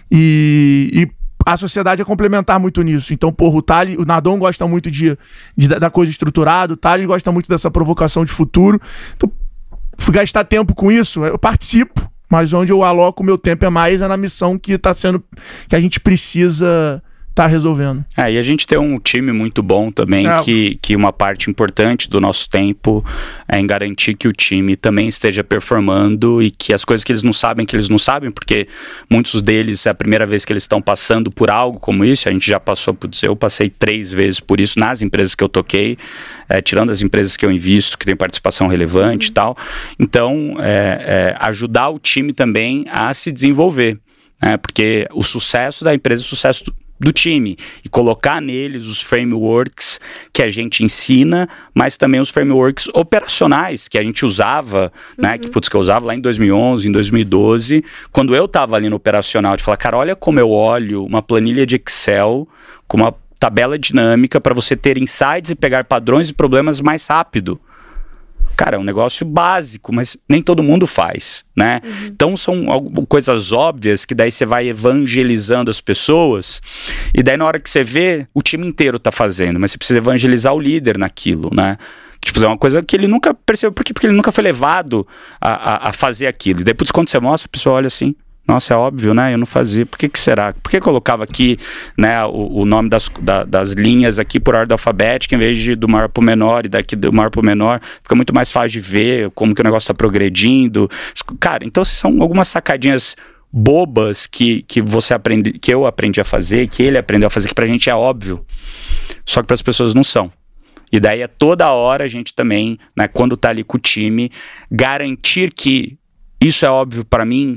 E a sociedade é complementar muito nisso. Então, o Nadon gosta muito da coisa estruturada, o Thales gosta muito dessa provocação de futuro. Então, gastar tempo com isso, eu participo, mas onde eu aloco o meu tempo é mais na missão que a gente precisa tá resolvendo. E a gente tem um time muito bom também, que uma parte importante do nosso tempo é em garantir que o time também esteja performando e que as coisas que eles não sabem, porque muitos deles é a primeira vez que eles estão passando por algo como isso. A gente já passou por isso, eu passei 3 vezes por isso nas empresas que eu toquei, tirando as empresas que eu invisto, que tem participação relevante e tal. Então, ajudar o time também a se desenvolver, né? Porque o sucesso da empresa é o sucesso do time, e colocar neles os frameworks que a gente ensina, mas também os frameworks operacionais que a gente usava, né, que eu usava lá em 2011, em 2012, quando eu estava ali no operacional, de falar, cara, olha como eu olho uma planilha de Excel com uma tabela dinâmica para você ter insights e pegar padrões e problemas mais rápido. Cara, é um negócio básico, mas nem todo mundo faz, né? Então são coisas óbvias que daí você vai evangelizando as pessoas, e daí na hora que você vê, o time inteiro tá fazendo, mas você precisa evangelizar o líder naquilo, né? Tipo, é uma coisa que ele nunca percebeu, porque ele nunca foi levado a fazer aquilo. E depois quando você mostra, a pessoa olha assim, nossa, é óbvio, né? Eu não fazia. Por que será? Por que eu colocava aqui, né, o nome das linhas aqui por ordem alfabética, em vez de do maior pro menor, e daqui do maior pro menor? Fica muito mais fácil de ver como que o negócio tá progredindo. Cara, então são algumas sacadinhas bobas que você aprende, que eu aprendi a fazer, que ele aprendeu a fazer, que pra gente é óbvio. Só que para as pessoas não são. E daí toda hora a gente também, né, quando tá ali com o time, garantir que isso é óbvio para mim,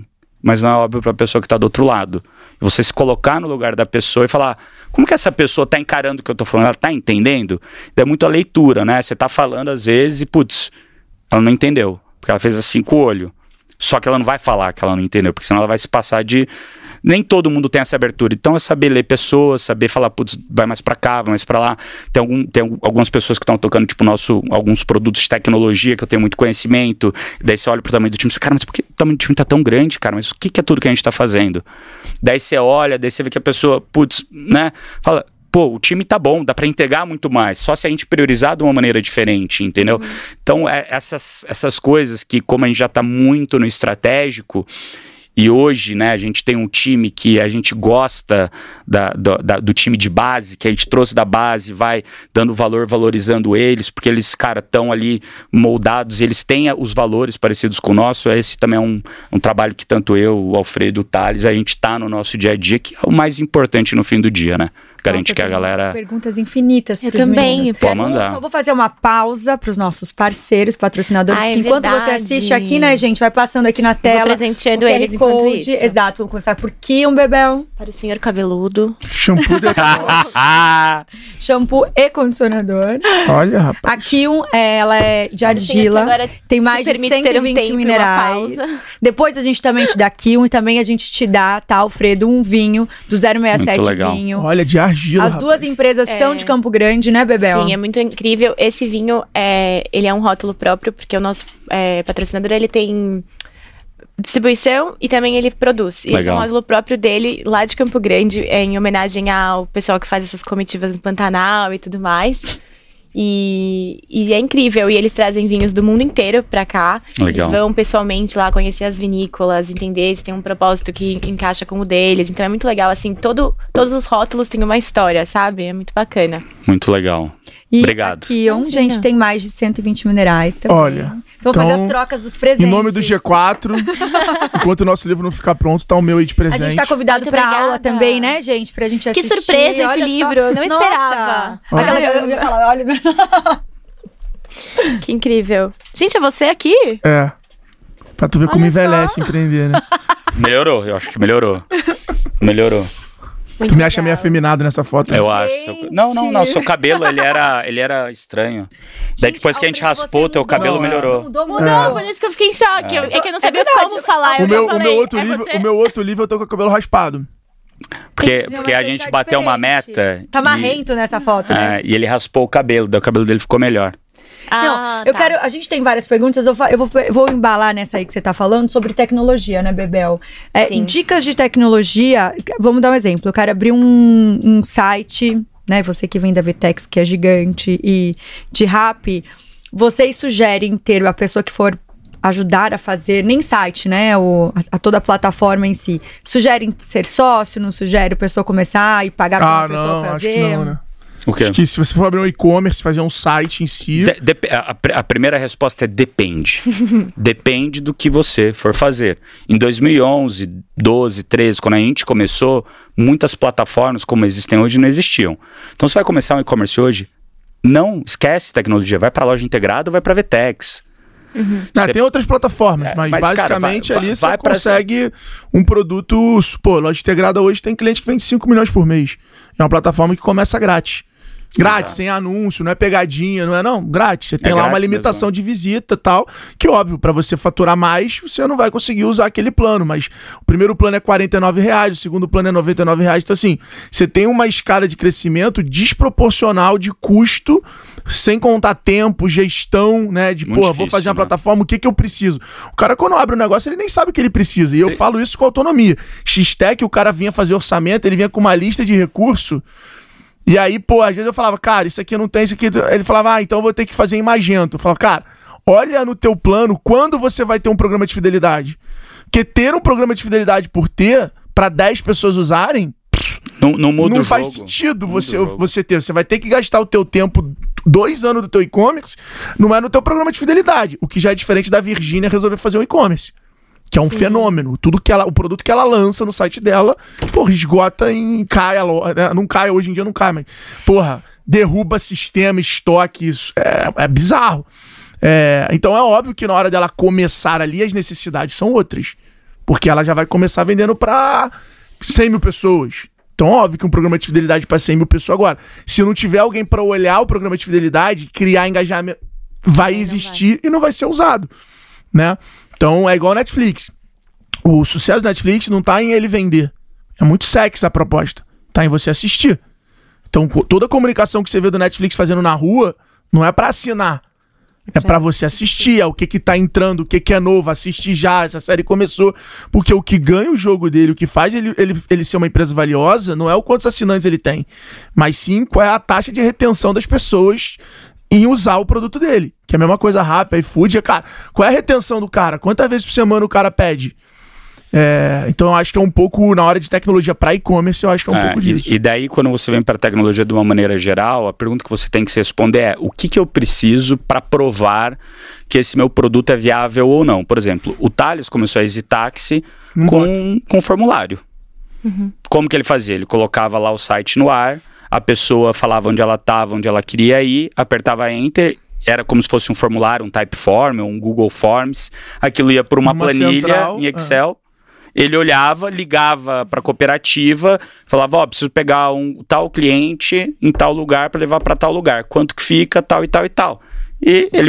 mas não é óbvio para a pessoa que está do outro lado. Você se colocar no lugar da pessoa e falar, como que essa pessoa está encarando o que eu estou falando? Ela está entendendo? É muito a leitura, né? Você está falando às vezes e, putz, ela não entendeu, porque ela fez assim com o olho. Só que ela não vai falar que ela não entendeu, porque senão ela vai se passar de... Nem todo mundo tem essa abertura. Então é saber ler pessoas, saber falar, putz, vai mais pra cá, vai mais pra lá. Tem algumas pessoas que estão tocando, tipo, alguns produtos de tecnologia que eu tenho muito conhecimento. Daí você olha pro tamanho do time e você, cara, mas por que o tamanho do time tá tão grande, cara? Mas o que é tudo que a gente tá fazendo? Daí você olha, daí você vê que a pessoa, putz, né? Fala, pô, o time tá bom, dá pra entregar muito mais. Só se a gente priorizar de uma maneira diferente, entendeu? Então, essas coisas que, como a gente já tá muito no estratégico... E hoje, né, a gente tem um time que a gente gosta do time de base, que a gente trouxe da base, vai dando valor, valorizando eles, porque eles, cara, estão ali moldados, eles têm os valores parecidos com o nosso. Esse também é um trabalho que tanto eu, o Alfredo, o Thales, a gente tá no nosso dia a dia, que é o mais importante no fim do dia, né? Garante que a galera... Perguntas infinitas. Eu também. Pode mandar. Só vou fazer uma pausa para os nossos parceiros, patrocinadores. Enquanto você assiste aqui, né, gente? Vai passando aqui na tela. Vou presenteando eles enquanto isso. Exato. Vamos começar por Kion, Bebel. Para o senhor cabeludo. Shampoo de... Shampoo e condicionador. Olha, rapaz. A Kion, ela é de argila. Tem mais de 120 minerais. Depois a gente também te dá Kion e também a gente te dá, tá, Alfredo, um vinho do 067 vinho. Olha, de argila. As duas empresas são de Campo Grande, né, Bebel? Sim, é muito incrível. Esse vinho, ele é um rótulo próprio, porque o nosso patrocinador, ele tem distribuição e também ele produz. E esse é um rótulo próprio dele, lá de Campo Grande, em homenagem ao pessoal que faz essas comitivas no Pantanal e tudo mais. E é incrível, e eles trazem vinhos do mundo inteiro pra cá. Legal. Eles vão pessoalmente lá conhecer as vinícolas, entender se tem um propósito que encaixa com o deles. Então é muito legal, assim, todos os rótulos têm uma história, sabe? É muito bacana. Muito legal. E obrigado. Aqui, gente, tem mais de 120 minerais também. Olha, então vou fazer as trocas dos presentes. Em nome do G4, enquanto o nosso livro não ficar pronto, tá o meu aí de presente. A gente tá convidado muito pra obrigada. Aula também, né, gente? Pra gente assistir. Que surpresa esse livro, eu não esperava. Aquela que eu ia falar, olha... Que incrível. Gente, é você aqui? É. Pra tu ver como envelhece empreender, né? Melhorou, eu acho que melhorou. Melhorou. Muito Tu me acha legal. meio afeminado nessa foto? Eu acho. Não, seu cabelo, ele era estranho. Daí depois que a gente raspou, teu cabelo melhorou. Mudou, por isso que eu fiquei em choque. É que eu não sabia como falar. O meu outro livro eu tô com o cabelo raspado. Porque a gente bateu uma meta. Tá marrento nessa foto, né? E ele raspou o cabelo, daí o cabelo dele ficou melhor. A gente tem várias perguntas, eu vou embalar nessa aí que você tá falando sobre tecnologia, né, Bebel? Dicas de tecnologia, vamos dar um exemplo. Eu quero abrir um site, né, você que vem da Vtex, que é gigante, e de Rappi, vocês sugerem ter a pessoa que for ajudar a fazer, nem site, né, a toda a plataforma em si. Sugerem ser sócio, não sugere a pessoa começar e pagar pra uma pessoa fazer? Acho que não, né? O quê? Acho que se você for abrir um e-commerce, fazer um site em si... A primeira resposta é depende. Depende do que você for fazer. Em 2011, 12, 13, quando a gente começou, muitas plataformas como existem hoje não existiam. Então, você vai começar um e-commerce hoje, não esquece tecnologia. Vai pra loja integrada ou vai pra Vtex. Tem outras plataformas, mas basicamente cara, ali você consegue um produto... Pô, loja integrada hoje tem cliente que vende 5 milhões por mês. É uma plataforma que começa grátis. Grátis, sem anúncio, não é pegadinha, não, grátis. Você tem lá uma limitação de visita e tal, que óbvio, pra você faturar mais, você não vai conseguir usar aquele plano, mas o primeiro plano é R$49, o segundo plano é R$99, então assim, você tem uma escala de crescimento desproporcional de custo, sem contar tempo, gestão, né, de, vou fazer uma plataforma, o que eu preciso? O cara, quando abre um negócio, ele nem sabe o que ele precisa, e eu falo isso com autonomia. X-Tech, o cara vinha fazer orçamento, ele vinha com uma lista de recurso. E aí, às vezes eu falava, cara, isso aqui não tem, isso aqui... Ele falava, então eu vou ter que fazer em Magento. Eu falava, cara, olha no teu plano quando você vai ter um programa de fidelidade. Porque ter um programa de fidelidade pra 10 pessoas usarem, não muda não faz sentido você ter. Você vai ter que gastar o teu tempo, 2 anos do teu e-commerce, não é no teu programa de fidelidade. O que já é diferente da Virgínia resolver fazer um e-commerce. Que é um fenômeno. O produto que ela lança no site dela, esgota cai. Não cai, hoje em dia não cai, mas, derruba sistema, estoque, isso é bizarro. Então é óbvio que na hora dela começar ali, as necessidades são outras. Porque ela já vai começar vendendo pra 100 mil pessoas. Então, óbvio que um programa de fidelidade para 100 mil pessoas agora. Se não tiver alguém para olhar o programa de fidelidade, criar engajamento, vai existir e não vai ser usado, né? Então, é igual a Netflix. O sucesso da Netflix não tá em ele vender. É muito sexy a proposta. Tá em você assistir. Então, toda a comunicação que você vê do Netflix fazendo na rua, não é para assinar. É pra você assistir, é o que tá entrando, o que é novo, assistir já, essa série começou. Porque o que ganha o jogo dele, o que faz ele ser uma empresa valiosa, não é o quantos assinantes ele tem, mas sim qual é a taxa de retenção das pessoas em usar o produto dele. Que é a mesma coisa rápida, iFood, cara, qual é a retenção do cara? Quantas vezes por semana o cara pede? Então eu acho que é um pouco, na hora de tecnologia para e-commerce, eu acho que é um pouco disso. E daí, quando você vem para tecnologia de uma maneira geral, a pergunta que você tem que se responder é: o que eu preciso para provar que esse meu produto é viável ou não? Por exemplo, o Thales começou a EasyTaxi com formulário. Como que ele fazia? Ele colocava lá o site no ar, a pessoa falava onde ela estava, onde ela queria ir, apertava Enter. Era como se fosse um formulário, um Typeform, um Google Forms. Aquilo ia para uma planilha central, em Excel. Ele olhava, ligava para a cooperativa, falava, preciso pegar um tal cliente em tal lugar para levar para tal lugar. Quanto que fica, tal e tal e tal. E ele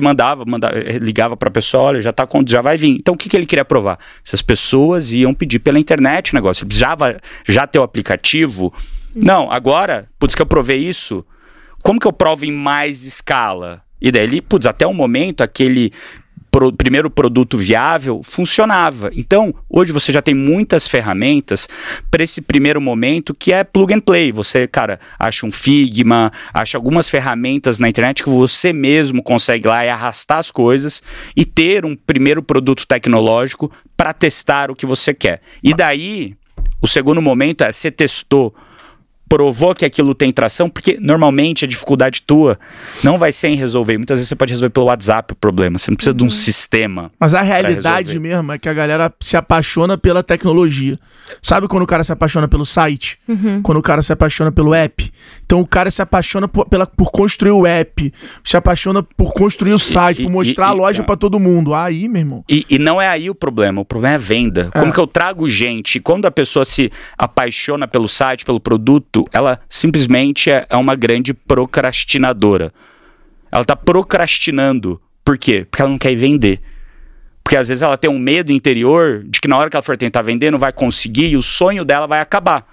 ligava para a pessoa, olha, já vai vir. Então, o que ele queria provar? Se as pessoas iam pedir pela internet o negócio. Ele precisava já ter o aplicativo. Não, agora, que eu provei isso, como que eu provo em mais escala? E daí, até o momento, aquele primeiro produto viável funcionava. Então, hoje você já tem muitas ferramentas para esse primeiro momento que é plug and play. Você, cara, acha um Figma, acha algumas ferramentas na internet que você mesmo consegue lá e arrastar as coisas e ter um primeiro produto tecnológico para testar o que você quer. E daí, o segundo momento é, você testou, provou que aquilo tem tração, porque normalmente a dificuldade tua não vai ser em resolver. Muitas vezes você pode resolver pelo WhatsApp o problema. Você não precisa de um sistema. Mas a realidade mesmo é que a galera se apaixona pela tecnologia. Sabe quando o cara se apaixona pelo site? Quando o cara se apaixona pelo app? Então o cara se apaixona por construir o app, se apaixona por construir o site, por mostrar a loja pra todo mundo. Aí, meu irmão. E não é aí o problema é a venda. Como que eu trago gente? Quando a pessoa se apaixona pelo site, pelo produto, ela simplesmente é uma grande procrastinadora. Ela tá procrastinando. Por quê? Porque ela não quer vender. Porque às vezes ela tem um medo interior de que na hora que ela for tentar vender não vai conseguir e o sonho dela vai acabar.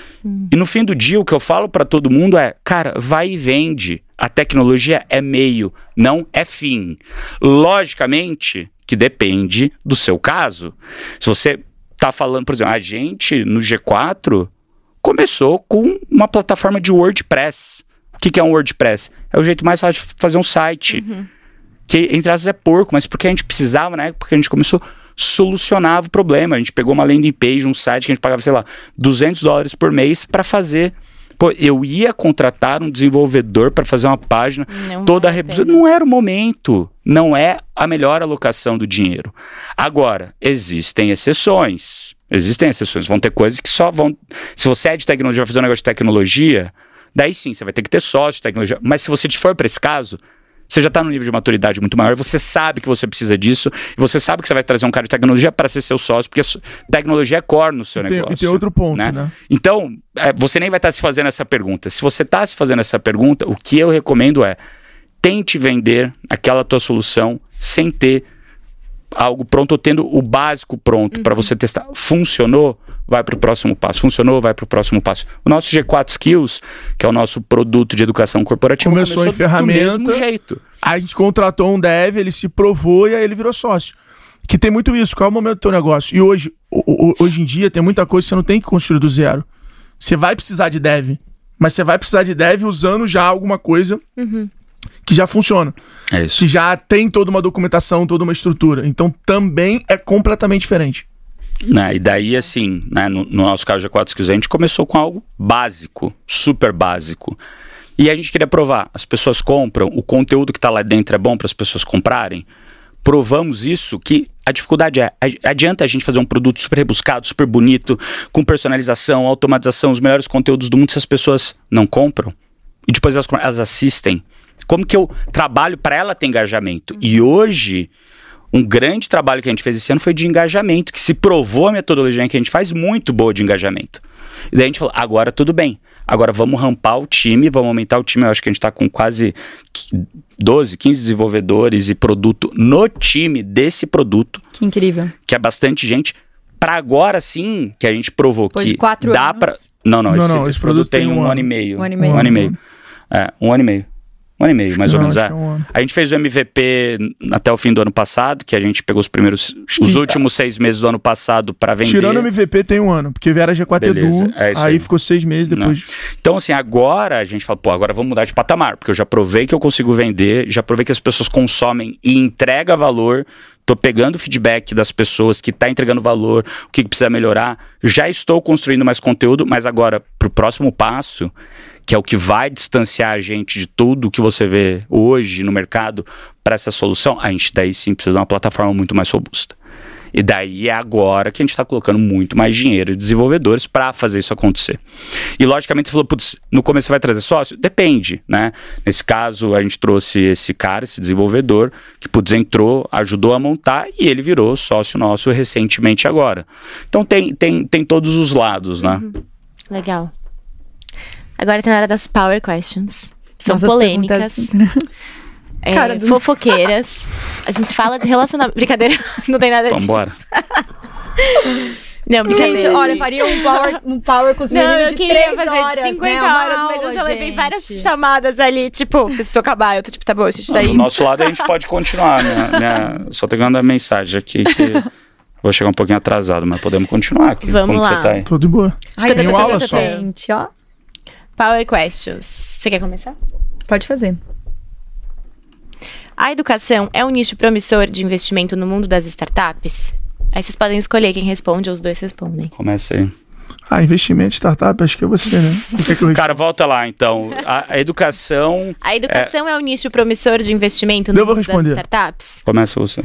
E no fim do dia o que eu falo para todo mundo é, cara, vai e vende. A tecnologia é meio, não é fim. Logicamente que depende do seu caso. Se você tá falando, por exemplo, a gente no G4 começou com uma plataforma de WordPress. O que é um WordPress? É o jeito mais fácil de fazer um site. Que, entre aspas, é porco, mas porque a gente precisava, né? Porque a gente começou, solucionava o problema. A gente pegou uma landing page, um site que a gente pagava, sei lá, $200 por mês para fazer. Pô, eu ia contratar um desenvolvedor para fazer uma página toda revisada. Não era o momento. Não é a melhor alocação do dinheiro. Agora, existem exceções. Vão ter coisas que só vão... Se você é de tecnologia, vai fazer um negócio de tecnologia, daí sim, você vai ter que ter sócio de tecnologia. Mas se você for para esse caso, você já está num nível de maturidade muito maior, você sabe que você precisa disso, e você sabe que você vai trazer um cara de tecnologia para ser seu sócio, porque tecnologia é core no seu negócio. E tem outro ponto, né? Então, você nem vai estar se fazendo essa pergunta. Se você está se fazendo essa pergunta, o que eu recomendo é, tente vender aquela tua solução sem ter algo pronto, ou tendo o básico pronto para você testar. Funcionou? Vai para o próximo passo. Funcionou? Vai para o próximo passo. O nosso G4 Skills, que é o nosso produto de educação corporativa, começou em ferramenta, do mesmo jeito. Aí a gente contratou um dev, ele se provou e aí ele virou sócio. Que tem muito isso. Qual é o momento do teu negócio? E hoje em dia tem muita coisa que você não tem que construir do zero. Você vai precisar de dev, mas você vai precisar de dev usando já alguma coisa que já funciona. É isso. Que já tem toda uma documentação, toda uma estrutura. Então também é completamente diferente. E daí, assim, né, no nosso caso de G4 Skills, a gente começou com algo básico, super básico. E a gente queria provar. As pessoas compram, o conteúdo que está lá dentro é bom para as pessoas comprarem. Provamos isso, que a dificuldade adianta a gente fazer um produto super rebuscado, super bonito, com personalização, automatização, os melhores conteúdos do mundo, se as pessoas não compram. E depois elas assistem. Como que eu trabalho para ela ter engajamento? E hoje, Um grande trabalho que a gente fez esse ano foi de engajamento, que se provou a metodologia que a gente faz muito boa de engajamento. E daí a gente falou, agora tudo bem. Agora vamos rampar o time, vamos aumentar o time. Eu acho que a gente está com quase 12, 15 desenvolvedores e produto no time desse produto. Que incrível. Que é bastante gente. Para agora sim, que a gente provou Depois que de 4 dá anos. para... Não, esse produto tem 1 ano e meio. 1 ano e meio. 1 ano e meio. 1 ano e meio. 1 ano e meio, mais ou menos. A gente fez o MVP até o fim do ano passado, que a gente pegou os últimos 6 meses do ano passado para vender. Tirando o MVP tem 1 ano, porque Vera G4 Edu, aí ficou 6 meses depois. Não. Então, assim, agora a gente fala, agora vamos mudar de patamar, porque eu já provei que eu consigo vender, já provei que as pessoas consomem e entregam valor. Tô pegando o feedback das pessoas que tá entregando valor, o que precisa melhorar. Já estou construindo mais conteúdo, mas agora, pro próximo passo, que é o que vai distanciar a gente de tudo que você vê hoje no mercado para essa solução, a gente daí sim precisa de uma plataforma muito mais robusta. E daí é agora que a gente está colocando muito mais dinheiro e desenvolvedores para fazer isso acontecer. E logicamente você falou, putz, no começo você vai trazer sócio? Depende, né? Nesse caso a gente trouxe esse cara, esse desenvolvedor, que putz, entrou, ajudou a montar e ele virou sócio nosso recentemente agora. Então tem todos os lados, né? Legal. Agora tá na hora das Power Questions. São Nossas polêmicas. Fofoqueiras. A gente fala de relacionamento. Brincadeira, não tem nada disso. Vambora. Não, brincadeira. Gente, olha, faria um power com os meninos de 3 horas, de 50 né? horas, Uma mas eu já aula, levei gente. várias chamadas ali, tipo, vocês precisam acabar. Eu tô tipo, tá bom, a gente tá aí. Do nosso lado a gente pode continuar, né? Só tô ganhando a mensagem aqui que vou chegar um pouquinho atrasado, mas podemos continuar aqui. Vamos Como lá. Você tá aí? Tô de boa. Ai, Tem uma aula só. gente, ó. Power Questions. Você quer começar? Pode fazer. A educação é um nicho promissor de investimento no mundo das startups? Aí vocês podem escolher quem responde, ou os dois respondem. Começa aí. Investimento, startup, acho que é você, né? Cara, volta lá, então. A educação... A educação é um nicho promissor de investimento no Eu vou mundo das responder. startups? Começa você.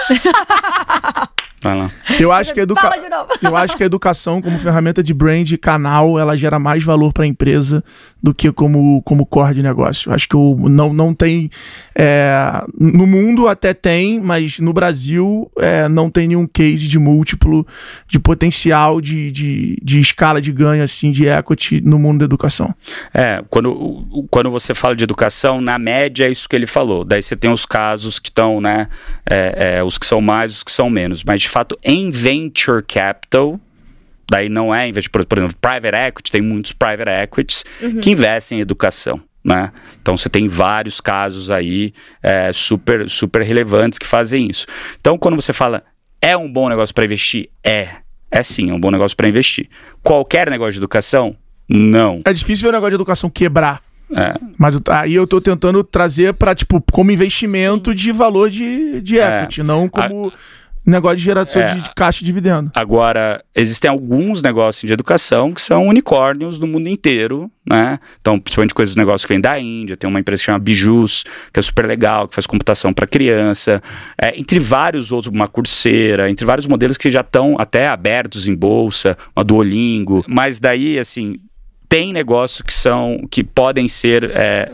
Vai lá. Eu acho que Fala de novo. Eu acho que a educação como ferramenta de brand e canal, ela gera mais valor para a empresa do que como core de negócio. Acho que não tem... no mundo até tem, mas no Brasil não tem nenhum case de múltiplo, de potencial, de escala de ganho, assim, de equity no mundo da educação. Quando você fala de educação, na média é isso que ele falou. Daí você tem os casos que estão, né? Os que são mais, os que são menos. Mas, de fato, em venture capital, daí não é, por exemplo, private equity, tem muitos private equities que investem em educação, né? Então você tem vários casos aí super, super relevantes que fazem isso. Então, quando você fala, é um bom negócio para investir? É sim, é um bom negócio para investir. Qualquer negócio de educação? Não. É difícil ver o negócio de educação quebrar. Mas aí eu tô tentando trazer para, tipo, como investimento de valor de equity, não como negócio de geração de caixa e dividendo. Agora, existem alguns negócios de educação que são unicórnios no mundo inteiro, né? Então, principalmente coisas de negócio que vem da Índia, tem uma empresa que chama Bijus, que é super legal, que faz computação para criança, entre vários outros, uma Coursera, entre vários modelos que já estão até abertos em bolsa, uma Duolingo, mas daí, assim, tem negócios que podem ser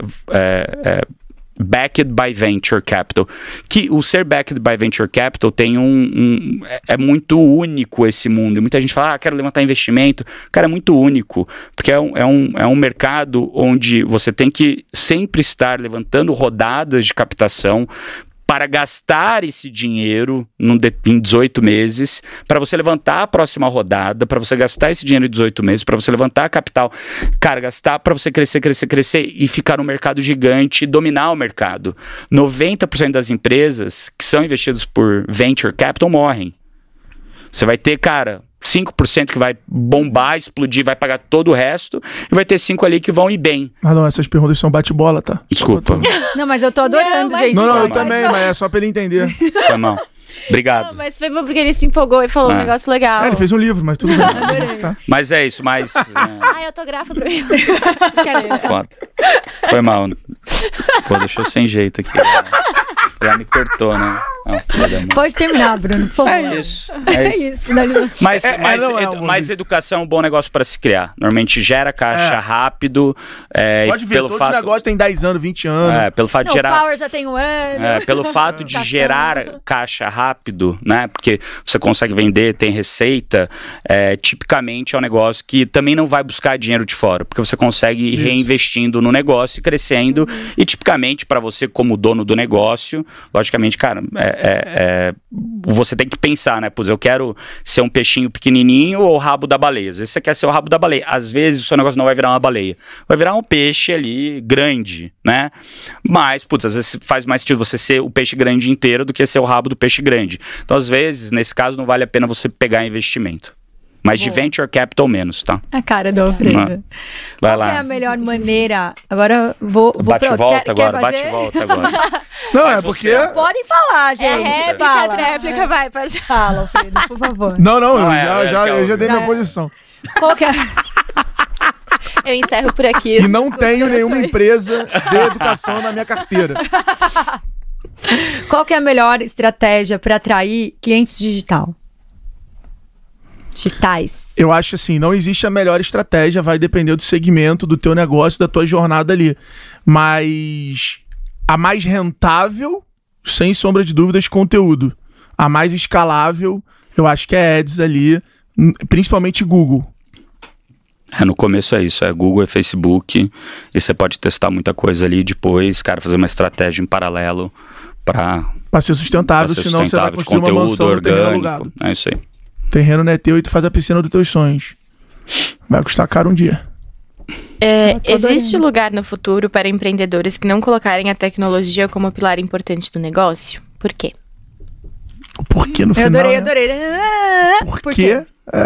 backed by venture capital, que o ser backed by venture capital tem é muito único esse mundo, e muita gente fala, quero levantar investimento. Cara, é muito único, porque é um mercado onde você tem que sempre estar levantando rodadas de captação para gastar esse dinheiro em 18 meses, para você levantar a próxima rodada, para você gastar esse dinheiro em 18 meses, para você levantar a capital, cara, gastar para você crescer e ficar no mercado gigante e dominar o mercado. 90% das empresas que são investidas por venture capital morrem. Você vai ter, cara, 5% que vai bombar, explodir, vai pagar todo o resto, e vai ter 5% ali que vão ir bem. Ah, não, essas perguntas são bate-bola, tá? Desculpa. Não, mas eu tô adorando, gente. Não, eu também, mas é só pra ele entender. Foi mal. Obrigado. Não, mas foi bom porque ele se empolgou e falou um negócio legal. Ele fez um livro, mas tudo bem. Tá. Mas é isso, mas... Ai, autografa pra mim. Brincadeira. Foda. Foi mal. Pô, deixou sem jeito aqui. Já me cortou, né? Pode terminar, Bruno, por favor. É isso. Finalizando. Mas educação é um bom negócio para se criar. Normalmente gera caixa rápido. Pode ver, todo negócio tem 10 anos, 20 anos. Pelo fato de gerar... O Power já tem um ano. Pelo fato de gerar caixa rápido, né? Porque você consegue vender, tem receita. Tipicamente é um negócio que também não vai buscar dinheiro de fora, porque você consegue ir reinvestindo no negócio e crescendo. E tipicamente, para você como dono do negócio, logicamente, cara, você tem que pensar, né? Pois eu quero ser um peixinho pequenininho ou o rabo da baleia. Às vezes você quer ser o rabo da baleia. Às vezes o seu negócio não vai virar uma baleia. Vai virar um peixe ali grande, né? Mas, às vezes faz mais sentido você ser o peixe grande inteiro do que ser o rabo do peixe grande. Então, às vezes, nesse caso, não vale a pena você pegar investimento. Mas de venture capital menos, tá? A cara do Alfredo. Vai lá. Qual é a melhor maneira? Agora vou bate-volta agora, bate-volta agora. Não, é porque... Podem falar, gente. Fala. Réplica, vai, pode falar, Alfredo, por favor. Não, eu já dei minha posição. Qual que é? Eu encerro por aqui. E não tenho nenhuma empresa de educação na minha carteira. Qual que é a melhor estratégia para atrair clientes digitais? Eu acho assim, não existe a melhor estratégia, vai depender do segmento, do teu negócio, da tua jornada ali. Mas a mais rentável, sem sombra de dúvidas, conteúdo. A mais escalável, eu acho que é Ads ali, principalmente Google. No começo é isso, Google, Facebook, e você pode testar muita coisa ali, depois, cara, fazer uma estratégia em paralelo para ser sustentável, senão você vai construir uma mansão orgânico. É isso aí. O terreno não é teu e tu faz a piscina dos teus sonhos. Vai custar caro um dia. Existe lugar no futuro para empreendedores que não colocarem a tecnologia como pilar importante do negócio? Por quê? Por que no final? Eu adorei. Por quê?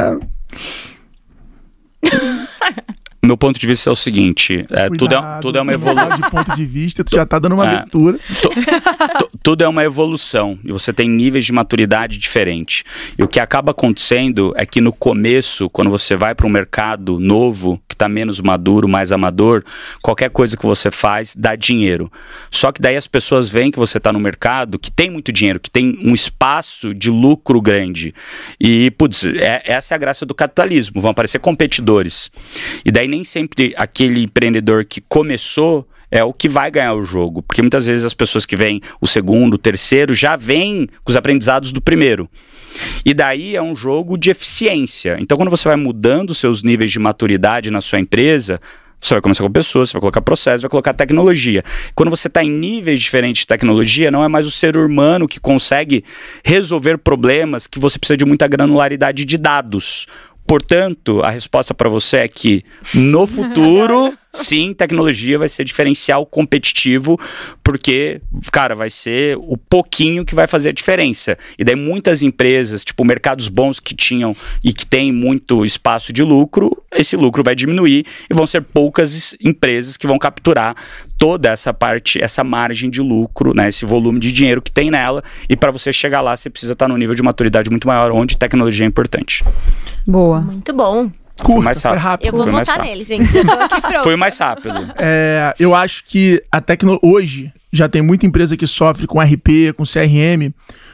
Meu ponto de vista é o seguinte, tudo é uma evolução. De ponto de vista, tu já tá dando uma leitura. Tudo é uma evolução e você tem níveis de maturidade diferentes. E o que acaba acontecendo é que no começo, quando você vai para um mercado novo, que está menos maduro, mais amador, qualquer coisa que você faz dá dinheiro. Só que daí as pessoas veem que você está no mercado que tem muito dinheiro, que tem um espaço de lucro grande. E, essa é a graça do capitalismo, vão aparecer competidores. E daí nem sempre aquele empreendedor que começou é o que vai ganhar o jogo, porque muitas vezes as pessoas que vêm o segundo, o terceiro, já vêm com os aprendizados do primeiro. E daí é um jogo de eficiência. Então, quando você vai mudando os seus níveis de maturidade na sua empresa, você vai começar com pessoas, você vai colocar processo, vai colocar tecnologia. Quando você está em níveis diferentes de tecnologia, não é mais o ser humano que consegue resolver problemas que você precisa de muita granularidade de dados. Portanto, a resposta para você é que no futuro, sim, tecnologia vai ser diferencial competitivo, porque, cara, vai ser o pouquinho que vai fazer a diferença. E daí muitas empresas, tipo mercados bons que tinham e que têm muito espaço de lucro, esse lucro vai diminuir e vão ser poucas empresas que vão capturar toda essa parte, essa margem de lucro, né, esse volume de dinheiro que tem nela. E para você chegar lá, você precisa estar num nível de maturidade muito maior, onde tecnologia é importante. Boa. Muito bom. Curta, foi rápido. Eu vou votar nele, gente. Eu tô aqui pronto. Foi mais rápido. Eu acho que a tecnologia... Hoje, já tem muita empresa que sofre com RP, com CRM,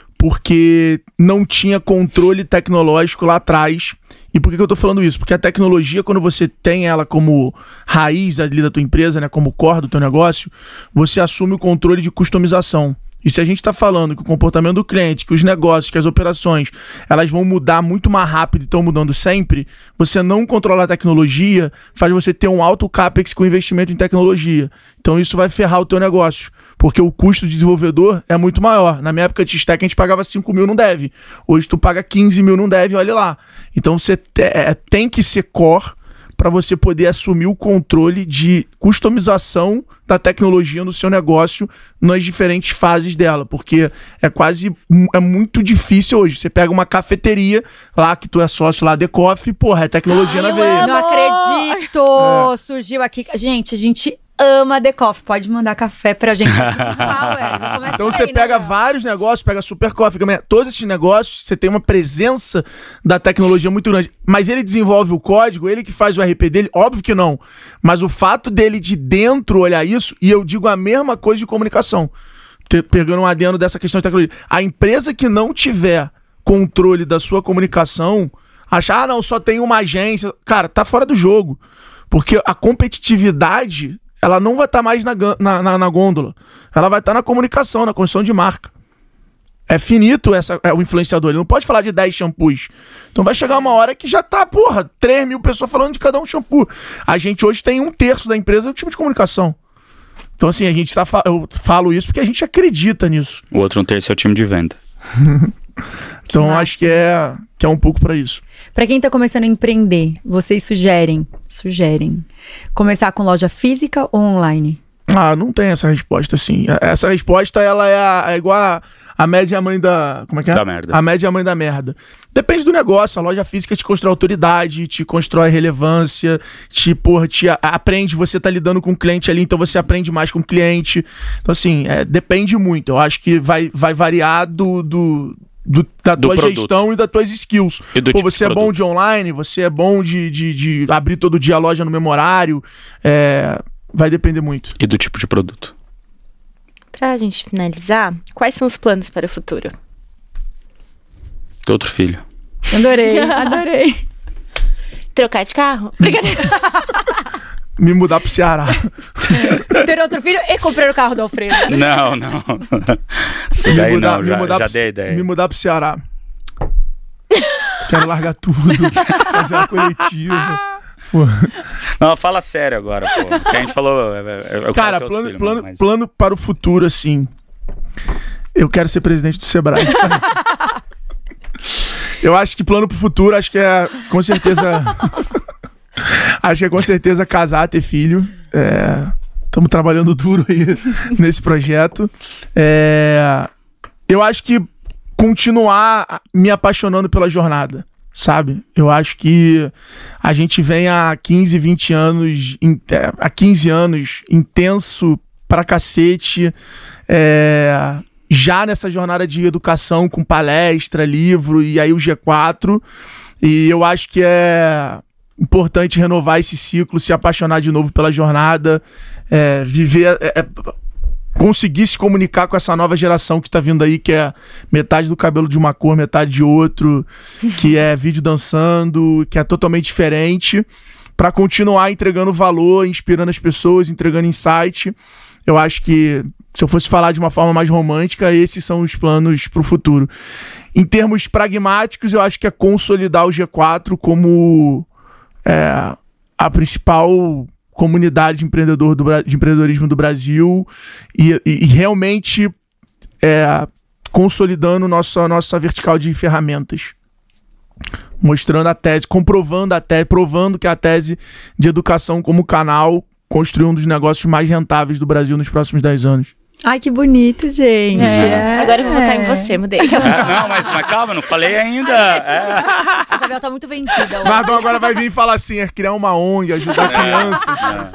porque não tinha controle tecnológico lá atrás. E por que eu tô falando isso? Porque a tecnologia, quando você tem ela como raiz ali da tua empresa, né, como core do teu negócio, você assume o controle de customização. E se a gente está falando que o comportamento do cliente, que os negócios, que as operações, elas vão mudar muito mais rápido e estão mudando sempre, você não controlar a tecnologia faz você ter um alto CAPEX com investimento em tecnologia. Então isso vai ferrar o teu negócio, porque o custo de desenvolvedor é muito maior. Na minha época de Stack a gente pagava 5 mil, não deve. Hoje tu paga 15 mil, não deve, olha lá. Então você tem que ser core para você poder assumir o controle de customização da tecnologia no seu negócio nas diferentes fases dela, porque é muito difícil hoje. Você pega uma cafeteria lá, que tu é sócio lá, The Coffee, porra, é tecnologia na veia. Não acredito! Surgiu aqui, gente, a gente ama The Coffee, pode mandar café pra gente. Então você pega vários negócios, pega Super Coffee, todos esses negócios, você tem uma presença da tecnologia muito grande, mas ele desenvolve o código, ele que faz o RP dele, óbvio que não, mas o fato dele de dentro olhar isso, e eu digo a mesma coisa de comunicação. pegando um adendo dessa questão de tecnologia, a empresa que não tiver controle da sua comunicação, achar, não, só tem uma agência, cara, tá fora do jogo. Porque a competitividade, ela não vai estar mais na gôndola. Ela vai estar na comunicação, na construção de marca. É finito o influenciador. Ele não pode falar de 10 shampoos. Então vai chegar uma hora que já tá, 3 mil pessoas falando de cada um shampoo. A gente hoje tem 1/3 da empresa é o time de comunicação. Então assim, eu falo isso porque a gente acredita nisso. O outro 1/3 é o time de venda. Então acho que é um pouco pra isso. Pra quem tá começando a empreender, vocês sugerem começar com loja física ou online? Não tem essa resposta, assim. Essa resposta, ela é igual a média mãe da... Como é que é? Da merda. A média mãe da merda. Depende do negócio. A loja física te constrói autoridade, te constrói relevância, te aprende, você tá lidando com o cliente ali, então você aprende mais com o cliente. Então, assim, depende muito. Eu acho que vai variar da tua gestão e das tuas skills. Você é bom de online, você é bom de abrir todo dia a loja no mesmo horário, vai depender muito. E do tipo de produto. Pra gente finalizar, quais são os planos para o futuro? Outro filho. Adorei. Trocar de carro? Brincadeira. Me mudar pro Ceará. Ter outro filho e comprar o carro do Alfredo. Não. Isso daí não, já dei a ideia. Me mudar pro Ceará. Quero largar tudo, fazer a coletiva. Pô. Não, fala sério agora, pô. Que a gente falou. Cara, plano para o futuro, assim. Eu quero ser presidente do Sebrae. Eu acho que plano pro futuro, acho que é com certeza. Acho que é com certeza casar, ter filho. Estamos trabalhando duro aí nesse projeto. Eu acho que continuar me apaixonando pela jornada. Sabe? Eu acho que a gente vem há 15, 20 anos, há 15 anos, intenso pra cacete, já nessa jornada de educação com palestra, livro e aí o G4. E eu acho que é importante renovar esse ciclo, se apaixonar de novo pela jornada, viver... conseguir se comunicar com essa nova geração que tá vindo aí, que é metade do cabelo de uma cor, metade de outro, que é vídeo dançando, que é totalmente diferente, para continuar entregando valor, inspirando as pessoas, entregando insight. Eu acho que, se eu fosse falar de uma forma mais romântica, esses são os planos pro futuro. Em termos pragmáticos, eu acho que é consolidar o G4 como a principal comunidade de empreendedorismo do Brasil e realmente consolidando nossa vertical de ferramentas. Mostrando a tese, comprovando a tese, provando que a tese de educação como canal construiu um dos negócios mais rentáveis do Brasil nos próximos 10 anos. Ai, que bonito, gente. Agora eu vou votar em você, mudei. Não, mas calma, não falei ainda. A Isabel tá muito vendida. Nardon agora vai vir e falar assim, criar uma ONG, ajudar a criança.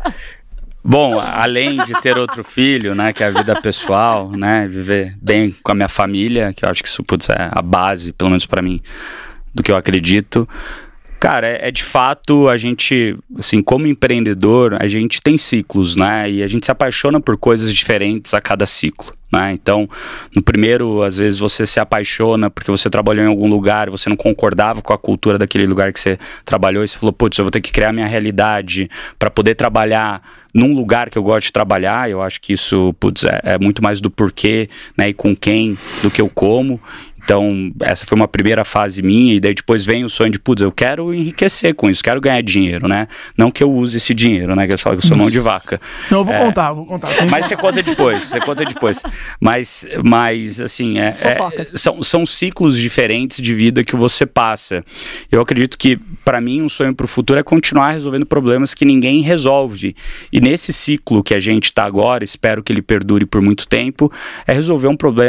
Bom, além de ter outro filho, né, que é a vida pessoal, né, viver bem com a minha família, que eu acho que isso é a base, pelo menos pra mim, do que eu acredito. Cara, de fato, a gente, assim, como empreendedor, a gente tem ciclos, né? E a gente se apaixona por coisas diferentes a cada ciclo, né? Então, no primeiro, às vezes você se apaixona porque você trabalhou em algum lugar, você não concordava com a cultura daquele lugar que você trabalhou e você falou, putz, eu vou ter que criar minha realidade para poder trabalhar num lugar que eu gosto de trabalhar. Eu acho que isso, putz, é muito mais do porquê, né? E com quem, do que eu como. Então, essa foi uma primeira fase minha, e daí depois vem o sonho de, putz, eu quero enriquecer com isso, quero ganhar dinheiro, né? Não que eu use esse dinheiro, né? Que eu falo que eu sou mão de vaca. Não, eu vou contar. Mas você conta depois, Mas assim, são ciclos diferentes de vida que você passa. Eu acredito que, para mim, um sonho pro futuro é continuar resolvendo problemas que ninguém resolve. E nesse ciclo que a gente tá agora, espero que ele perdure por muito tempo, é resolver um problema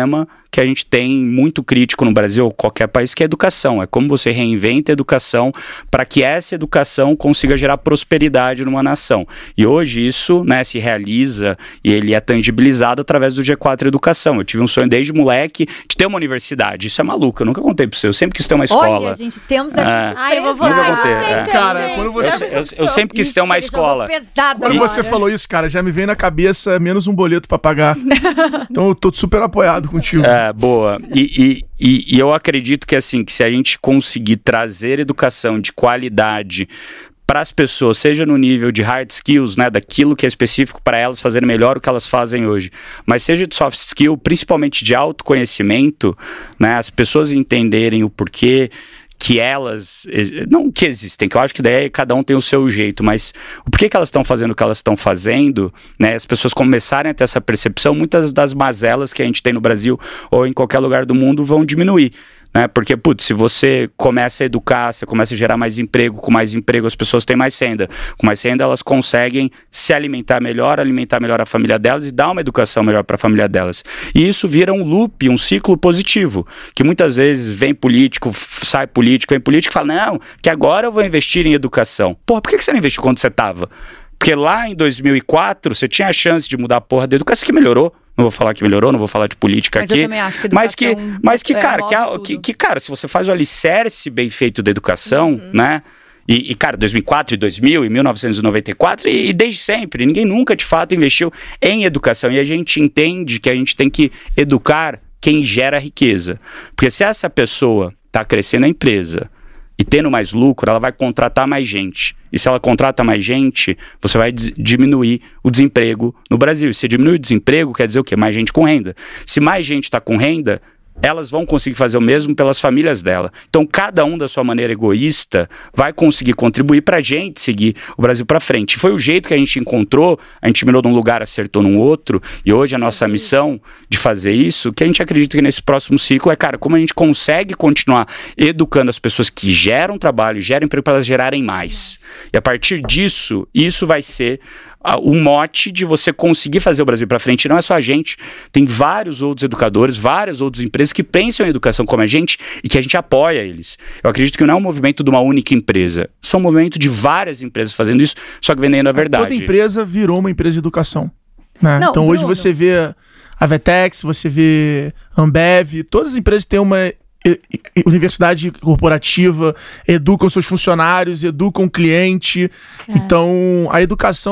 que a gente tem muito crítico no Brasil, ou qualquer país, que é a educação. É como você reinventa a educação para que essa educação consiga gerar prosperidade numa nação. E hoje isso, né, se realiza e ele é tangibilizado através do G4 Educação. Eu tive um sonho desde moleque de ter uma universidade. Isso é maluco, eu nunca contei para você. Eu sempre quis ter uma escola. Olha, gente, temos aqui. Eu vou votar em você, Cara, quando você... Eu sempre quis ter uma escola. Quando você falou isso, cara, já me vem na cabeça menos um boleto pra pagar. Então eu tô super apoiado contigo. Boa. E eu acredito que assim, que se a gente conseguir trazer educação de qualidade para as pessoas, seja no nível de hard skills, né, daquilo que é específico para elas fazerem melhor o que elas fazem hoje, mas seja de soft skill, principalmente de autoconhecimento, né, as pessoas entenderem o porquê que elas, não que existem, que eu acho que daí cada um tem o seu jeito, mas o porquê que elas estão fazendo o que elas estão fazendo, né, as pessoas começarem a ter essa percepção, muitas das mazelas que a gente tem no Brasil ou em qualquer lugar do mundo vão diminuir. Né? Porque, putz, se você começa a educar, você começa a gerar mais emprego, com mais emprego as pessoas têm mais renda. Com mais renda elas conseguem se alimentar melhor a família delas e dar uma educação melhor para a família delas. E isso vira um loop, um ciclo positivo, que muitas vezes vem político, sai político, vem político e fala, não, que agora eu vou investir em educação. Porra, por que você não investiu quando você tava? Porque lá em 2004 você tinha a chance de mudar a porra da educação, que melhorou. Não vou falar que melhorou, não vou falar de política aqui. Eu também acho que educação cara, se você faz o alicerce bem feito da educação, né? E, cara, 2004, 2000 e 1994, e desde sempre, ninguém nunca de fato investiu em educação. E a gente entende que a gente tem que educar quem gera riqueza. Porque se essa pessoa está crescendo a empresa e tendo mais lucro, ela vai contratar mais gente. E se ela contrata mais gente, você vai diminuir o desemprego no Brasil. E se diminuir o desemprego, quer dizer o quê? Mais gente com renda. Se mais gente está com renda, elas vão conseguir fazer o mesmo pelas famílias dela. Então, cada um da sua maneira egoísta vai conseguir contribuir para a gente seguir o Brasil para frente. Foi o jeito que a gente encontrou, a gente mirou num lugar, acertou num outro, e hoje a nossa missão de fazer isso, que a gente acredita que nesse próximo ciclo é, cara, como a gente consegue continuar educando as pessoas que geram trabalho, geram emprego para elas gerarem mais. E a partir disso, isso vai ser o mote de você conseguir fazer o Brasil para frente. Não é só a gente, tem vários outros educadores, várias outras empresas que pensam em educação como a gente e que a gente apoia eles. Eu acredito que não é um movimento de uma única empresa, são um movimento de várias empresas fazendo isso, só que vendendo a verdade. Toda empresa virou uma empresa de educação, né? Não, então hoje você vê a Vetex, você vê Ambev, todas as empresas têm uma universidade corporativa, educam seus funcionários, educam o cliente. Então, a educação,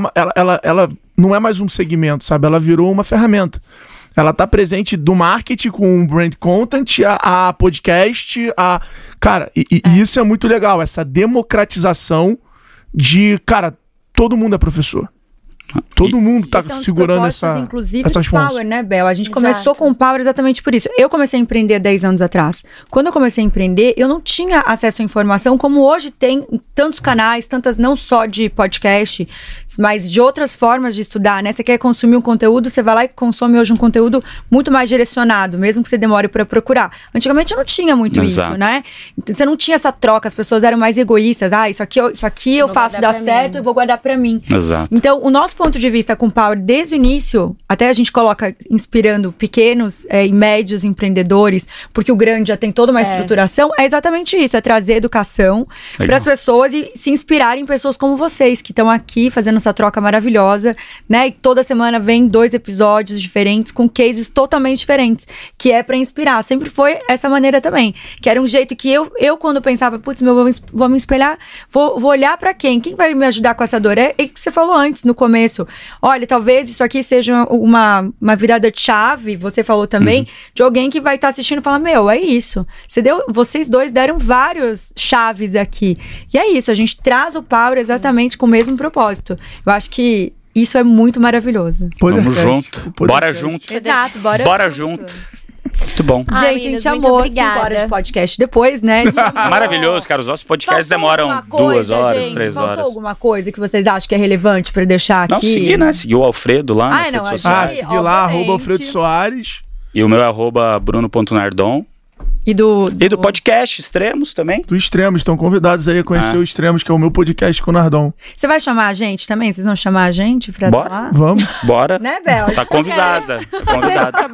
ela não é mais um segmento, sabe? Ela virou uma ferramenta. Ela tá presente do marketing com brand content, a podcast, Cara, e isso é muito legal, essa democratização de, cara, todo mundo é professor. Todo mundo tá segurando essas Power, né, Bel? A gente começou com o Power exatamente por isso. Eu comecei a empreender 10 anos atrás. Quando eu comecei a empreender, eu não tinha acesso à informação como hoje tem em tantos canais, tantas, não só de podcast, mas de outras formas de estudar, né? Você quer consumir um conteúdo, você vai lá e consome hoje um conteúdo muito mais direcionado, mesmo que você demore para procurar. Antigamente eu não tinha muito isso, né? Então, você não tinha essa troca, as pessoas eram mais egoístas. Isso aqui eu faço dar certo, eu vou guardar para mim. Exato. Então, o nosso ponto de vista com o Power, desde o início, até a gente coloca inspirando pequenos e médios empreendedores, porque o grande já tem toda uma estruturação, é exatamente isso, é trazer educação para as pessoas e se inspirarem em pessoas como vocês, que estão aqui fazendo essa troca maravilhosa, né? E toda semana vem 2 episódios diferentes, com cases totalmente diferentes, que é para inspirar. Sempre foi essa maneira também, que era um jeito que eu quando pensava, putz, vou me espelhar, vou olhar para quem vai me ajudar com essa dor? É que você falou antes, no começo. Olha, talvez isso aqui seja uma virada de chave, você falou também, de alguém que vai estar assistindo e falar, é isso. Vocês dois deram várias chaves aqui. E é isso, a gente traz o Power exatamente com o mesmo propósito. Eu acho que isso é muito maravilhoso. Vamos junto. Bora junto. Exato, bora junto. Muito bom. Gente, a gente amou 5 horas de podcast depois, né? Maravilhoso, cara. Os nossos podcasts demoram 2 horas, 3 horas. Faltou alguma coisa que vocês acham que é relevante pra deixar aqui? Não, seguir, né? Seguir o Alfredo lá nas redes sociais. Seguir lá, @Alfredo Soares. E o meu é @bruno.nardon. E do podcast Extremos também. Do Extremos, estão convidados aí a conhecer o Extremos, que é o meu podcast com o Nardon. Você vai chamar a gente também? Vocês vão chamar a gente pra Bora. lá? Vamos. Bora. Né, Bel? Tá convidada. Tá bom.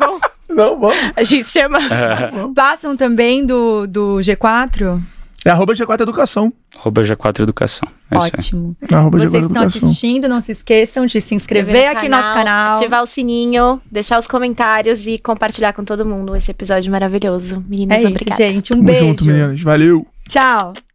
Não, vamos. A gente chama. Passam também do G4? É @G4 Educação. @G4 Educação. Ótimo. Vocês que estão assistindo, não se esqueçam de se inscrever aqui no nosso canal. Ativar o sininho, deixar os comentários e compartilhar com todo mundo esse episódio maravilhoso. Meninas, obrigada. Gente. Um Tamo beijo. junto, meninas. Valeu. Tchau.